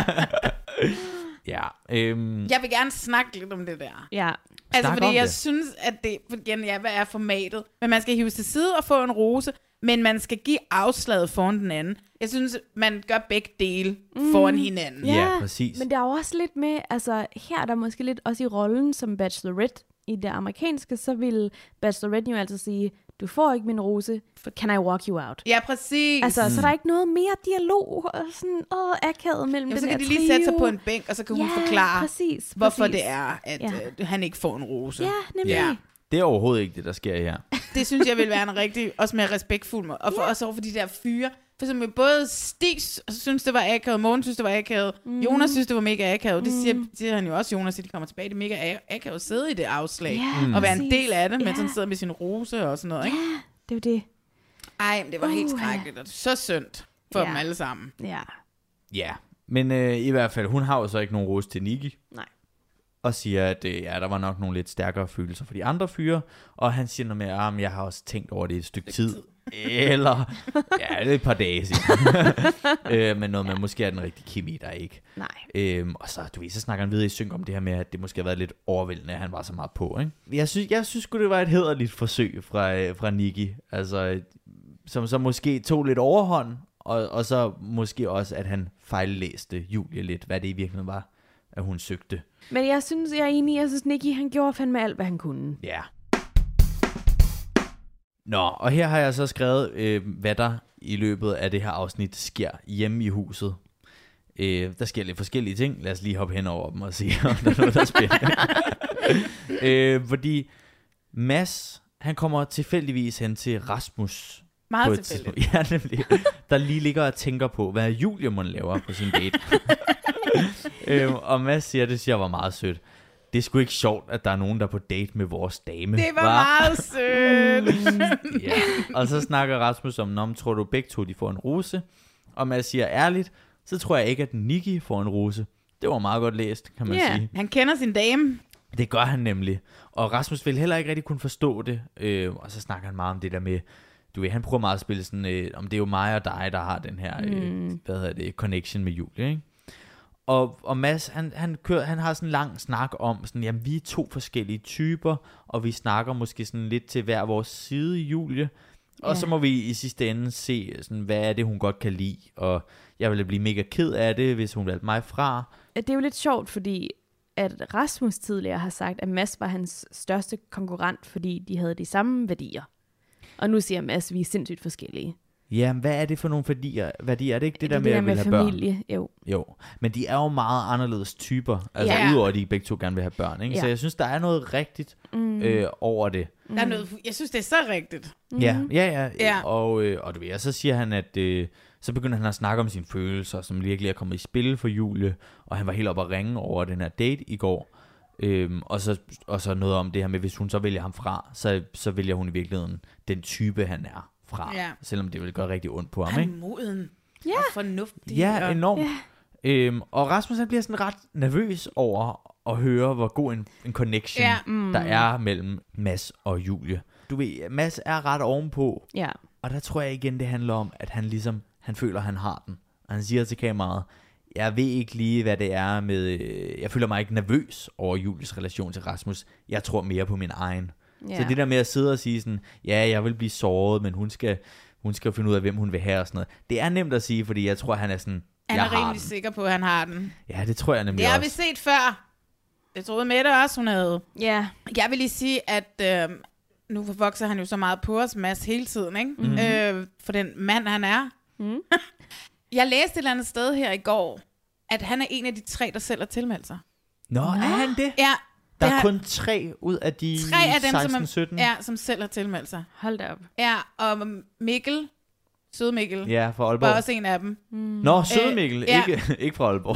Jeg vil gerne snakke lidt om det der. Ja. Altså, fordi jeg synes, at det, igen, hvad er formatet? Men man skal hive til side og få en rose, men man skal give afslaget foran den anden. Jeg synes, man gør begge dele foran hinanden. Ja, præcis. Men der er jo også lidt med, altså her er der måske lidt også i rollen som bachelorette i det amerikanske, så vil bachelorette jo altid sige, du får ikke min rose, can I walk you out? Ja, præcis. Altså, så der er ikke noget mere dialog og sådan, akavet mellem den her trio. Så kan de lige sætte sig på en bænk, og så kan hun forklare, hvorfor det er, at han ikke får en rose. Ja, nemlig. Ja. Det er overhovedet ikke det, der sker her. Det synes jeg vil være en rigtig, også mere respektfuld måde. Og for os over for de der fyre. For eksempel både Stig synes, det var akavet, Morten synes, det var akavet, Jonas synes, det var mega akavet. Det siger han jo også, Jonas, at de kommer tilbage. Det er mega akavet at sidde i det afslag. Og være en del af det, mens han sidder med sin rose og sådan noget. Ikke? Ja, det er jo det. Ej, men det var helt skrækkeligt. Og så synd for dem alle sammen. Ja, men i hvert fald, hun har jo så ikke nogen rose til Nikki. Nej. Og siger, at der var nok nogle lidt stærkere følelser for de andre fyre. Og han siger noget med, at jeg har også tænkt over det et stykke tid. Eller, det er et par dage siden. Men noget med, måske er den rigtige kemi, der ikke. Nej. Og så, så snakker han videre i synk om det her med, at det måske har været lidt overvældende, at han var så meget på, ikke? Jeg synes sgu, det var et hæderligt forsøg fra Nikki. Altså, som så måske tog lidt overhånd. Og så måske også, at han fejllæste Julie lidt, hvad det i virkeligheden var, at hun søgte. Men jeg synes, jeg er enig. Jeg synes, Nikki, han gjorde fandme alt, hvad han kunne. Ja. Nå, og her har jeg så skrevet, hvad der i løbet af det her afsnit sker hjemme i huset. Der sker lidt forskellige ting. Lad os lige hoppe hen over dem og se, om der er noget, der er spændende. Fordi Mads, han kommer tilfældigvis hen til Rasmus. Meget tilfældigt. Ja, nemlig. Der lige ligger og tænker på, hvad Julie må lave på sin date. Og Mads siger, det siger var meget sødt. Det er sgu ikke sjovt, at der er nogen, der er på date med vores dame. Det var meget sødt. Ja. Og så snakker Rasmus om, tror du begge to, de får en rose? Og Mads siger ærligt, så tror jeg ikke, at Nikki får en rose. Det var meget godt læst, kan man sige. Han kender sin dame. Det gør han nemlig. Og Rasmus vil heller ikke rigtig kunne forstå det. Og så snakker han meget om det der med, du ved, han prøver meget at spille sådan, om det er jo mig og dig, der har den her, connection med Julie, ikke? Og Mads, han har sådan en lang snak om, sådan, jamen vi er to forskellige typer, og vi snakker måske sådan lidt til hver vores side, Julie. Og så må vi i sidste ende se, sådan, hvad er det, hun godt kan lide. Og jeg ville blive mega ked af det, hvis hun valgte mig fra. Det er jo lidt sjovt, fordi at Rasmus tidligere har sagt, at Mads var hans største konkurrent, fordi de havde de samme værdier. Og nu siger Mads, at vi er sindssygt forskellige. Ja, hvad er det for nogle værdier? Er det ikke det der med, at med have familie, børn? Jo, men de er jo meget anderledes typer. Altså udover, at de begge to gerne vil have børn, ikke? Så jeg synes, der er noget rigtigt over det. Der er noget, jeg synes, det er så rigtigt. Ja. Og du ved, så siger han, at så begynder han at snakke om sine følelser, som virkelig er kommet i spil for Julie. Og han var helt oppe at ringe over den her date i går. Og så noget om det her med, hvis hun så vælger ham fra, så vælger hun i virkeligheden den type, han er fra. Ja. Selvom det vil gøre rigtig ondt på ham, ikke? Han er moden og fornuftig. Ja, enormt. Ja. Og Rasmus, han bliver sådan ret nervøs over at høre, hvor god en connection der er mellem Mads og Julie. Du ved, Mads er ret ovenpå. Ja. Og der tror jeg igen, det handler om, at han føler, han har den. Og han siger til kameraet, jeg ved ikke lige, hvad det er med... Jeg føler mig ikke nervøs over Julies relation til Rasmus. Jeg tror mere på min egen. Så det der med at sidde og sige sådan, ja, jeg vil blive såret, men hun skal finde ud af, hvem hun vil have og sådan noget. Det er nemt at sige, fordi jeg tror, han er sådan, han er rimelig sikker på, at han har den. Ja, det tror jeg nemlig også. Det har vi set før. Det troede Mette også, hun havde. Ja. Jeg vil lige sige, at nu vokser han jo så meget på os, Mads, hele tiden, ikke? Mm-hmm. For den mand, han er. Mm. Jeg læste et eller andet sted her i går, at han er en af de 3, der selv har tilmeldt sig. Nå, er han det? Ja. Der er kun 3 ud af de 16-17. Som selv har tilmeldt sig. Hold da op. Ja, og Mikkel, Søde Mikkel, ja, fra Aalborg. var også en af dem. Nå, Søde Mikkel, ikke fra Aalborg.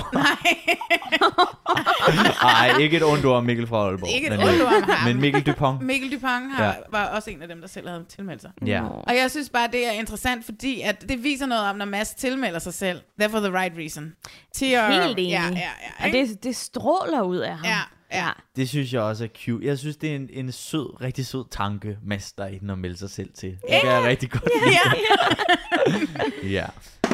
Nej. Nej, ikke et ondt ord om Mikkel fra Aalborg. Ikke et ondt ord om ham. Men Mikkel Dupont. Mikkel Dupont var også en af dem, der selv havde tilmeldt sig. Ja. Og jeg synes bare, det er interessant, fordi at det viser noget om, når Mads tilmelder sig selv. They're for the right reason. Helt enig. Ja, og det stråler ud af ham. Ja. Det synes jeg også er cute. Jeg synes, det er en sød, rigtig sød tanke, Mads, der er inde og melde sig selv til. Det kan jeg rigtig godt lide. Ja.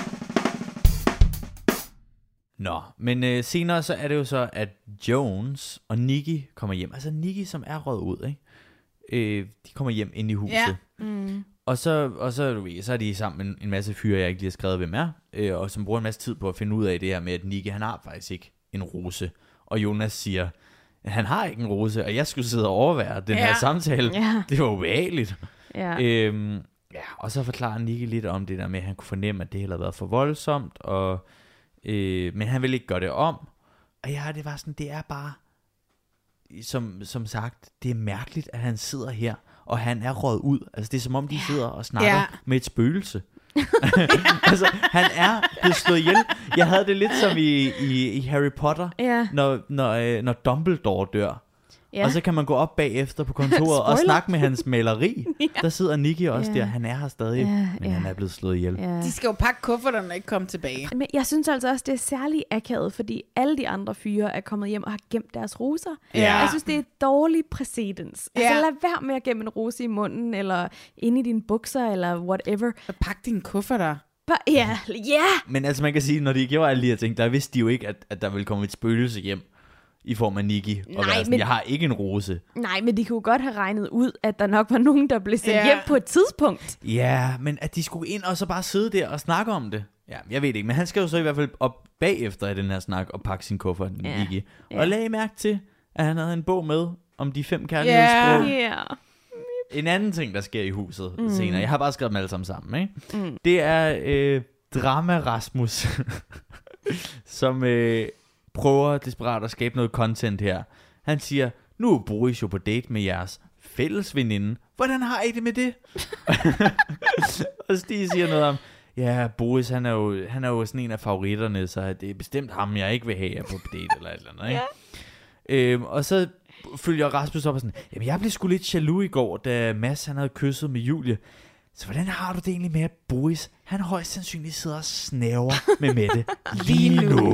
Nå, men senere så er det jo så, at Jones og Nikki kommer hjem. Altså Nikki, som er røget ud, ikke? De kommer hjem ind i huset. Ja. Og så er de sammen med en masse fyre, jeg ikke lige har skrevet, hvem er. Og som bruger en masse tid på at finde ud af det her med, at Nikki, han har faktisk ikke en rose. Og Jonas siger, at han har ikke en rose, og jeg skulle sidde og overvære den her samtale. Ja. Det var ubehageligt. Ja. Og så forklarer Nikki lidt om det der med, at han kunne fornemme, at det havde været for voldsomt, og men han ville ikke gøre det om. Og det var sådan, det er bare, som sagt, det er mærkeligt, at han sidder her, og han er røget ud. Altså det er som om, de sidder og snakker med et spøgelse. Altså han er blevet slået ihjel. Jeg havde det lidt som i Harry Potter, når Dumbledore dør. Ja. Og så kan man gå op bagefter på kontoret og snakke med hans maleri. Der sidder Nikki også der. Han er her stadig, men han er blevet slået ihjel. De skal jo pakke kufferterne og ikke komme tilbage. Men jeg synes altså også, det er særligt akavet, fordi alle de andre fyre er kommet hjem og har gemt deres roser. Jeg synes, det er dårlig præcedens. Altså lad være med at gemme en rose i munden, eller inde i dine bukser, eller whatever. Og pak dine kufferter. Ja. Men altså man kan sige, når de gjorde alle de her ting, der vidste de jo ikke, at der ville komme et spøgelse hjem i form af Nikki, og være sådan, jeg har ikke en rose. Nej, men de kunne godt have regnet ud, at der nok var nogen, der blev sendt hjem på et tidspunkt. Ja, men at de skulle ind og så bare sidde der og snakke om det. Ja, jeg ved ikke, men han skal jo så i hvert fald op bagefter i den her snak og pakke sin kuffert, Nikki. Og lagde mærke til, at han havde en bog med om de 5 kærlighedssprog. En anden ting, der sker i huset senere, jeg har bare skrevet dem alle sammen, ikke? Det er Drama Rasmus, som prøver desperat at skabe noget content her. Han siger, nu er Boris jo på date med jeres fælles veninde. Hvordan har I det med det? Og Stig siger noget om, ja, Boris, han er jo sådan en af favoritterne, så det er bestemt ham, jeg ikke vil have på date eller et eller andet, ikke? Og så følger Rasmus op og sådan, jamen jeg blev sgu lidt jaloux i går, da Mads han havde kysset med Julie. Så hvordan har du det egentlig med, at Boris, han højst sandsynligt sidder og snæver med Mette lige nu?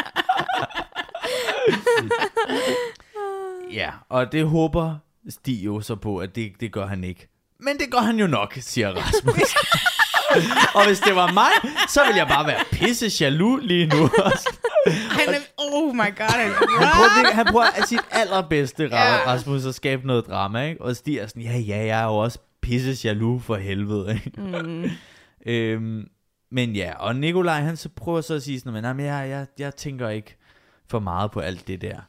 Ja, og det håber Stig jo så på, at det gør han ikke. Men det gør han jo nok, siger Rasmus. Og hvis det var mig, så ville jeg bare være pisse jaloux lige nu. Oh my god. Han prøver at sit allerbedste, Rasmus, at skabe noget drama, ikke? Og Stig er sådan, ja, jeg er jo også pisse jaloux for helvede, ikke? Men ja, og Nikolaj, han så prøver så at sige sådan, men jeg tænker ikke for meget på alt det der.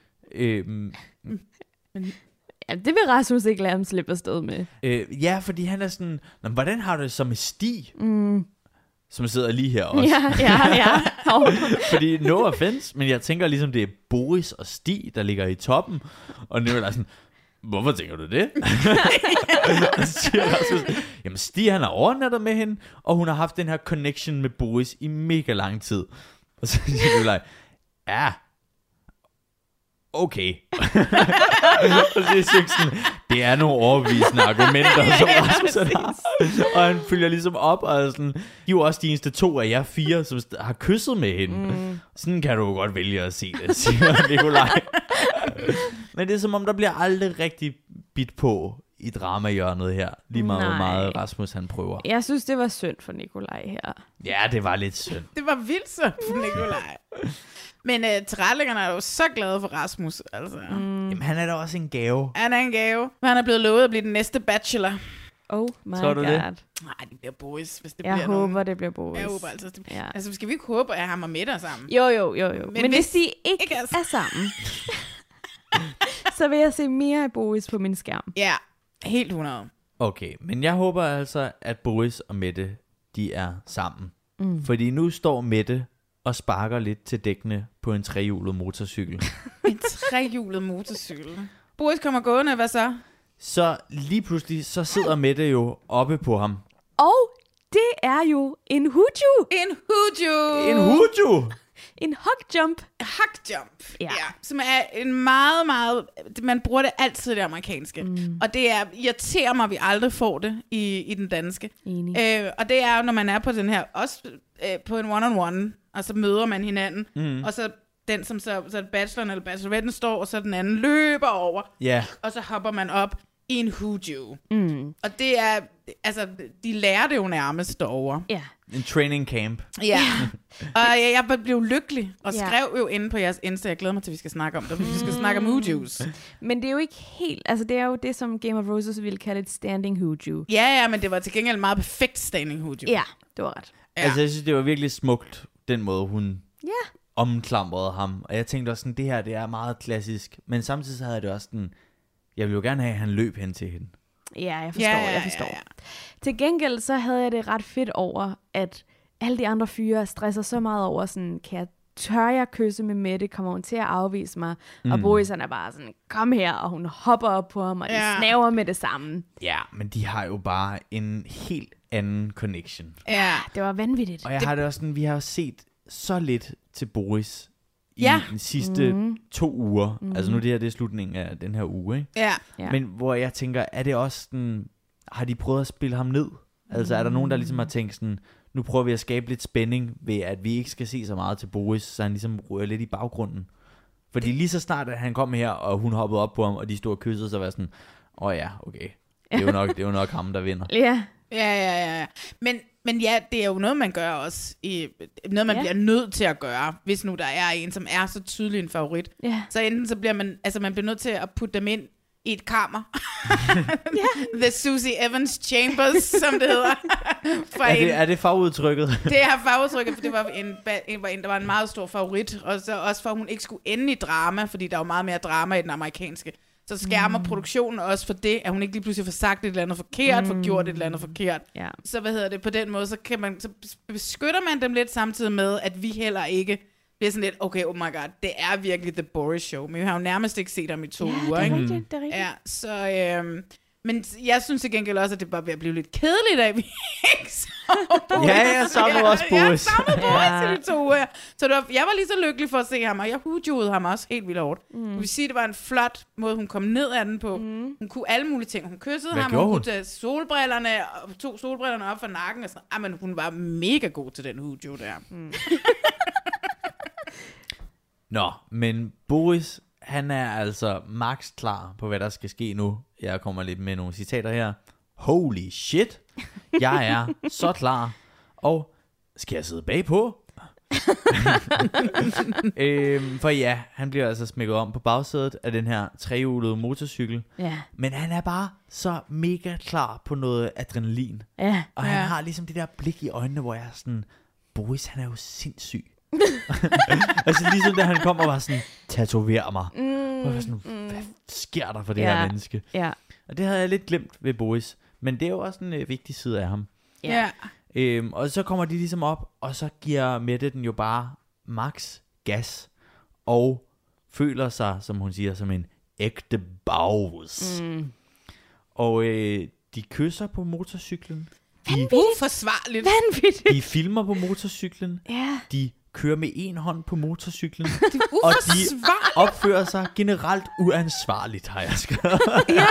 Ja, det vil Rasmus ikke lade ham slippe afsted med. Ja, fordi han er sådan, hvordan har du det så med Stig? Som sidder lige her også. Ja. Fordi no offense, men jeg tænker ligesom, det er Boris og Stig, der ligger i toppen. Og nu er der sådan, hvorfor tænker du det? Og så siger Rasmus, jamen Stig han har overnattet med hende, og hun har haft den her connection med Boris i mega lang tid. Og så siger Nikolaj, ja, okay. Og så siger sådan, det er nogle overbevisende argumenter, som Rasmus har. Og han følger ligesom op, og sådan, de er jo også de eneste 2 af jer 4, som har kysset med hende. Sådan kan du jo godt vælge at se det, siger Nikolaj. Men det er som om, der bliver aldrig rigtig bidt på i dramahjørnet her. Lige meget, hvor meget Rasmus han prøver. Jeg synes, det var synd for Nikolaj her. Ja, det var lidt synd. Det var vildt synd for Nikolaj. Men tilrettelæggerne er jo så glade for Rasmus, altså. Jamen, han er da også en gave. Han er en gave. Han er blevet lovet at blive den næste bachelor. Oh my god. Det? Nej, det bliver Boris, hvis det bliver nogen. Jeg håber, det bliver Boris. Jeg håber altså. Altså, skal vi ikke håbe, at ham og Mette er sammen? Jo. Men hvis de ikke er sammen, så vil jeg se mere af Boris på min skærm. Ja, helt 100. Okay, men jeg håber altså, at Boris og Mette, de er sammen. Fordi nu står Mette og sparker lidt til dækkene på en 3-hjulet motorcykel. En 3 trehjulet motorcykel. Boris kommer gående, hvad så? Så lige pludselig, så sidder Mette jo oppe på ham. Og det er jo en huju. En huju! En huju! En hug jump. Hug jump, Ja. som er en meget, meget... Man bruger det altid i det amerikanske. Og det irriterer mig, at vi aldrig får det i den danske. Enig. Og det er jo, når man er på den her, også på en one-on-one, og så møder man hinanden, og så den, som så bacheloren eller bacheloretten står, og så den anden løber over, og så hopper man op i en huju. Og det er, altså, de lærer det jo nærmest derovre. Ja. En training camp. Ja, og jeg blev lykkelig, og skrev jo inde på jeres Insta, jeg glæder mig til, at vi skal snakke om det, vi skal snakke om hujus. Men det er jo ikke helt, altså det er jo det, som Game of Roses ville kalde et standing huju. Ja, men det var til gengæld meget perfekt standing huju. Ja, det var ret. Ja. Altså, jeg synes, det var virkelig smukt, den måde, hun omklamrede ham. Og jeg tænkte også sådan, det her, det er meget klassisk. Men samtidig så havde jeg det også sådan, jeg ville jo gerne have, at han løb hen til hende. Ja, jeg forstår. Ja. Til gengæld så havde jeg det ret fedt over, at alle de andre fyre stresser så meget over sådan, tør jeg kysse med Mette, kommer hun til at afvise mig? Og Boris han er bare sådan, kom her, og hun hopper op på ham, og de snaver med det samme. Ja, men de har jo bare en helt anden connection. Ja, det var vanvittigt. Og jeg har det også sådan, vi har set så lidt til Boris i de sidste 2 uger. Altså nu det er slutningen af den her uge, ikke? Ja. Men hvor jeg tænker, er det også sådan, har de prøvet at spille ham ned? Altså er der nogen, der ligesom har tænkt sådan, nu prøver vi at skabe lidt spænding ved, at vi ikke skal se så meget til Boris, så han ligesom rører lidt i baggrunden. Fordi lige så snart, at han kom her, og hun hoppede op på ham, og de stod og kyssede, så var sådan, ja, okay. Det er jo nok ham, der vinder. Ja. Ja. Men ja, det er jo noget, man gør også. Noget, man bliver nødt til at gøre, hvis nu der er en, som er så tydelig en favorit. Ja. Så enten så bliver man bliver nødt til at putte dem ind i et kammer. The Susie Evans Chambers, som det hedder. Er det fagudtrykket? Det er fagudtrykket, for det var en, der var en meget stor favorit. Og så også for, at hun ikke skulle ende i drama, fordi der er jo meget mere drama i den amerikanske. Så skærmer produktionen også for det, at hun ikke lige pludselig får sagt et eller andet forkert, får gjort et eller andet forkert. Ja. Så på den måde, så beskytter man dem lidt samtidig med, at vi heller ikke bliver sådan lidt, okay, oh my god, det er virkelig The Boris Show. Men vi har jo nærmest ikke set ham i 2 uger, ikke? Det er rigtigt. Ja, så... Men jeg synes til gengæld også, at det bare ved at blive lidt kedeligt, at vi ikke så Boris. Ja, jeg savner også Boris. Jeg savner Boris i de 2 uger. Så jeg var lige så lykkelig for at se ham, og jeg hujuede ham også helt vildt hårdt. Jeg vil sige, det var en flot måde, hun kom ned af den på. Hun kunne alle mulige ting. Hun kyssede ham, hun kunne tage solbrillerne, og tog solbrillerne op fra nakken. Og sådan. Men hun var mega god til den huju der. Nå, men Boris, han er altså max klar på, hvad der skal ske nu. Jeg kommer lidt med nogle citater her. Holy shit, jeg er så klar. Og skal jeg sidde bagpå? For ja, han bliver altså smækket om på bagsædet af den her trehjulede motorcykel. Ja. Men han er bare så mega klar på noget adrenalin. Ja. Og han har ligesom det der blik i øjnene, hvor jeg er sådan, Boris, han er jo sindssyg. Altså ligesom da han kom og var sådan, tatover mig. Og jeg var sådan, hvad sker der for det her menneske? Ja. Og det havde jeg lidt glemt ved Boris. Men det er jo også en vigtig side af ham. Ja. Og så kommer de ligesom op, og så giver Mette den jo bare max gas. Og føler sig, som hun siger, som en ægte bagus. Og de kysser på motorcyklen. Uforsvarligt. De filmer på motorcyklen. Ja. De kører med en hånd på motorcyklen. Og de opfører sig generelt uansvarligt, har jeg skrevet. Ja.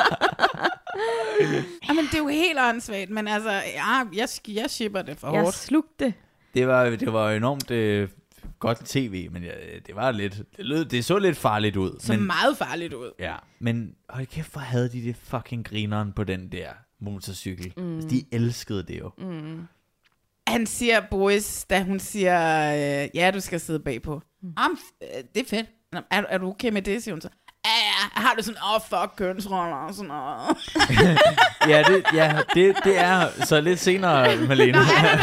Jamen, det er jo helt åndssvagt, men altså, jeg shipper det for hårdt. Jeg slugte det. Det var enormt godt tv, men det var lidt, det så lidt farligt ud. Så meget farligt ud. Ja, men hold kæft, hvor havde de det fucking grineren på den der motorcykel. De elskede det jo. Han siger, Boris, da hun siger, ja, du skal sidde bagpå. Det er fedt. Er du okay med det, siger hun så. Ja, har du sådan, fuck kønsroller og sådan noget. det er så lidt senere, Malene.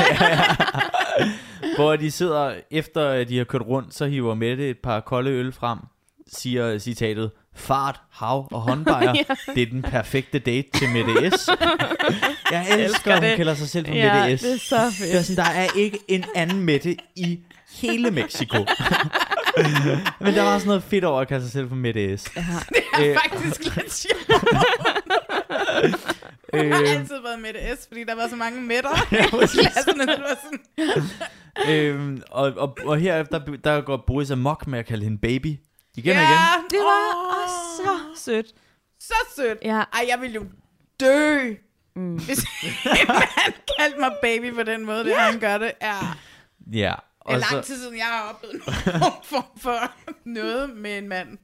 Hvor de sidder, efter de har kørt rundt, så hiver Mette et par kolde øl frem, siger citatet, fart, hav og håndbejer. Det er den perfekte date til Mette S. Jeg elsker, hun kalder sig selv for Mette S. Det er så fedt. Det er sådan, der er ikke en anden Mette i hele Mexico. Men der var sådan noget fedt over at kalde sig selv for Mette S. Det er faktisk lidt sjovt. Jeg har altid været Mette S, fordi der var så mange Mætter i klasserne. Det var sådan... Og her der går Boris amok med at kalde hende baby. Igen og igen. Det var så sødt. Så sødt. Ja. Ej, jeg ville jo dø, hvis en mand kaldte mig baby på den måde. Det han gør det er... Ja. Det er lang tid siden, jeg har oplevet nogen form for noget med en mand.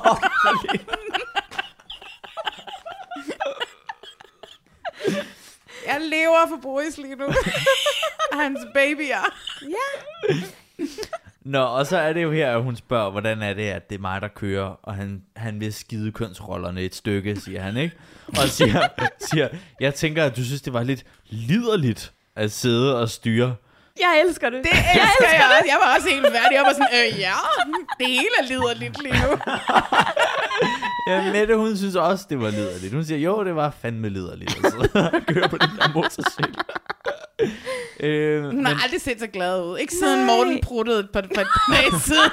Jeg lever for Boris lige nu. Hans babyer. Ja. Nå, og så er det jo her, at hun spørger, hvordan er det, at det er mig, der kører, og han vil skide kønsrollerne et stykke, siger han, ikke? Og siger, jeg tænker, at du synes, det var lidt liderligt at sidde og styre. Jeg elsker det. Det elsker jeg også. Jeg var også helt færdig. Jeg var sådan, ja, det hele er liderligt lige nu. Ja, Mette, hun synes også, det var liderligt. Hun siger, jo, det var fandme liderligt at sidde og køre på den der motorcykel. Hun har aldrig set så glad ud. Ikke siden Morten pruttede på et par siden.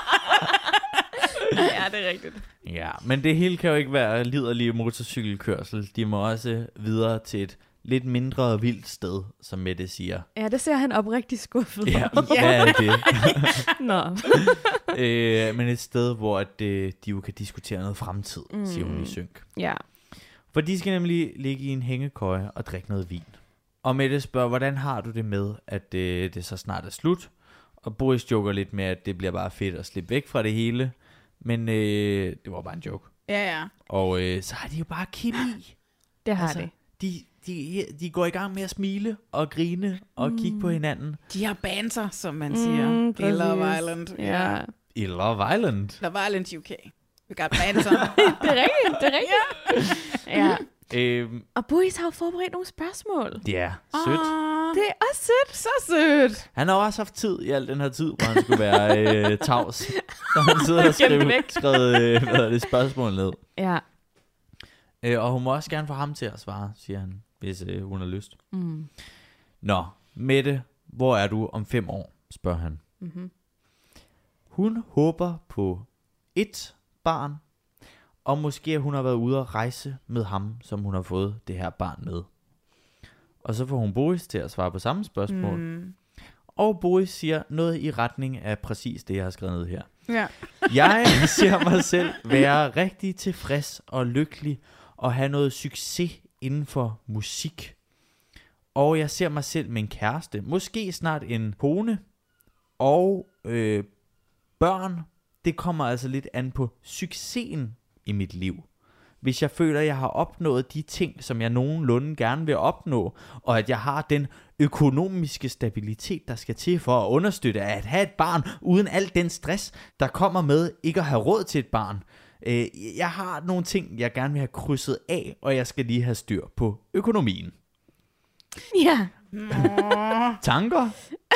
Ja, det er rigtigt. Ja, men det hele kan jo ikke være liderlig motorcykelkørsel. De må også videre til et lidt mindre vildt sted, som Mette siger. Ja, det ser han oprigtigt skuffet. Ja, hvad er det? Nå. Men et sted, hvor de jo kan diskutere noget fremtid, siger hun i synk. Ja. For de skal nemlig ligge i en hængekøje og drikke noget vin. Og Mette spørger, hvordan har du det med, at det så snart er slut? Og Boris joker lidt med, at det bliver bare fedt at slippe væk fra det hele. Men det var bare en joke. Ja. Og så har de jo bare kemi. Det har de. De går i gang med at smile og grine og kigge på hinanden. De har banter, som man siger. I Love Island. Ja. I Love Island. Love Island UK. We got banter. Det er rigtigt. Ja. Og Boris har jo forberedt nogle spørgsmål. Ja, sødt. Det er også sødt. Så sødt. Han har også haft tid i al den her tid, hvor han skulle være tavs. Så han sidder og skrevet spørgsmål ned. Ja. Og hun må også gerne få ham til at svare, siger han, hvis hun har lyst. Nå, Mette, hvor er du om 5 år, spørger han. Hun håber på 1 barn, og måske hun har været ude at rejse med ham, som hun har fået det her barn med. Og så får hun Boris til at svare på samme spørgsmål. Og Boris siger noget i retning af præcis det, jeg har skrevet ned her. Ja. Jeg ser mig selv være rigtig tilfreds og lykkelig og have noget succes inden for musik. Og jeg ser mig selv med en kæreste, måske snart en kone og børn. Det kommer altså lidt an på succesen i mit liv. Hvis jeg føler, at jeg har opnået de ting, som jeg nogenlunde gerne vil opnå, og at jeg har den økonomiske stabilitet, der skal til for at understøtte at have et barn, uden al den stress, der kommer med ikke at have råd til et barn. Jeg har nogle ting, jeg gerne vil have krydset af, og jeg skal lige have styr på økonomien. Ja. Tanker?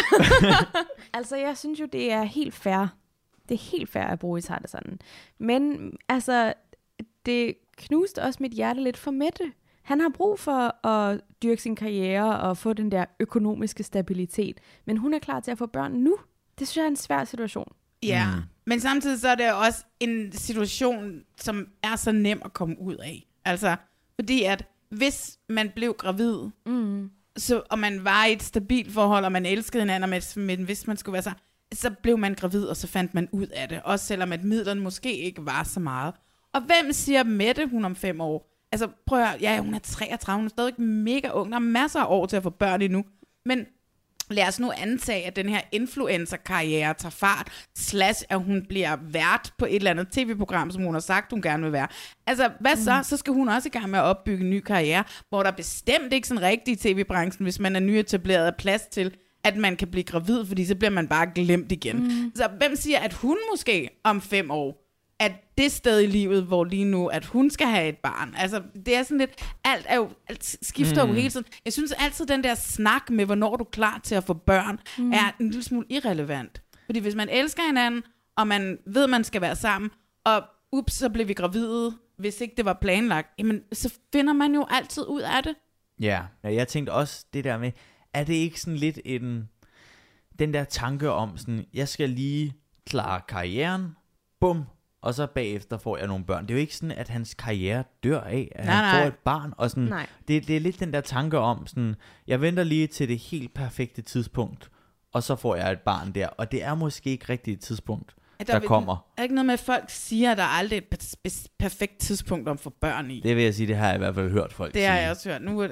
Altså, jeg synes jo, det er helt fair. Det er helt fair, at Boris har det sådan. Men altså, det knuste også mit hjerte lidt for Mette. Han har brug for at dyrke sin karriere og få den der økonomiske stabilitet. Men hun er klar til at få børn nu. Det synes jeg er en svær situation. Ja, men samtidig så er det også en situation, som er så nem at komme ud af. Altså, fordi at hvis man blev gravid, så, og man var i et stabilt forhold, og man elskede hinanden, men hvis man skulle være så blev man gravid, og så fandt man ud af det. Også selvom at midlerne måske ikke var så meget. Og hvem siger Mette, hun om 5 år? Altså prøv at høre, ja, hun er 33, hun er stadig mega ung, der er masser af år til at få børn endnu. Men lad os nu antage, at den her influencer-karriere tager fart, / at hun bliver vært på et eller andet tv-program, som hun har sagt, hun gerne vil være. Altså, hvad så? Så skal hun også i gang med at opbygge en ny karriere, hvor der bestemt ikke sådan rigtig i tv-branchen, hvis man er nyetableret, er plads til, at man kan blive gravid, fordi så bliver man bare glemt igen. Så hvem siger, at hun måske om 5 år, at det sted i livet, hvor lige nu, at hun skal have et barn. Altså, det er sådan lidt, alt skifter jo hele tiden. Jeg synes altid, den der snak med, hvornår du er klar til at få børn, er en lille smule irrelevant. Fordi hvis man elsker hinanden, og man ved, man skal være sammen, og så bliver vi gravide, hvis ikke det var planlagt, jamen, så finder man jo altid ud af det. Ja, jeg tænkte også det der med, er det ikke sådan lidt den der tanke om sådan, jeg skal lige klarer karrieren, bum, og så bagefter får jeg nogle børn. Det er jo ikke sådan, at hans karriere dør af, at han får et barn. Og sådan, det er lidt den der tanke om, sådan, jeg venter lige til det helt perfekte tidspunkt, og så får jeg et barn der. Og det er måske ikke rigtigt et tidspunkt, der kommer. Er der ikke noget med, at folk siger, at der aldrig er et perfekt tidspunkt om for børn i? Det vil jeg sige, det har jeg i hvert fald hørt folk sige. Det har jeg også hørt. Nu er det.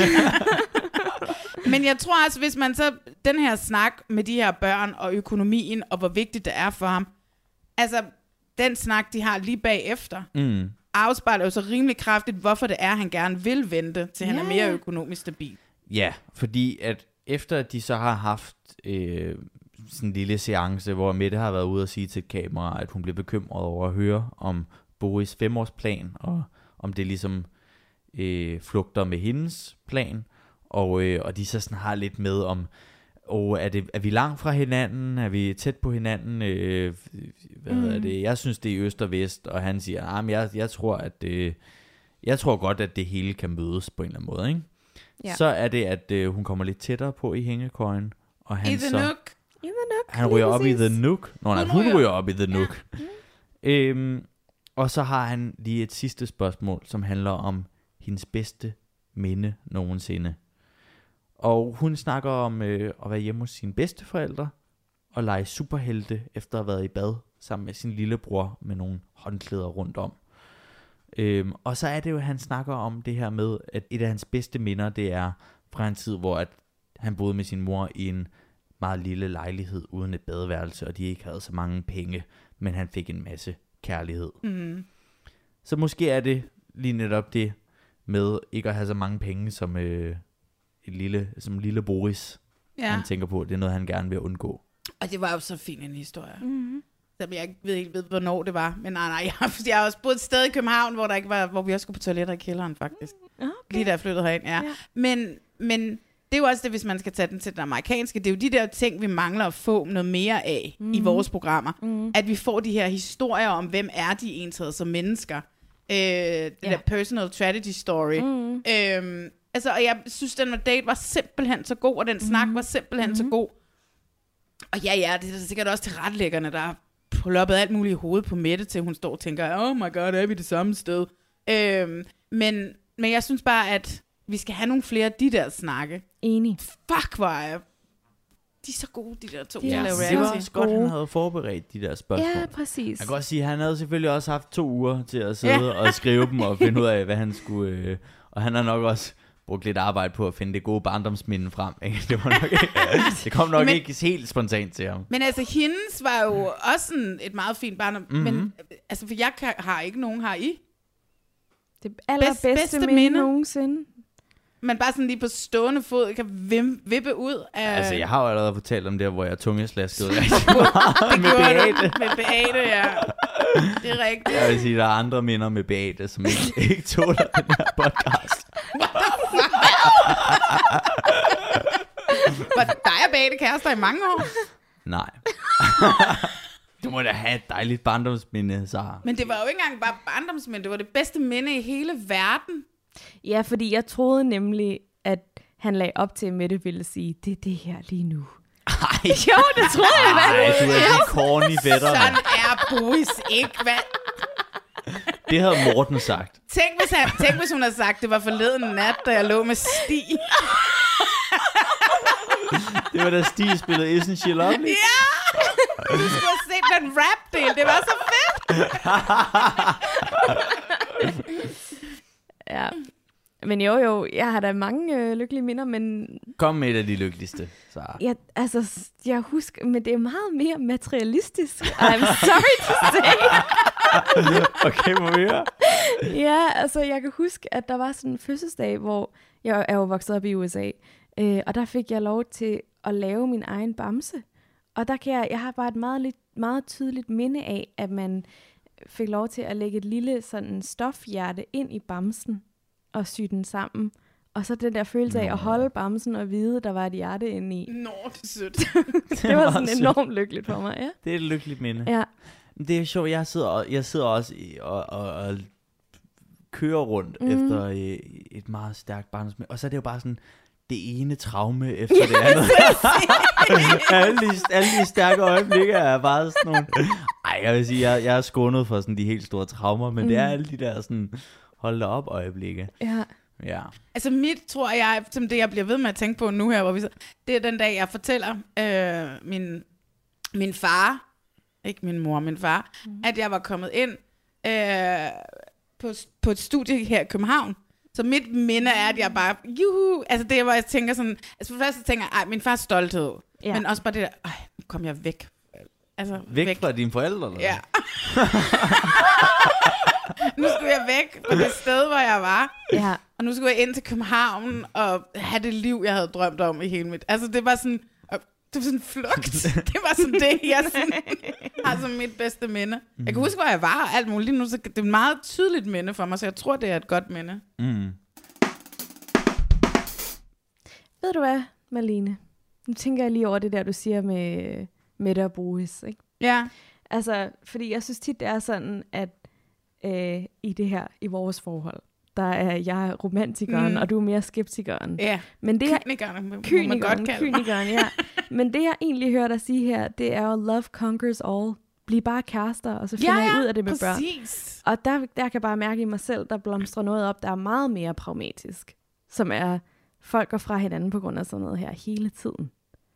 Men jeg tror altså, hvis man så den her snak med de her børn og økonomien, og hvor vigtigt det er for ham, altså den snak, de har lige bagefter, afspejler jo så rimelig kraftigt, hvorfor det er, han gerne vil vente, til han er mere økonomisk stabil. Ja, fordi at efter at de så har haft sådan en lille seance, hvor Mette har været ude og sige til et kamera, at hun bliver bekymret over at høre om Boris 5-årsplan, og om det ligesom flugter med hendes plan, og de så sådan har lidt med om, er vi langt fra hinanden, er vi tæt på hinanden, jeg synes det er øst og vest, og han siger, jeg tror godt, at det hele kan mødes på en eller anden måde, ikke? Ja. Så er det, at hun kommer lidt tættere på i hængekøjen, og han så... Han ryger op i The Nook. Hun ryger op i The Nook. Og så har han lige et sidste spørgsmål, som handler om hendes bedste minde nogensinde. Og hun snakker om at være hjemme hos sine bedsteforældre og lege superhelte efter at have været i bad sammen med sin lillebror med nogle håndklæder rundt om. Og så er det jo, at han snakker om det her med, at et af hans bedste minder, det er fra en tid, hvor at han boede med sin mor i en meget lille lejlighed uden et badeværelse, og de ikke havde så mange penge, men han fik en masse kærlighed. Så måske er det lige netop det med ikke at have så mange penge som lille Boris. Han tænker på, det er noget, han gerne vil undgå. Og det var jo så fin en historie. Så jeg ikke ved, hvornår det var. Men nej, jeg har også boet et sted i København, hvor der ikke var, hvor vi også skulle på toiletter i kælderen, faktisk. Okay. Lige da jeg flyttede herind, ja. Men det er jo også det, hvis man skal tage den til den amerikanske. Det er jo de der ting, vi mangler at få noget mere af i vores programmer. At vi får de her historier om, hvem er de egentlig som mennesker. Det der personal tragedy story. Altså, og jeg synes, den date var simpelthen så god, og den snak var simpelthen så god. Og det er sikkert også til retlæggerne, der har ploppet alt muligt i hovedet på Mette, til hun står og tænker, oh my god, er vi det samme sted? Men jeg synes bare, at vi skal have nogle flere af de der snakke. Enig. Fuck, hvor er de er så gode, de der to. Det var også godt, han havde forberedt de der spørgsmål. Ja, præcis. Jeg kan godt sige, at han havde selvfølgelig også haft 2 uger til at sidde og skrive dem, og finde ud af, hvad han skulle... og han har nok også brugt lidt arbejde på at finde det gode barndomsminde frem. Ikke? Det kom nok ikke helt spontant til ham. Men altså, hendes var jo også sådan et meget fint barndom. Men altså, for jeg har ikke nogen her i. Det allerbedste minde nogensinde. Man bare sådan lige på stående fod kan vippe ud af... Altså, jeg har jo allerede fortalt om det, hvor jeg tungeslaskede med Beate, ja. Det er rigtigt. Jeg vil sige, der er andre minder med Beate, som ikke tåler den her podcast. Var dig og Beate kærester i mange år? Nej. Du må da have et dejligt barndomsminde, Sara. Men det var jo ikke engang bare barndomsminde, det var det bedste minde i hele verden. Ja, fordi jeg troede nemlig, at han lagde op til, at Mette ville sige, det er det her lige nu. Ej. Jo, det tror jeg. Nej, du er de corny fætter. Sådan er Boris ikke, hvad? Det havde Morten sagt. Tænk, hvis hun havde sagt, det var forleden nat, da jeg lå med Stig. Det var da Stig spillede Isn't She Lovely? Ja! Du skulle have set den rap-del, det var så fedt! Ja, men jo, jeg har da mange lykkelige minder, men... Kom med et af de lykkeligste, Sara. Ja, altså, jeg husker, men det er meget mere materialistisk. I'm sorry to say. Okay, må vi høre? Ja, altså, jeg kan huske, at der var sådan en fødselsdag, hvor jeg er jo vokset op i USA, og der fik jeg lov til at lave min egen bamse. Og der kan jeg har bare et meget tydeligt minde af, at man fik lov til at lægge et lille sådan stofhjerte ind i bamsen og sy den sammen. Og så den der følelse af at holde bamsen og vide, der var et hjerte inde i. Nå, det er sødt. Det var sådan enormt lykkeligt for mig, ja. Det er et lykkeligt minde. Ja. Det er sjovt, jeg sidder også og kører rundt efter et meget stærkt barndomsminde. Og så er det jo bare sådan, det ene traume efter det andet. alle de stærke øjeblikke er bare sådan nogle... Ej, jeg vil sige, jeg er skånet for sådan de helt store traumer, men det er alle de der sådan, hold da op øjeblikke. Ja. Altså mit, tror jeg, som det jeg bliver ved med at tænke på nu her, hvor vi så, det er den dag, jeg fortæller min far, ikke min mor, min far, at jeg var kommet ind på et studie her i København. Så mit minde er, at jeg bare, juhu, altså det, hvor jeg tænker sådan, altså for først så tænker jeg, min fars stolthed, men også bare det der, nu kom jeg væk. Altså, væk fra dine forældre, eller? Ja. Nu skulle jeg væk fra det sted, hvor jeg var. Ja. Og nu skulle jeg ind til København og have det liv, jeg havde drømt om i hele mit. Altså det var sådan en flugt. Det var sådan det, jeg sådan, har som mit bedste minde. Jeg kan huske, hvor jeg var og alt muligt. Nu så det er et meget tydeligt minde for mig, så jeg tror, det er et godt minde. Ved du hvad, Malene? Nu tænker jeg lige over det der, du siger med Mette og Boris, ikke? Ja. Altså, fordi jeg synes tit, det er sådan, at i det her, i vores forhold, der er jeg romantikeren, og du er mere skeptikeren. Ja, men det kynikeren, ja. Men det, jeg egentlig hører dig sige her, det er jo love conquers all. Bliv bare kærester, og så finder jeg ud af det med præcis. Børn. Og der kan jeg bare mærke i mig selv, der blomstrer noget op, der er meget mere pragmatisk. Som er, folk går fra hinanden på grund af sådan noget her hele tiden.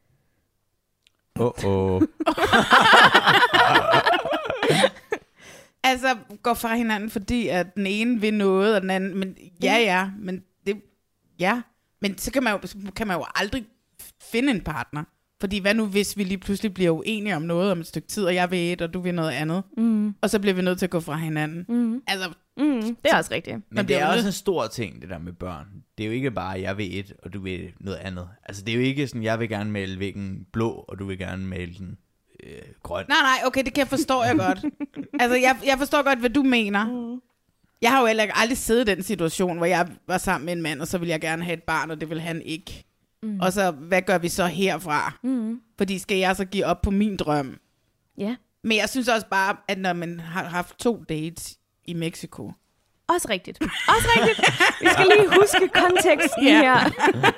Altså, går fra hinanden, fordi at den ene vil noget, og den anden... Men men det... Ja, men så kan man jo aldrig finde en partner. Fordi hvad nu, hvis vi lige pludselig bliver uenige om noget om et stykke tid, og jeg vil et, og du vil noget andet. Og så bliver vi nødt til at gå fra hinanden. Altså... det er også rigtigt. Men det er også en stor ting, det der med børn. Det er jo ikke bare, jeg vil et, og du vil noget andet. Altså, det er jo ikke sådan, jeg vil gerne male væggen blå, og du vil gerne male den grøn. Nej, okay, det kan jeg forstå jeg godt. Altså, jeg forstår godt, hvad du mener. Jeg har jo heller aldrig siddet i den situation, hvor jeg var sammen med en mand, og så ville jeg gerne have et barn, og det ville han ikke. Og så, hvad gør vi så herfra? Fordi skal jeg så give op på min drøm? Ja. Men jeg synes også bare, at når man har haft 2 dates i Mexico. Også rigtigt. Vi skal lige huske konteksten her.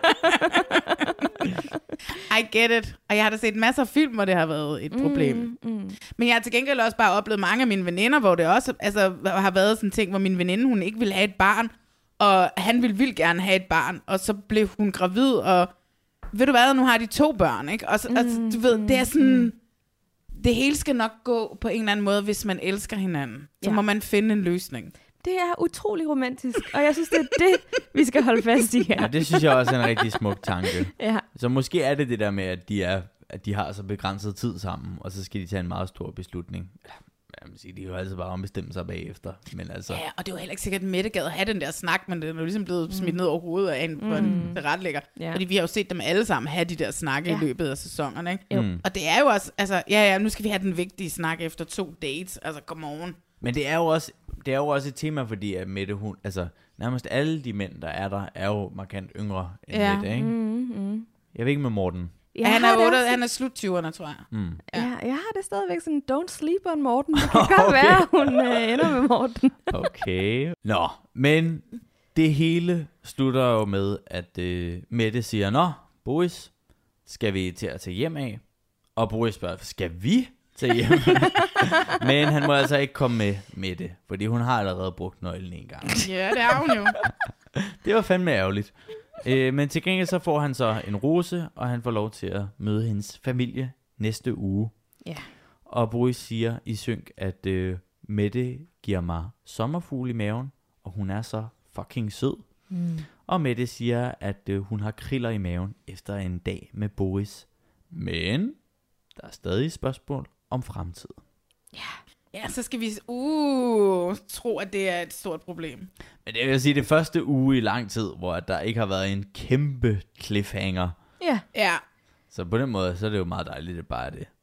I get it. Og jeg har da set masser af film, hvor det har været et problem. Men jeg har til gengæld også bare oplevet mange af mine veninder, hvor det også har været sådan en ting, hvor min veninde, hun ikke ville have et barn, og han ville vildt gerne have et barn, og så blev hun gravid, og ved du hvad, nu har de 2 børn, ikke? Og så, altså, du ved, det er sådan, det hele skal nok gå på en eller anden måde, hvis man elsker hinanden. Så må man finde en løsning. Det er utrolig romantisk, og jeg synes, det er det, vi skal holde fast i her. Ja, det synes jeg også er en rigtig smuk tanke. Ja. Så måske er det der med, at de har så begrænset tid sammen, og så skal de tage en meget stor beslutning. Jeg vil sige, de kan jo altid bare ombestemme sig bagefter. Men altså... Ja, og det var heller ikke sikkert, at Mette gad have den der snak, men den er jo ligesom blevet smidt ned over hovedet af en tilrettelægger. Ja. Fordi vi har jo set dem alle sammen have de der snakke i løbet af sæsonerne, ikke? Og det er jo også, altså, nu skal vi have den vigtige snak efter 2 dates, altså come on. Men det er jo også et tema, fordi at Mette, hun, altså nærmest alle de mænd, der er jo markant yngre end Mette, ikke? Jeg ved ikke med Morten. Ja, han er slut 20'erne, tror jeg. Ja, jeg har det stadigvæk sådan, don't sleep on Morten. Det kan godt være, hun ender med Morten. Okay. Nå, men det hele slutter jo med, at Mette siger, nå, Boris, skal vi til at tage hjem af? Og Boris spørger, skal vi tage hjem? Men han må altså ikke komme med Mette, fordi hun har allerede brugt nøglen en gang. Ja, det har hun jo. Det var fandme ærgerligt. Men til gengæld så får han så en rose, og han får lov til at møde hendes familie næste uge. Ja. Og Boris siger i synk, at Mette giver mig sommerfugle i maven, og hun er så fucking sød. Og Mette siger, at hun har kriller i maven efter en dag med Boris. Men der er stadig spørgsmål om fremtiden. Ja, så skal vi tro, at det er et stort problem. Men det vil sige, det første uge i lang tid, hvor der ikke har været en kæmpe cliffhanger. Ja. Så på den måde, så er det jo meget dejligt, at det bare er det.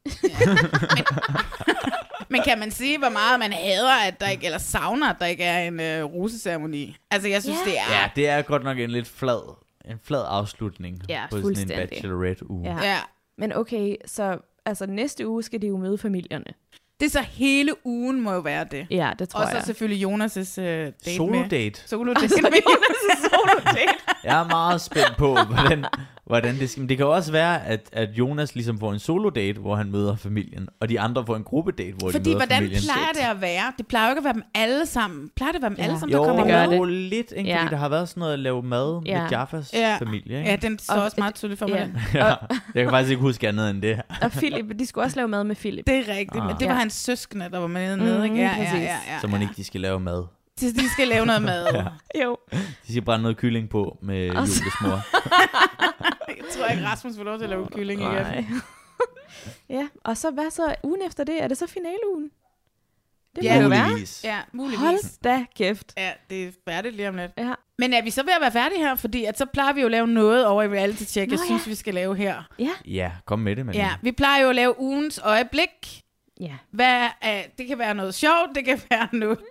Men kan man sige, hvor meget man hader, at der ikke, eller savner, at der ikke er en roseceremoni? Altså, jeg synes, det er... Ja, det er godt nok en lidt flad afslutning på sådan en bachelorette-uge. Ja. Men okay, så altså næste uge skal de jo møde familierne. Det er så hele ugen må jo være det. Ja, det tror jeg. Og så selvfølgelig Jonas' date Solo-date. Solo-date med Jonas' solo-date. Jeg er meget spændt på, hvordan det skal. Men det kan jo også være, at Jonas ligesom får en solo-date, hvor han møder familien, og de andre får en gruppe-date, hvor de møder familien. Fordi hvordan plejer det at være? Det plejer jo ikke at være dem alle sammen. Plejer det at være dem alle sammen, der kommer med? Jo, lidt, ikke? Fordi der har været sådan noget at lave mad med Jaffas familie, ikke? Ja, den står også meget tydeligt for mig. Ja. Jeg kan faktisk ikke huske andet end det. Og Philip, de skulle også lave mad med Philip. Det er rigtigt, men det var hans søskende, der var med nede, ikke? Ja. Så må ikke, de skal lave mad. De skal lave noget mad. Jo. De skal brænde noget kylling på med Julies mor. Jeg tror ikke, Rasmus får lov til at lave kylling igen. Ja, og så hvad så ugen efter det? Er det så finaleugen? Det må jo være. Ja, muligvis. Hold da kæft. Ja, det er færdigt lige om lidt. Ja. Men er vi så ved at være færdige her? Fordi at så plejer vi jo at lave noget over i Reality Check, jeg synes, vi skal lave her. Ja, kom med det, Malene. Ja, vi plejer jo at lave ugens øjeblik. Ja. Det kan være noget sjovt, det kan være noget...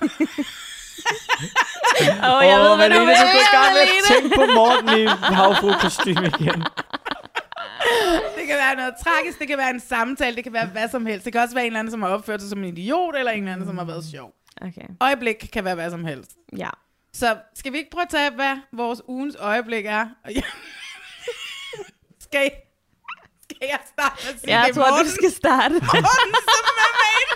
jeg ved, hvad Malene, du kan godt tænke på Morten i havfru-kostyme igen. Det kan være noget tragisk, det kan være en samtale, det kan være hvad som helst. Det kan også være en eller anden, som har opført sig som en idiot, eller en eller anden, som har været sjov. Okay. Øjeblik kan være hvad som helst. Ja. Så skal vi ikke prøve at tage, hvad vores ugens øjeblik er? Skal jeg starte med at sige jeg tror, Morten? Du skal starte. Morten, som er med.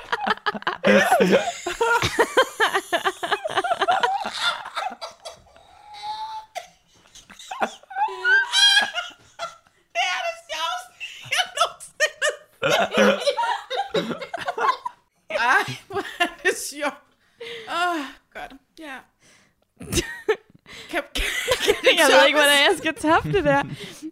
Det er det sjoveste, jeg nogensinde. Ej, hvor er det sjovt. Godt. Ja. Jeg ved ikke, hvordan jeg skal tappe det der.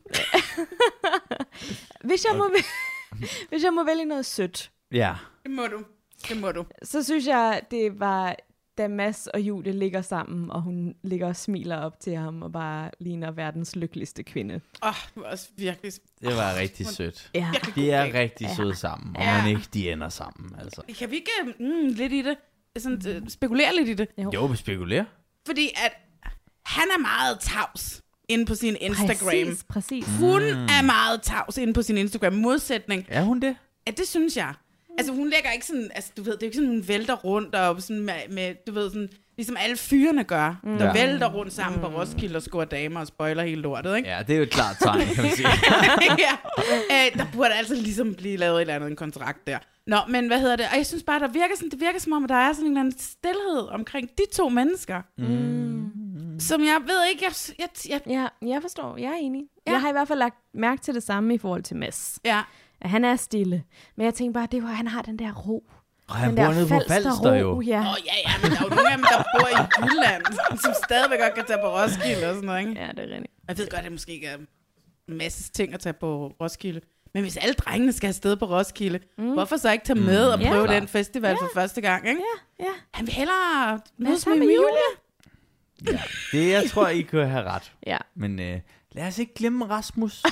Hvis jeg må vælge noget sødt. Ja. Det må du. Så synes jeg, det var, da Mads og Julie ligger sammen, og hun ligger og smiler op til ham, og bare ligner verdens lykkeligste kvinde. Det var også virkelig... Det var rigtig sødt. Ja. De er rigtig søde sammen, og man ikke, de ender sammen. Altså. Kan vi ikke lidt i det? Sådan, spekulere lidt i det? Jo, vi spekulerer. Fordi at han er meget tavs inde på sin Instagram. Præcis. Hun er meget tavs inde på sin Instagram. Modsætning. Er hun det? Ja, det synes jeg. Altså, hun lægger ikke sådan, altså, du ved, det er ikke sådan, hun vælter rundt og sådan med du ved, sådan, ligesom alle fyrene gør, der vælter rundt sammen på Roskilde og scorer damer og spoiler hele lortet, ikke? Ja, det er jo et klart tegn, kan man sige. Der burde altså ligesom blive lavet et eller andet en kontrakt der. Nå, men hvad hedder det? Og jeg synes bare, det virker som om, at der er sådan en eller anden stilhed omkring de to mennesker. Som jeg ved ikke, jeg forstår. Jeg er enig. Ja. Jeg har i hvert fald lagt mærke til det samme i forhold til Mads. Ja. At han er stille. Men jeg tænker bare, han har den der ro. Og han bor nede på Falster jo. Ja. Ja, men der er jo nogle af dem, der bor i Jylland, som stadigvæk godt kan tage på Roskilde og sådan noget, ikke? Ja, det er rigtigt. Jeg ved godt, at det måske ikke er en masse ting at tage på Roskilde. Men hvis alle drengene skal afsted på Roskilde, hvorfor så ikke tage med og prøve den festival for første gang, ikke? Ja. Han vil hellere mødes med Julie. Ja, det jeg tror, I kan have ret. Ja. Men lad os ikke glemme Rasmus.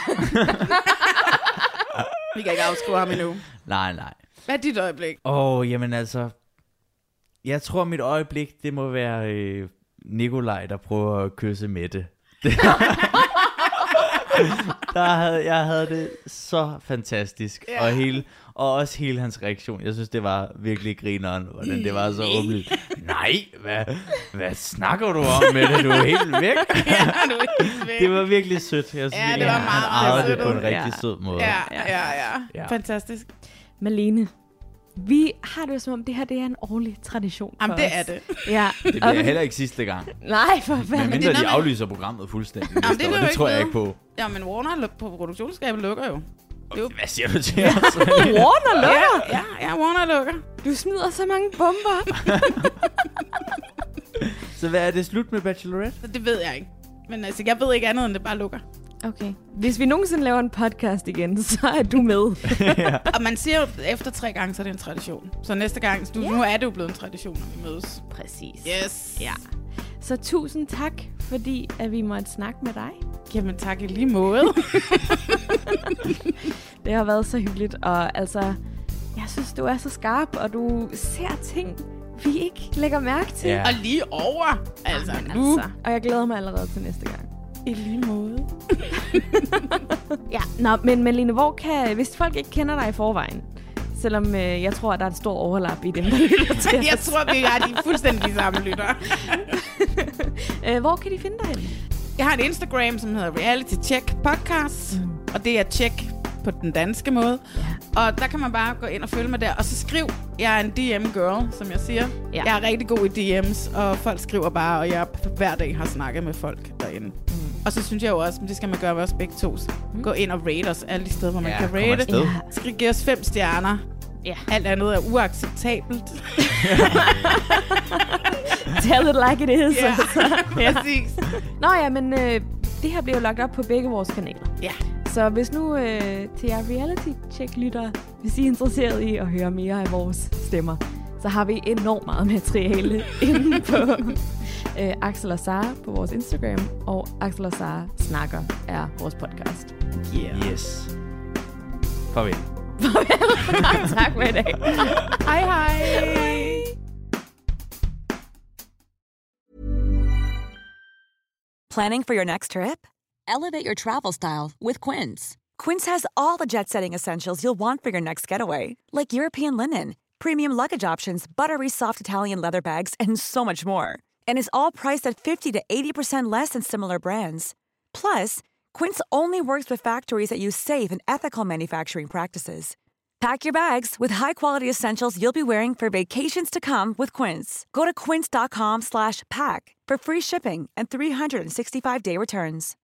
Vi kan ikke afskrive ham endnu. Nej. Hvad er dit øjeblik? Jamen altså, jeg tror mit øjeblik, det må være Nikolaj, der prøver at kysse Mette. Jeg havde det så fantastisk, og også hele hans reaktion. Jeg synes, det var virkelig grineren, hvordan det var så åbent. Nej, hvad snakker du om, Mette? Du er helt væk. Det var virkelig sødt. Jeg synes, det var han ejede det på en rigtig sød måde. Ja. Fantastisk. Malene, vi har det jo som om, det her det er en årlig tradition for det os. er det. Ja. Det bliver heller ikke sidste gang. Nej, for fanden. Men mindre de aflyser programmet fuldstændig. Det tror jeg ikke på. Ja, men Warner på produktionsskabet lukker jo. Hvad siger du til os? Warner lukker? Ja, Warner lukker. Du smider så mange bomber. Så hvad er det slut med Bachelorette? Det ved jeg ikke. Men altså, jeg ved ikke andet, end det bare lukker. Okay. Hvis vi nogensinde laver en podcast igen, så er du med. Og man siger jo, efter 3 gange, så er det en tradition. Så næste gang, nu er det jo blevet en tradition, når vi mødes. Præcis. Yes. Ja. Så tusind tak, fordi at vi måtte snakke med dig. Jamen tak i lige måde. Det har været så hyggeligt, og altså, jeg synes, du er så skarp, og du ser ting, vi ikke lægger mærke til. Ja. Og lige over, altså nu. Altså. Og jeg glæder mig allerede til næste gang. I lige måde. Ja, men Malene, hvis folk ikke kender dig i forvejen, Selvom jeg tror, at der er en stor overlap i dem, der lytter til Jeg tror, vi er de fuldstændig samme lyttere. Hvor kan de finde dig henne? Jeg har en Instagram, som hedder Reality Check Podcast. Og det er check på den danske måde. Ja. Og der kan man bare gå ind og følge mig der. Og så skriv, jeg er en DM-girl, som jeg siger. Ja. Jeg er rigtig god i DM's, og folk skriver bare, og jeg hver dag har snakket med folk derinde. Og så synes jeg jo også, det skal man gøre med os begge to. Gå ind og rate os alle de steder, hvor man kan rate. Ja. Giv os 5 stjerner. Ja. Alt andet er uacceptabelt. Tell it like it is. Ja, præcis. Nå ja, men det her bliver jo lagt op på begge vores kanaler. Ja. Så hvis nu til jer reality-check-lyttere, hvis I er interesseret i at høre mere af vores stemmer, så har vi enormt meget materiale inde på Axel og Sara på vores Instagram, og Axel og Sara snakker er vores podcast. Yeah. Yes. Farvel. Tak for i dag. Hej hej. Planning for your next trip? Elevate your travel style with Quince. Quince has all the jet-setting essentials you'll want for your next getaway, like European linen, premium luggage options, buttery soft Italian leather bags, and so much more. And is all priced at 50 to 80% less than similar brands. Plus, Quince only works with factories that use safe and ethical manufacturing practices. Pack your bags with high-quality essentials you'll be wearing for vacations to come with Quince. Go to quince.com/pack for free shipping and 365-day returns.